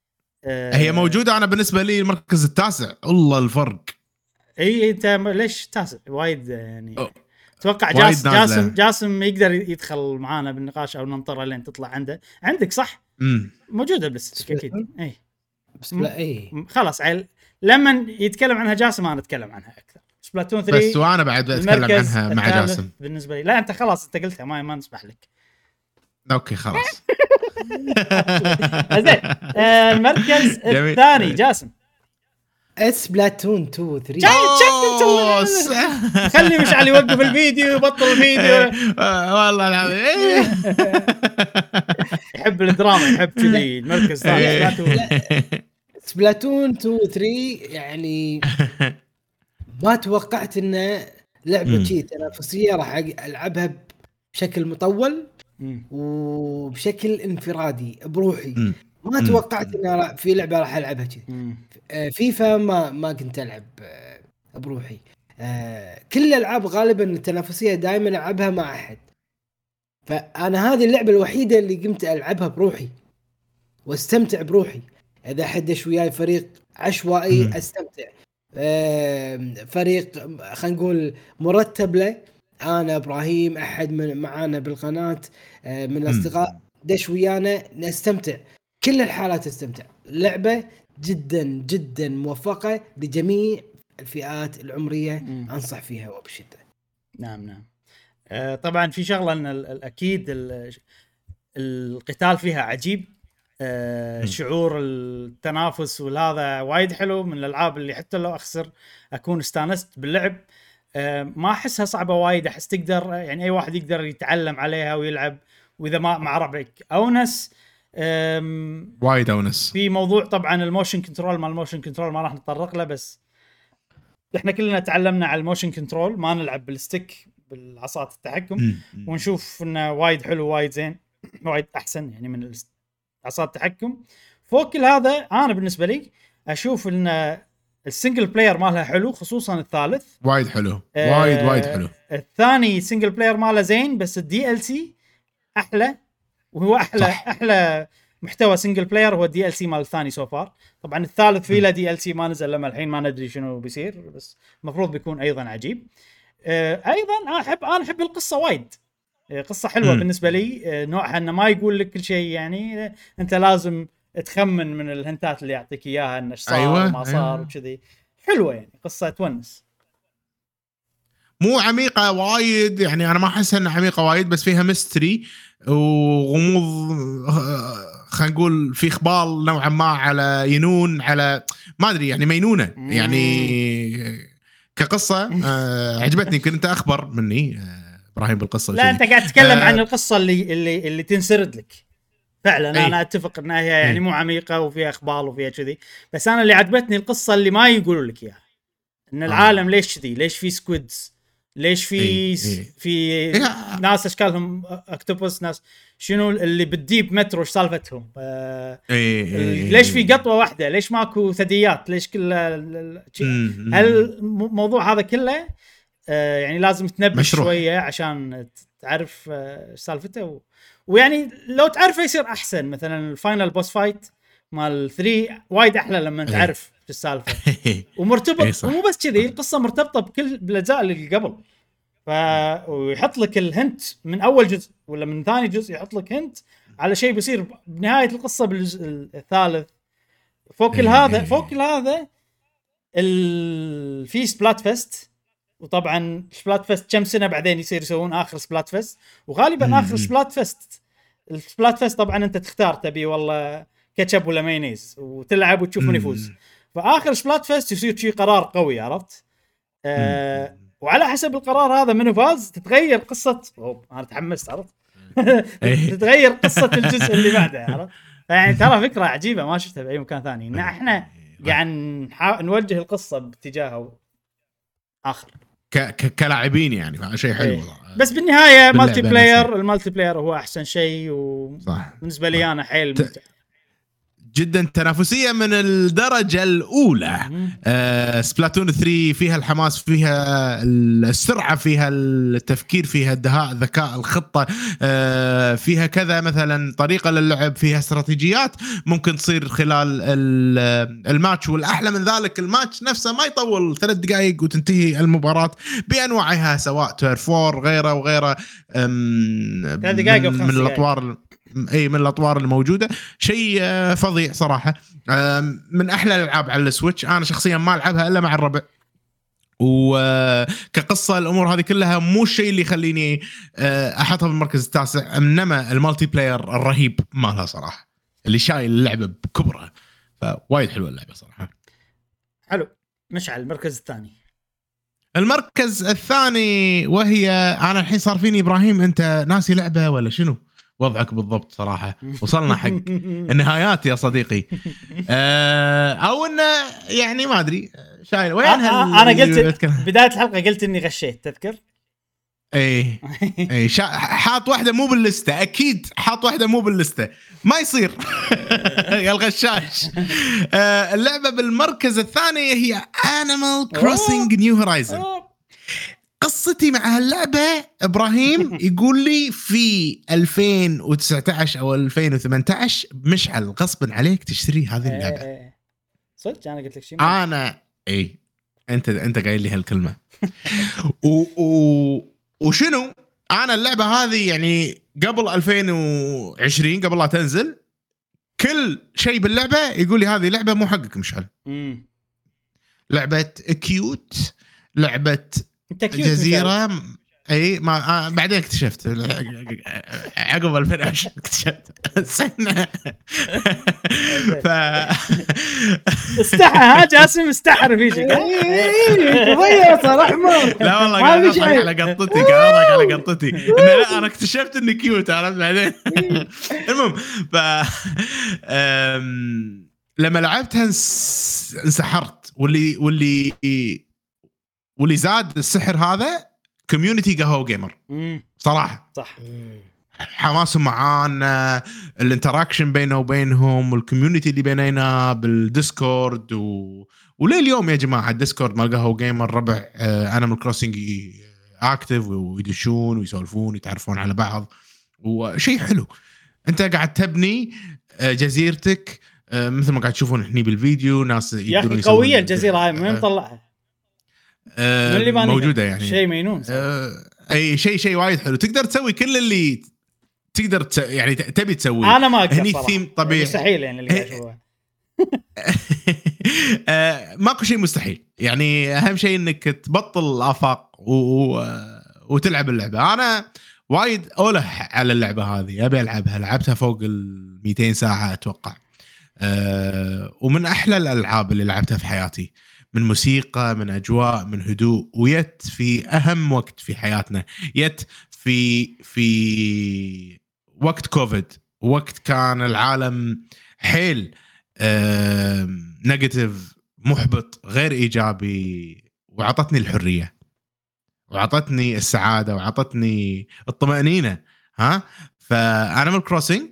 أه هي موجوده. انا بالنسبه لي المركز التاسع الله الفرق. اي انت ليش تاسع وايد يعني اتوقع جاس جاسم جاسم يقدر يدخل معانا بالنقاش او ننطره لين تطلع عنده. عندك صح مم. موجوده بس اكيد اي بس لا اي خلاص عيل لما يتكلم عنها جاسم انا اتكلم عنها اكثر. سبلاتون ثلاثة بس وانا بعد اتكلم عنها مع جاسم بالنسبه لي. لا انت خلاص انت قلتها ما ما نسمح لك. اوكي خلاص زين المركز الثاني جاسم سبلاتون اثنين و ثلاثة. خلي مشعل يوقف الفيديو يبطل الفيديو والله العظيم يحب الدراما يحب كذي. المركز الثاني سبلاتون اثنين و ثلاثة يعني ما توقعت انه لعبه شيء تنافسيه راح العبها بشكل مطول وبشكل انفرادي بروحي. ما توقعت ان في لعبه راح العبها كذي. فيفا ما ما كنت العب بروحي. كل الالعاب غالبا التنافسيه دائما العبها مع احد. فانا هذه اللعبه الوحيده اللي قمت العبها بروحي واستمتع بروحي. اذا حدش وياي فريق عشوائي م. استمتع. فريق خلينا نقول مرتب له، انا ابراهيم احد من معانا بالقناه من الاصدقاء دش ويانا نستمتع، كل الحالات استمتع. لعبه جدا جدا موفقه لجميع الفئات العمريه، م. انصح فيها وبشده. نعم نعم. آه طبعا في شغله ان اكيد القتال فيها عجيب، آه شعور التنافس والهذا وايد حلو، من الالعاب اللي حتى لو اخسر اكون استانست باللعب. آه ما احسها صعبه وايد، احس تقدر يعني اي واحد يقدر يتعلم عليها ويلعب، واذا ما مع ربعك اونس وايد اونس. في موضوع طبعا الموشن كنترول، ما الموشن كنترول ما راح نتطرق له، بس احنا كلنا تعلمنا على الموشن كنترول، ما نلعب بالستيك بالعصات التحكم، ونشوف انه وايد حلو وايد زين وايد احسن يعني من عصات التحكم. فوق كل هذا انا بالنسبه لي اشوف ان السنجل بلاير مالها حلو، خصوصا الثالث وايد حلو. آه وايد وايد حلو. الثاني سنجل بلاير ماله زين، بس الدي ال سي احلى، وهو احلى صح. احلى محتوى سنجل بلاير هو الدي ال سي مال الثاني سو فار. طبعا الثالث فيه له دي ال سي ما نزل لما الحين ما ندري شنو بيصير، بس المفروض بيكون ايضا عجيب. آه ايضا انا احب انا احب القصه وايد، قصة حلوة م. بالنسبة لي، نوعها انه ما يقول لك كل شيء، يعني انت لازم تخمن من الهنتات اللي يعطيك اياها انه صار أيوة وما صار أيوة. وكذي حلوة، يعني قصة تونس، مو عميقة وايد، يعني انا ما احس انها عميقة وايد، بس فيها ميستري وغموض، خلينا نقول في اخبار نوعا ما على ينون، على ما ادري يعني مينونة م. يعني كقصة عجبتني. كنت انت اخبر مني ابراهيم بالقصه. لا انت قاعد تتكلم آه عن القصه اللي اللي اللي تنسرد لك فعلا. أي. انا اتفق انها هي يعني مو عميقه وفيها اخبار وفيها كذي، بس انا اللي عجبتني القصه اللي ما يقولوا لك اياها، ان العالم آه. ليش كذي، ليش في سكويدز، ليش في أي. أي. في أي. ناس اشكالهم اكتوبوس، ناس شنو اللي بالديب مترو ايش سالفتهم، آه أي. ليش في قطوه واحده، ليش ماكو ثدييات، ليش كل هل الموضوع هذا كله آه يعني لازم تنبه مشروع. شويه عشان تعرف آه سالفته و... ويعني لو تعرفه يصير احسن. مثلا الفاينل بوس فايت مال ثري وايد احلى لما تعرف في السالفه ومرتبط، ومو بس كذي القصه مرتبطه بكل بالاجزاء اللي قبل، ف ويحط لك الهنت من اول جزء ولا من ثاني جزء، يحط لك هنت على شيء بيصير بنهايه القصه بالجزء الثالث. فوق كل هذا فوق كل هذا ال... في سبلات فيست، وطبعا سبلات فيست كم سنه بعدين يصير يسوون اخر سبلات فيست، وغالبا مم. اخر سبلات فيست السبلات فيست طبعا انت تختار تبي والله كاتشب ولا مايونيز وتلعب وتشوف من يفوز. فاخر سبلات فيست يصير شيء قرار قوي، عرفت؟ آه وعلى حسب القرار هذا منو فاز تتغير قصه. اوه انا تحمست، عرفت؟ تتغير قصه الجزء اللي بعده، عرفت؟ يعني ترى فكره عجيبه ما شفتها باي مكان ثاني، ان احنا قاعد نوجه القصه باتجاه اخر ك ك كلاعبين، يعني شيء حلو. إيه. بس بالنهايه مالتي بلاير، المالتي بلاير هو احسن شيء، وبالنسبه لي انا حيل ممتع جدا، تنافسيه من الدرجه الاولى. آه سبلاتون ثري فيها الحماس، فيها السرعه، فيها التفكير، فيها الدهاء، الذكاء، الخطه، آه فيها كذا مثلا طريقه للعب، فيها استراتيجيات ممكن تصير خلال الماتش، والاحلى من ذلك الماتش نفسه ما يطول ثلاث دقائق وتنتهي المباراه بانواعها، سواء تيرف وور غيره وغيره من, من الاطوار اي من الاطوار الموجوده. شيء فظيع صراحه، من احلى الالعاب على السويتش. انا شخصيا ما العبها الا مع الربع، وكقصه الامور هذه كلها مو الشيء اللي يخليني احطها بالمركز التاسع، انما المالتي بلاير الرهيب مالها صراحه اللي شايل اللعبه بكبرها، فوايد حلوه اللعبه صراحه. حلو. مشعل المركز الثاني. المركز الثاني وهي انا الحين صار فيني ابراهيم انت ناسي لعبه ولا شنو وضعك بالضبط صراحة؟ وصلنا حق النهايات يا صديقي. أه أو إنه يعني ما أدري شايل وين. أنا, أنا قلت بداية الحلقة قلت إني غشيت، تذكر؟ إيه إيه حاط واحدة مو باللستة، أكيد حاط واحدة مو باللستة، ما يصير يا الغشاش. أه اللعبة بالمركز الثاني هي Animal Crossing New Horizon. قصتي مع هاللعبه ابراهيم يقول لي في ألفين وتسعة عشر او ألفين وثمانية عشر مشعل غصبا عليك تشتري هذه اللعبه. صدق انا قلت لك شيء انا اي انت انت قايل لي هالكلمه و... و... وشنو انا اللعبه هذه يعني قبل ألفين وعشرين قبل لا تنزل كل شيء باللعبه يقول لي هذه لعبه مو حقك مشعل. امم لعبه كيوت، لعبه جزيره مشعل. اي ما آه بعدين اكتشفت عقب ألفين وعشرين اكتشفت سنه ف استحى ها جاسم استحر في شيء ويا صراحه احمر. لا والله قاعد اضحك على قطتي قاعد اضحك على قطتي لا انا اكتشفت اني كيوت عرفت بعدين. المهم ف لما لعبتها انسحرت واللي واللي واللي زاد السحر هذا كوميونتي قهوة جيمر صراحة صح. حماسهم معانا، الانتراكشن بينه وبينهم، والكوميونتي اللي بيننا بالديسكورد و... وليه اليوم يا جماعة الديسكورد مال قهوة جيمر ربع انيمال كروسنج اكتف ويدشون ويسولفون ويتعرفون على بعض وشيء حلو. انت قاعد تبني جزيرتك مثل ما قاعد تشوفون احنا بالفيديو ناس يا اخي قوية الجزيرة هاي من مطلعها أه اللي موجودة يعني شيء مينون أه اي شيء شيء وايد حلو تقدر تسوي كل اللي تقدر تس... يعني تبي تسوي. انا ما اقدر هني ثيم طبيعي مستحيل يعني اللي اشوفه أه ماكو شيء مستحيل يعني اهم شيء انك تبطل الافاق و... وتلعب اللعبة. انا وايد اوله على اللعبة هذه ابي العبها لعبتها فوق ال مئتين ساعة اتوقع أه ومن احلى الالعاب اللي لعبتها في حياتي من موسيقى من أجواء من هدوء ويت في أهم وقت في حياتنا يت في في وقت كوفيد وقت كان العالم حيل نيجاتيف محبط غير إيجابي وعطتني الحرية وعطتني السعادة وعطتني الطمأنينة ها. فأنيمال كروسنج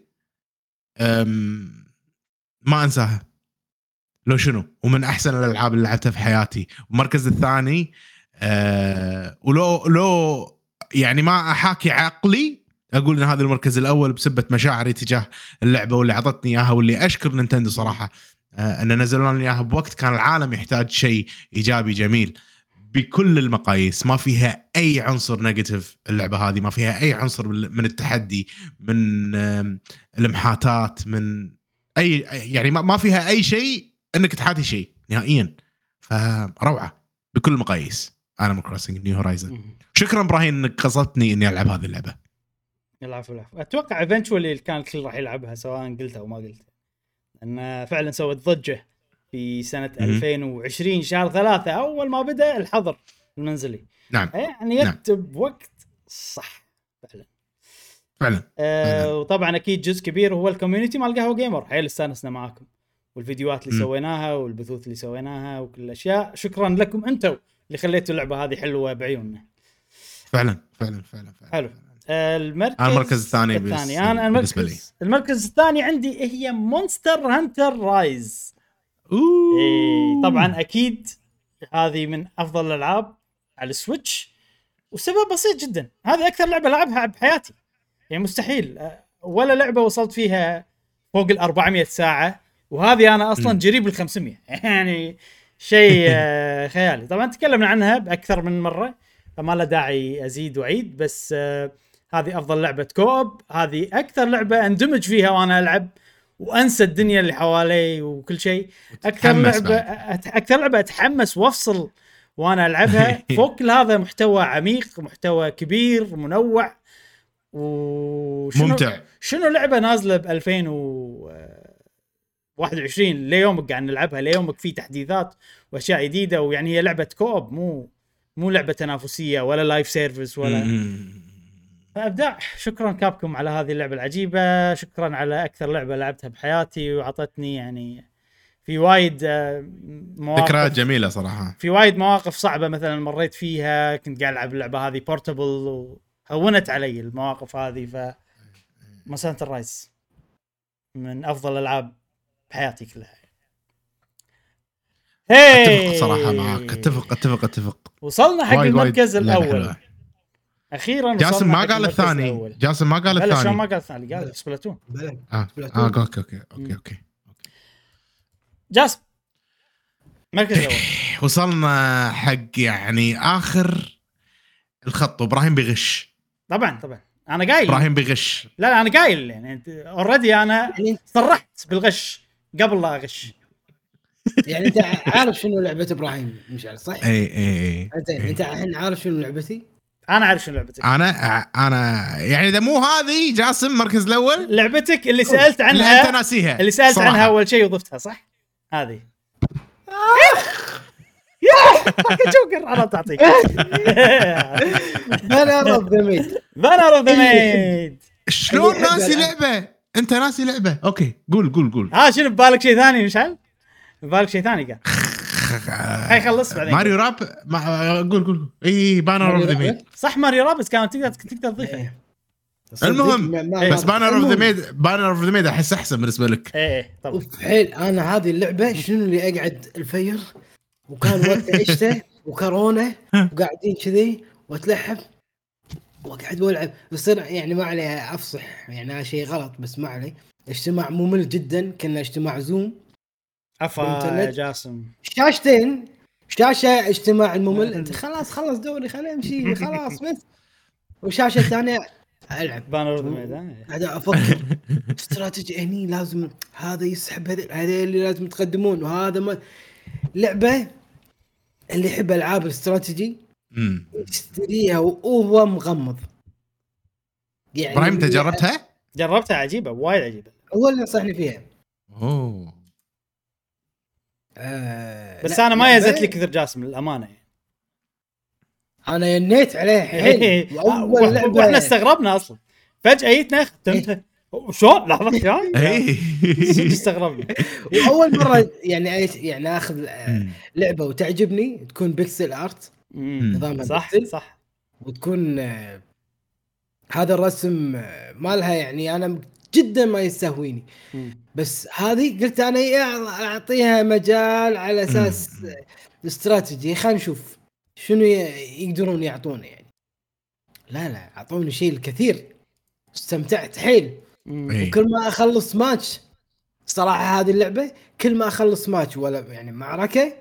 ما أنساها لو شنو ومن أحسن الألعاب اللي لعبتها في حياتي. والمركز الثاني أه ولو لو يعني ما أحاكي عقلي أقول إن هذا المركز الأول بسبة مشاعري تجاه اللعبة واللي عطتني إياها واللي أشكر نينتندو صراحة أه أن نزلوا لنا إياها بوقت كان العالم يحتاج شيء إيجابي جميل بكل المقاييس. ما فيها أي عنصر نيجاتيف اللعبة هذه ما فيها أي عنصر من التحدي من المحاتات من أي يعني ما فيها أي شيء انك تحاتي شيء نهائيا. فروعه بكل المقاييس انيمال كروسنج نيو هورايزن. شكرا ابراهيم انك قصدتني اني العب هذه اللعبه. العفو العفو. اتوقع ايفنتشولي كان الكل راح يلعبها سواء قلتها او ما قلت ان فعلا سوت ضجه في سنه ألفين وعشرين شهر ثلاثة اول ما بدا الحظر المنزلي. نعم يعني يكتب نعم. وقت صح فعلا فعلا, آه فعلا. وطبعا اكيد جزء كبير هو الكوميونتي مال قهوه جيمر. حيل استانسنا معاكم والفيديوهات اللي م. سويناها والبثوث اللي سويناها وكل الاشياء. شكرا لكم انتم اللي خليتوا اللعبه هذه حلوه بعيوننا فعلا فعلا فعلا, فعلا. حلو. المركز المركز الثاني الثاني انا المركز المركز الثاني عندي هي مونستر هانتر رايز. إيه طبعا اكيد هذه من افضل الالعاب على السويتش وسبب بسيط جدا هذه اكثر لعبه لعبها بحياتي يعني مستحيل ولا لعبه وصلت فيها فوق الأربعمية ساعه وهذه انا اصلا جريب الخمسمية يعني شيء خيالي. طبعا تكلمنا عنها باكثر من مره فما له داعي ازيد واعيد بس هذه افضل لعبه كوب. هذه اكثر لعبه اندمج فيها وانا العب وانسى الدنيا اللي حوالي وكل شيء. اكثر لعبه اكثر لعبه اتحمس وافصل وانا العبها. فوق كل هذا محتوى عميق محتوى كبير منوع وشنو ممتع. شنو لعبه نازله ب ألفين وواحد وعشرين ليومك قاعد نلعبها ليومك في تحديثات واشياء جديده ويعني هي لعبه كوب مو مو لعبه تنافسيه ولا لايف سيرفيس ولا ابداع. شكرا كابكم على هذه اللعبه العجيبه. شكرا على اكثر لعبه لعبتها بحياتي وعطتني يعني في وايد مواقف ذكريات جميله صراحه. في وايد مواقف صعبه مثلا مريت فيها كنت قاعد العب اللعبه هذه بورتبل وهونت علي المواقف هذه. ف مونستر رايز من افضل الالعاب بحياتي كلها. اتفق صراحه معاك، اتفق اتفق اتفق. وصلنا حق المركز الاول اخيرا. جاسم ما قال الثاني، جاسم ما قال الثاني. لا ما قال الثاني، قال سبلاتون. اه اه اوكي اوكي اوكي اوكي جاسم مركز الاول. وصلنا حق يعني اخر الخط. ابراهيم بيغش. طبعا طبعا انا قايل ابراهيم بيغش. لا لا انا قايل يعني اوريدي انا صرحت بالغش قبل لا اغش. يعني انت عارف شنو لعبه ابراهيم مشعل صح؟ اي اي زين انت الحين عارف شنو لعبتي؟ انا عارف شنو لعبتك. انا انا يعني اذا مو هذه جاسم مركز الاول. لعبتك اللي سالت عنها انت ناسيها، اللي سالت صراحة. عنها اول شيء وضفتها صح هذه. يا جوكر انا تعطيك بانر اوف ذا ميد. بانر اوف ذا ميد. شلون ناسي لعبه؟ انت ناسي لعبه. اوكي قول قول قول. ها شنو ببالك شيء ثاني مشعل؟ ببالك شيء ثاني قال هاي خلص بعدين. ماريو راب ما... قول قول. اي بانر اوف ذا ميد صح. ماريو راب كانت تقدر تقدر تضيفها. المهم بس بانر اوف ذا ميد بانر اوف ذا ميد احس احسن بالنسبه لك. ايه طبعا حيل. انا هذه اللعبه شنو اللي اقعد الفير وكان وقت عشته وكورونا وقاعدين كذي واتلحف وقاعد والعب بس يعني ما عليها افصح يعني هذا شيء غلط بس ما عليه. اجتماع ممل جدا. كنا اجتماع زوم افا يا جاسم شاشتين شاشه اجتماع الممل. انت خلاص خلص دوري خلينا نمشي خلاص بس. وشاشه ثانيه العب بانر اوف ذا ميد. قاعد افكر استراتيجي هني لازم هذا يسحب هذا اللي لازم يتقدمون وهذا ما لعبه اللي يحب العاب الاستراتيجي يشتريها وهو مغمض. يعني ابراهيم انت جربتها؟ جربتها عجيبه وايد عجيبه. هو اللي نصحني فيها. اوه آه بس انا ما يزت لي كثر جاسم للامانه يعني. انا ينيت عليه حيل اول لعبه واحنا استغربنا اصلا فجاه جيتنا ختمتها شلون لحظه شلون استغربنا. واول مره يعني يعني اخذ لعبه وتعجبني تكون بيكسل ارت نظامها صح صح وتكون هذا الرسم مالها يعني انا جدا ما يستهويني. بس هذه قلت انا اعطيها مجال على اساس استراتيجي. خلينا نشوف شنو يقدرون يعطونا يعني. لا لا اعطوني شيء الكثير. استمتعت حيل. وكل ما اخلص ماتش صراحه هذه اللعبه كل ما اخلص ماتش ولا يعني معركه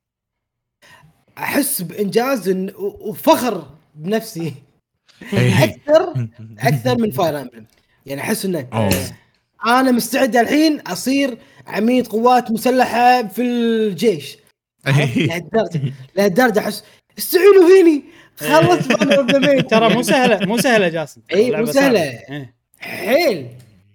احس بانجاز وفخر بنفسي اكثر اكثر من فاير امبلم. يعني احس انه انا مستعد الحين اصير عميد قوات مسلحه في الجيش. لهالدرجه لهالدرجه احس استعينوا فيني خلص بانر اوف ذا ميد. ترى مو سهله مو سهله جاسم. اي مو سهله حيل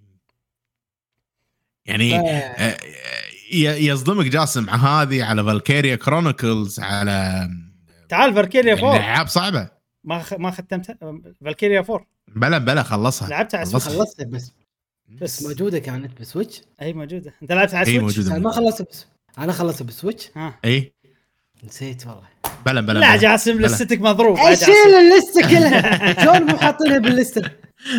يعني آه. يصدمك جاسم مع هذه على فالكيريا كرونيكلز على تعال فالكيريا فور يعني لعب صعبه ما خ... ما ختمتها فالكيريا فور. بلا بلا خلصها لعبتها على خلصتها بس بس موجوده كانت بسويتش. اي موجوده. انت لعبتها على سويتش؟ انا ما خلصتها بس انا خلصتها بسويتش. ها اي نسيت والله. بلا بلا لا جاسم لستك مضروب. اشيل اللسته كلها شلون مو حاطينها باللسته.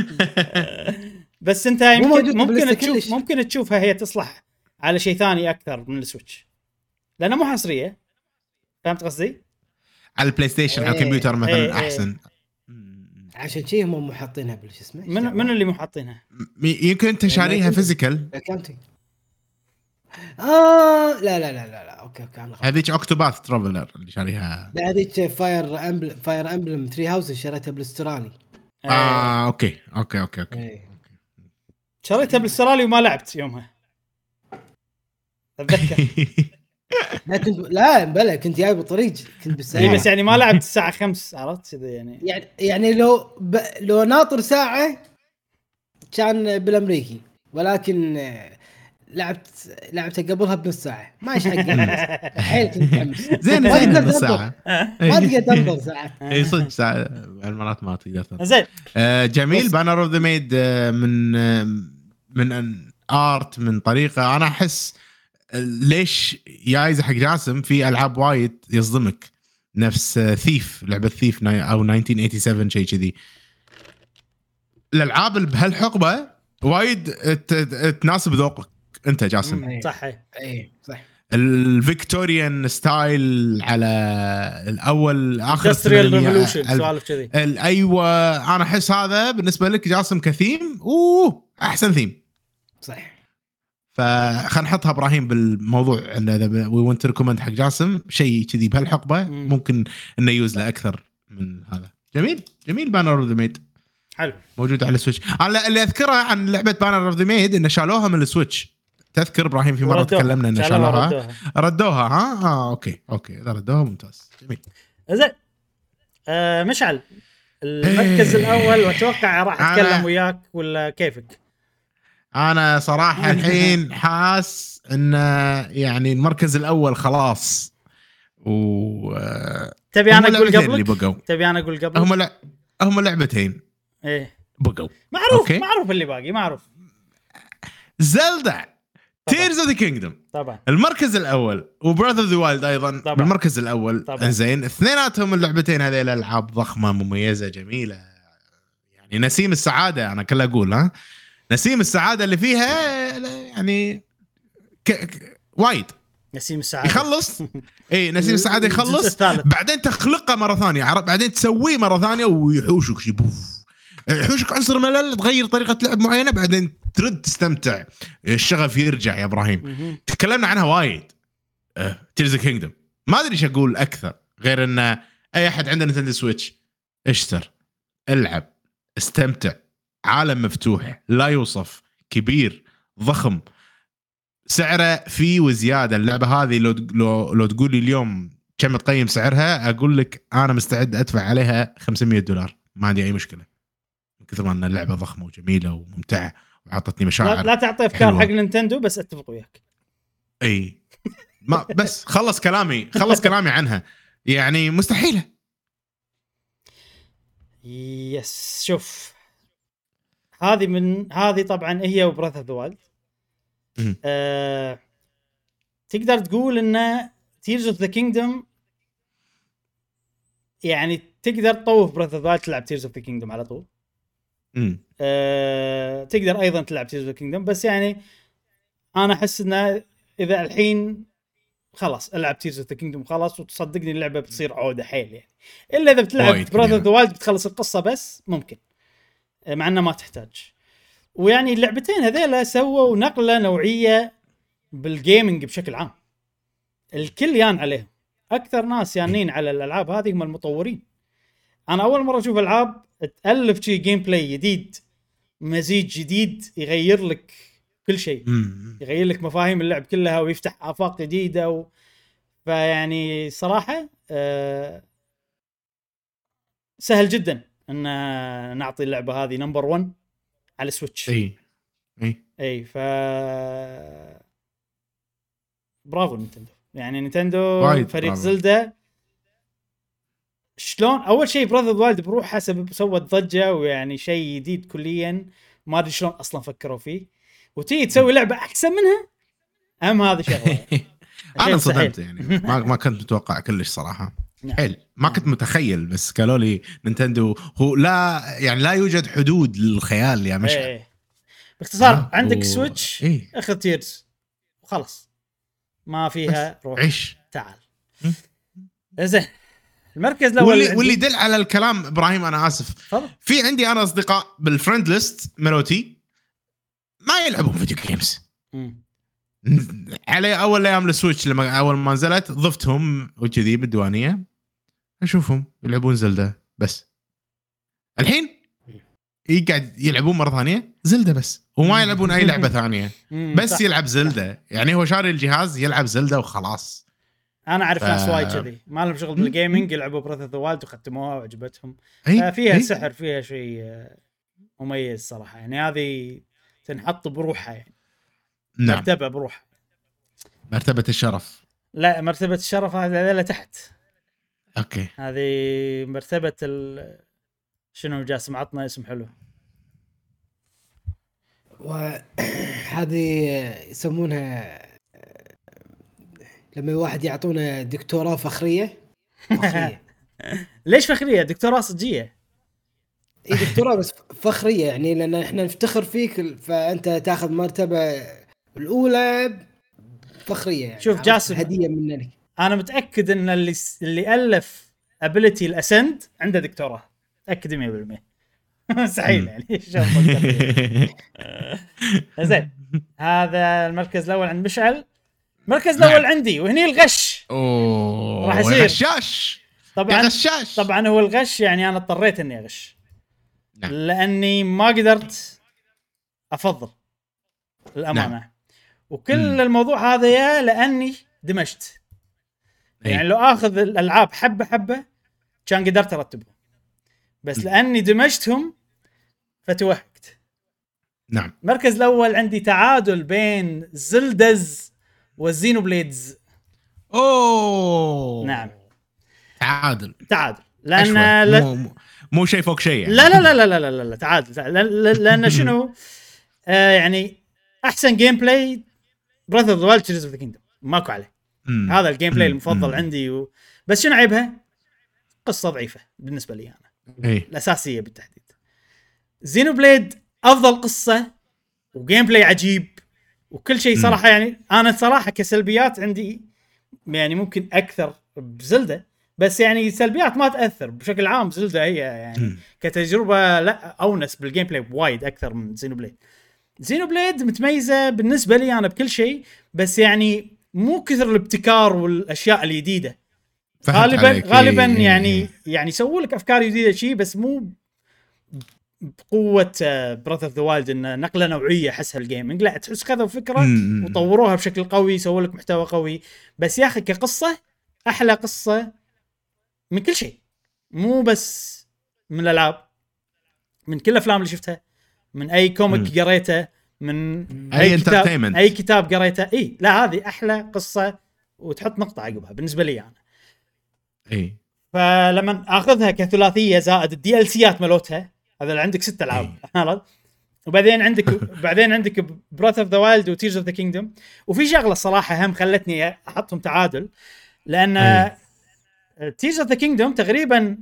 بس انت يمكن ممكن تشوف ممكن تشوفها هي تصلح على شيء ثاني اكثر من السويتش لانها مو حصريه. فهمت قصدي؟ على البلاي ستيشن على الكمبيوتر مثلا ايه احسن. عشان شيء هم مو حاطينها بالش اسمه. من من اللي مو حاطينها؟ يمكن انت شاريها فيزيكال. اه لا لا لا لا لا اوكي اوكي انا هذيك اوكتوباث ترافلر اللي شاريها. لا هذيك فاير امبل فاير امبلم تري هاوس شريتها بالاسترالي. اه اوكي اوكي اوكي اوكي ايه. شريتها بالاسترالي وما لعبت يومها اتذكر. لا كنت لا بلا كنت جاي بالطريق كنت بالساعه بس يعني ما لعبت الساعه خمسة عرفت كذا يعني يعني يعني لو ب... لو ناطر ساعه كان بالامريكي ولكن لعبت لعبتها قبلها بنص ساعه ما ايش حق حيل كنت متحمس. زين زين نص ساعه ما تقدر تنظر ساعه. اي صدق ساعه المرات ما تقدر تنظر. زين جميل. بانر اوف ذا ميد من من ارت من طريقه انا احس ليش جايزه حق جاسم في العاب وايد يصدمك نفس ثيف لعبه ثيف او ألف وتسعمية وسبعة وثمانين شيء كذي. الالعاب اللي بهالحقبه وايد تناسب ذوقك انت جاسم. صح اي صح. الفيكتوريان ستايل على الاول اخر ريفولوشن سوالف كذي. ايوه انا احس هذا بالنسبه لك جاسم كثيم اوه احسن ثيم صح. فخلينا نحطها ابراهيم بالموضوع انه اذا وي ونت ريكومند حق جاسم شيء كذي بهالحقبه ممكن انه يوز له اكثر من هذا. جميل جميل. بانر اوف ذا ميد حلو موجود على السويتش. انا اللي اذكره عن لعبه بانر اوف ذا ميد انه شالوها من السويتش. تذكر ابراهيم في مره تكلمنا ان شالوها ردوها. ردوها ها اه اوكي اوكي اذا ردوها ممتاز جميل. زين آه مشعل المركز الاول واتوقع راح اتكلم وياك ولا كيفك؟ انا صراحه الحين حاس ان يعني المركز الاول خلاص و تبي انا اقول قبلك تبي انا اقول قبلك هم لا هم لعبتين ايه بقوا معروف أوكي. معروف اللي باقي معروف. زلدا تيرز اوف ذا كينجدوم طبعا المركز الاول وبراذ اوف ذا وايلد ايضا طبعًا. بالمركز الاول زين اثنيناتهم اللعبتين هذيل العاب ضخمه مميزه جميله يعني نسيم السعاده انا كله اقول ها نسيم السعاده اللي فيها يعني ك... ك... وايد نسيم السعاده يخلص اي نسيم السعاده يخلص بعدين تخلقه مره ثانيه بعدين تسويه مره ثانيه ويحوشك يبوف يحوشك عنصر ملل تغير طريقه لعب معينه بعدين ترد تستمتع الشغف يرجع يا ابراهيم. تكلمنا عنها وايد تيرز اوف كينجدوم ما ادري ايش اقول اكثر غير ان اي احد عنده نينتندو سويتش اشتر العب استمتع عالم مفتوح لا يوصف كبير ضخم سعره فيه وزياده. اللعبه هذه لو لو لو تقول لي اليوم كم تقيم سعرها اقول لك انا مستعد ادفع عليها خمسمية دولار ما عندي اي مشكله من كثر ما ان اللعبه ضخمه وجميله وممتعه وعطتني مشاعر. لا, لا تعطي افكار حق نينتندو بس اتفق وياك. اي ما بس خلص كلامي خلص كلامي عنها يعني مستحيله. يس شوف هذه من هذه طبعا هي وبراث اوف ذا وايلد أه... تقدر تقول ان تيرز اوف ذا كينجدوم يعني تقدر تطوف براث اوف ذا وايلد تلعب تيرز اوف ذا كينجدوم على طول. امم أه... تقدر ايضا تلعب تيرز اوف ذا كينجدوم بس يعني انا احس ان اذا الحين خلاص العب تيرز اوف ذا كينجدوم خلاص وتصدقني اللعبه بتصير عوده حيل يعني الا اذا بتلعب براث اوف ذا وايلد بتخلص القصه بس ممكن مع انه ما تحتاج. ويعني اللعبتين هذيلا سووا نقله نوعيه بالجيمنج بشكل عام الكل يان عليهم اكثر ناس يانين على الالعاب هذه هم المطورين. انا اول مره اشوف العاب تالف شيء جيم بلاي جديد مزيج جديد يغير لك كل شيء يغير لك مفاهيم اللعب كلها ويفتح آفاق جديدة و... فيعني صراحة أه... سهل جدا ان نعطي اللعبة هذه نمبر ون على سويتش. اي اي اي ف برافو نينتندو يعني نينتندو فريق زلدا شلون اول شيء براذر اوف ذا وايلد بروحها سبب سوت ضجة ويعني شيء جديد كليا ما ادري شلون اصلا فكروا فيه وتيجي تسوي لعبة احسن منها اهم هذا شغله. انا انصدمت يعني ما ما كنت متوقع كلش صراحه حيل ما كنت متخيل بس قالوا لي نينتندو هو لا يعني لا يوجد حدود للخيال يا مشعل. ايه. باختصار آه. عندك و... سويتش ايه. اخذ تيرز وخلاص ما فيها روح عيش تعال زين. المركز الاول واللي, واللي دل على الكلام ابراهيم انا اسف فضل. في عندي انا اصدقاء بالفريند ليست ملوتي ما يلعبون فيديو جيمز على اول ايام السويتش لما اول ما نزلت ضفتهم وكذي بالديوانيه اشوفهم يلعبون زلدا بس الحين يقعد يلعبون مره ثانيه زلدا بس وما يلعبون اي لعبه ثانيه بس يلعب زلدا يعني هو شاري الجهاز يلعب زلدا وخلاص. انا اعرف ف... ناس وايد كذي ما لهم شغل بالجيمنج يلعبوا براث اوف ذا وايلد وختموها وعجبتهم أي؟ فيها أي؟ سحر فيها شيء مميز صراحه يعني هذه تنحط بروحها يعني نعم. مرتبه بروحها مرتبه الشرف لا مرتبه الشرف هذا لا تحت اوكي هذه مرتبه ال... شنو جاسم عطنا اسم حلو وهذه يسمونها لما واحد يعطونا دكتوراه فخريه, فخرية. ليش فخريه دكتوراه صجيه اي دكتوراه بس فخريه يعني لان احنا نفتخر فيك فانت تاخذ مرتبه الاولى فخريه يعني. شوف جاسم هديه منك. انا متاكد ان اللي اللي الف ابيليتي الاسند عنده دكتوراه، متاكد مية بالمية. مستحيل يعني. زين هذا المركز الاول عند مشعل. المركز الاول عندي وهني الغش. اوه راح يصير غشاش طبعا. غشاش. طبعا هو الغش يعني انا اضطريت اني اغش. نعم. لاني ما قدرت افضل الامانه. نعم. وكل م. الموضوع هذا يا لاني دمجت. أي. يعني لو اخذ الالعاب حبه حبه كان قدرت ارتبهم، بس م. لاني دمجتهم فتوهقت. نعم. المركز الاول عندي تعادل بين زلدز والزينو بليدز. اوه نعم تعادل تعادل لان ل... مو مو شيء فوق شيء يعني. لا لا لا لا لا لا, لا. تعادل, تعادل. لان شنو آه يعني احسن جيم بلاي براذر اوف ذا وايلد تيرز اوف ذا كينجدم ماكو عليه. مم. هذا الجيم بلاي المفضل مم. عندي و... بس شنو عيبها؟ قصه ضعيفه بالنسبه لي انا. أي. الاساسيه بالتحديد. زينو بليد افضل قصه وجيم بلاي عجيب وكل شيء صراحه. يعني انا صراحه كسلبيات عندي يعني ممكن اكثر بزلدة، بس يعني سلبيات ما تاثر بشكل عام. زلدة هي يعني م. كتجربه لا اونس بالجيم بلاي وايد اكثر من زينو بليد. زينو بليد متميزه بالنسبه لي انا بكل شيء، بس يعني مو كثر الابتكار والاشياء الجديده. غالبا غالبا يعني يعني يسووا لك افكار جديده شيء، بس مو بقوه براذر اوف ذا وايلد ان نقله نوعيه حسها الجيمنج. لا تحس خذوا فكره م. وطوروها بشكل قوي، يسووا لك محتوى قوي. بس يا اخي كقصه احلى قصه من كل شيء، مو بس من الالعاب، من كل الافلام اللي شفتها، من اي كوميك قريته، من اي, أي كتاب اي كتاب قريته. اي لا هذه احلى قصه وتحط نقطه عقبها بالنسبه لي انا. اي فلما اخذها كثلاثيه زائد الدي ال سيات مالتها، هذا عندك ست العاب عرفت. وبعدين عندك بعدين عندك براث اوف ذا وايلد وتيرز اوف ذا كينجدم. وفي شغله صراحه هم خلتني احطهم تعادل، لان تيرز اوف ذا كينجدم تقريبا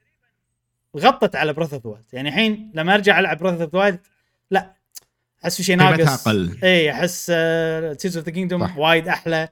غطت على براث اوف ذا وايلد. يعني الحين لما ارجع العب براث اوف ذا وايلد لا احس في شيء ناقص. اي احس تيرز اوف ذا كينجدم وايد احلى.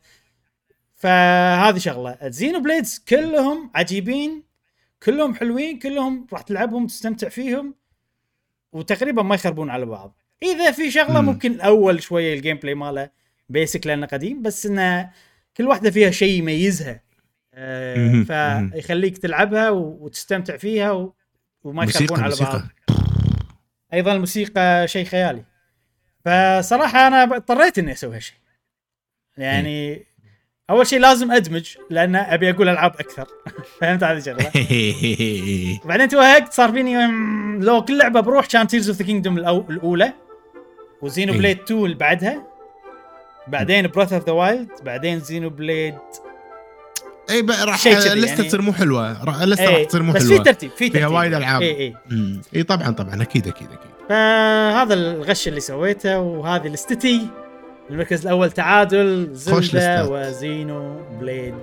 فهذه شغله. زينو بليدز كلهم عجيبين، كلهم حلوين، كلهم راح تلعبهم تستمتع فيهم وتقريبا ما يخربون على بعض. اذا في شغله م. ممكن اول شويه الجيم بلاي ماله بيسك لانه قديم، بس انه كل واحده فيها شيء يميزها آه فيخليك تلعبها وتستمتع فيها و... وما يخربون على بعض. ايضا الموسيقى شيء خيالي. فصراحه انا اضطريت اني اسوي هالشيء. يعني م. اول شيء لازم ادمج لان ابي اقول العاب اكثر. فهمت هذه الشغله. وبعدين توهقت صار فيني لو كل لعبه بروح كان تيرز اوف ذا كينجدم الاولى وزينو بليد اثنين اللي بعدها، بعدين براث اوف ذا وايلد، بعدين زينو بليد. اي راح لسه تصير مو حلوه. راح لسه راح تصير مو حلوه، بس في ترتيب في ترتيب فيها وايد العاب. اي اي اي طبعا طبعا اكيد اكيد اكيد. فهذا الغش اللي سويته وهذه الاستتي. المركز الأول تعادل زلدة وزينو بليد.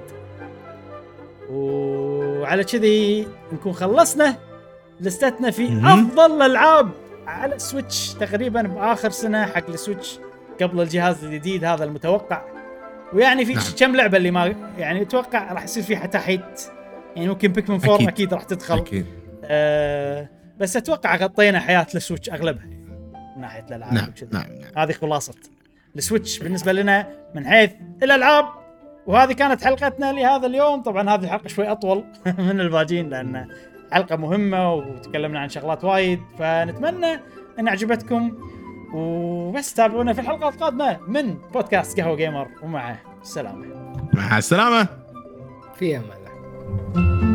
وعلى كذي نكون خلصنا لستنا في م- أفضل الألعاب على سويتش تقريبا بآخر سنة حق السويتش قبل الجهاز الجديد هذا المتوقع. ويعني في نعم. كم لعبة اللي ما يعني أتوقع راح يصير في حتى حيت يعني ممكن بيكمن فور أكيد, أكيد راح تدخل أكيد. آه بس أتوقع غطينا حياة السويتش أغلبها من ناحية الألعاب. نعم. نعم. نعم. هذه خلاصة السويتش بالنسبة لنا من حيث الألعاب. وهذه كانت حلقتنا لهذا اليوم. طبعا هذه الحلقة شوي أطول من الباقيين لأن حلقة مهمة وتكلمنا عن شغلات وايد. فنتمنى أن عجبتكم وبس. تابعونا في الحلقة القادمة من بودكاست قهوة جيمر ومعه السلامة. مع السلامة في أمان الله.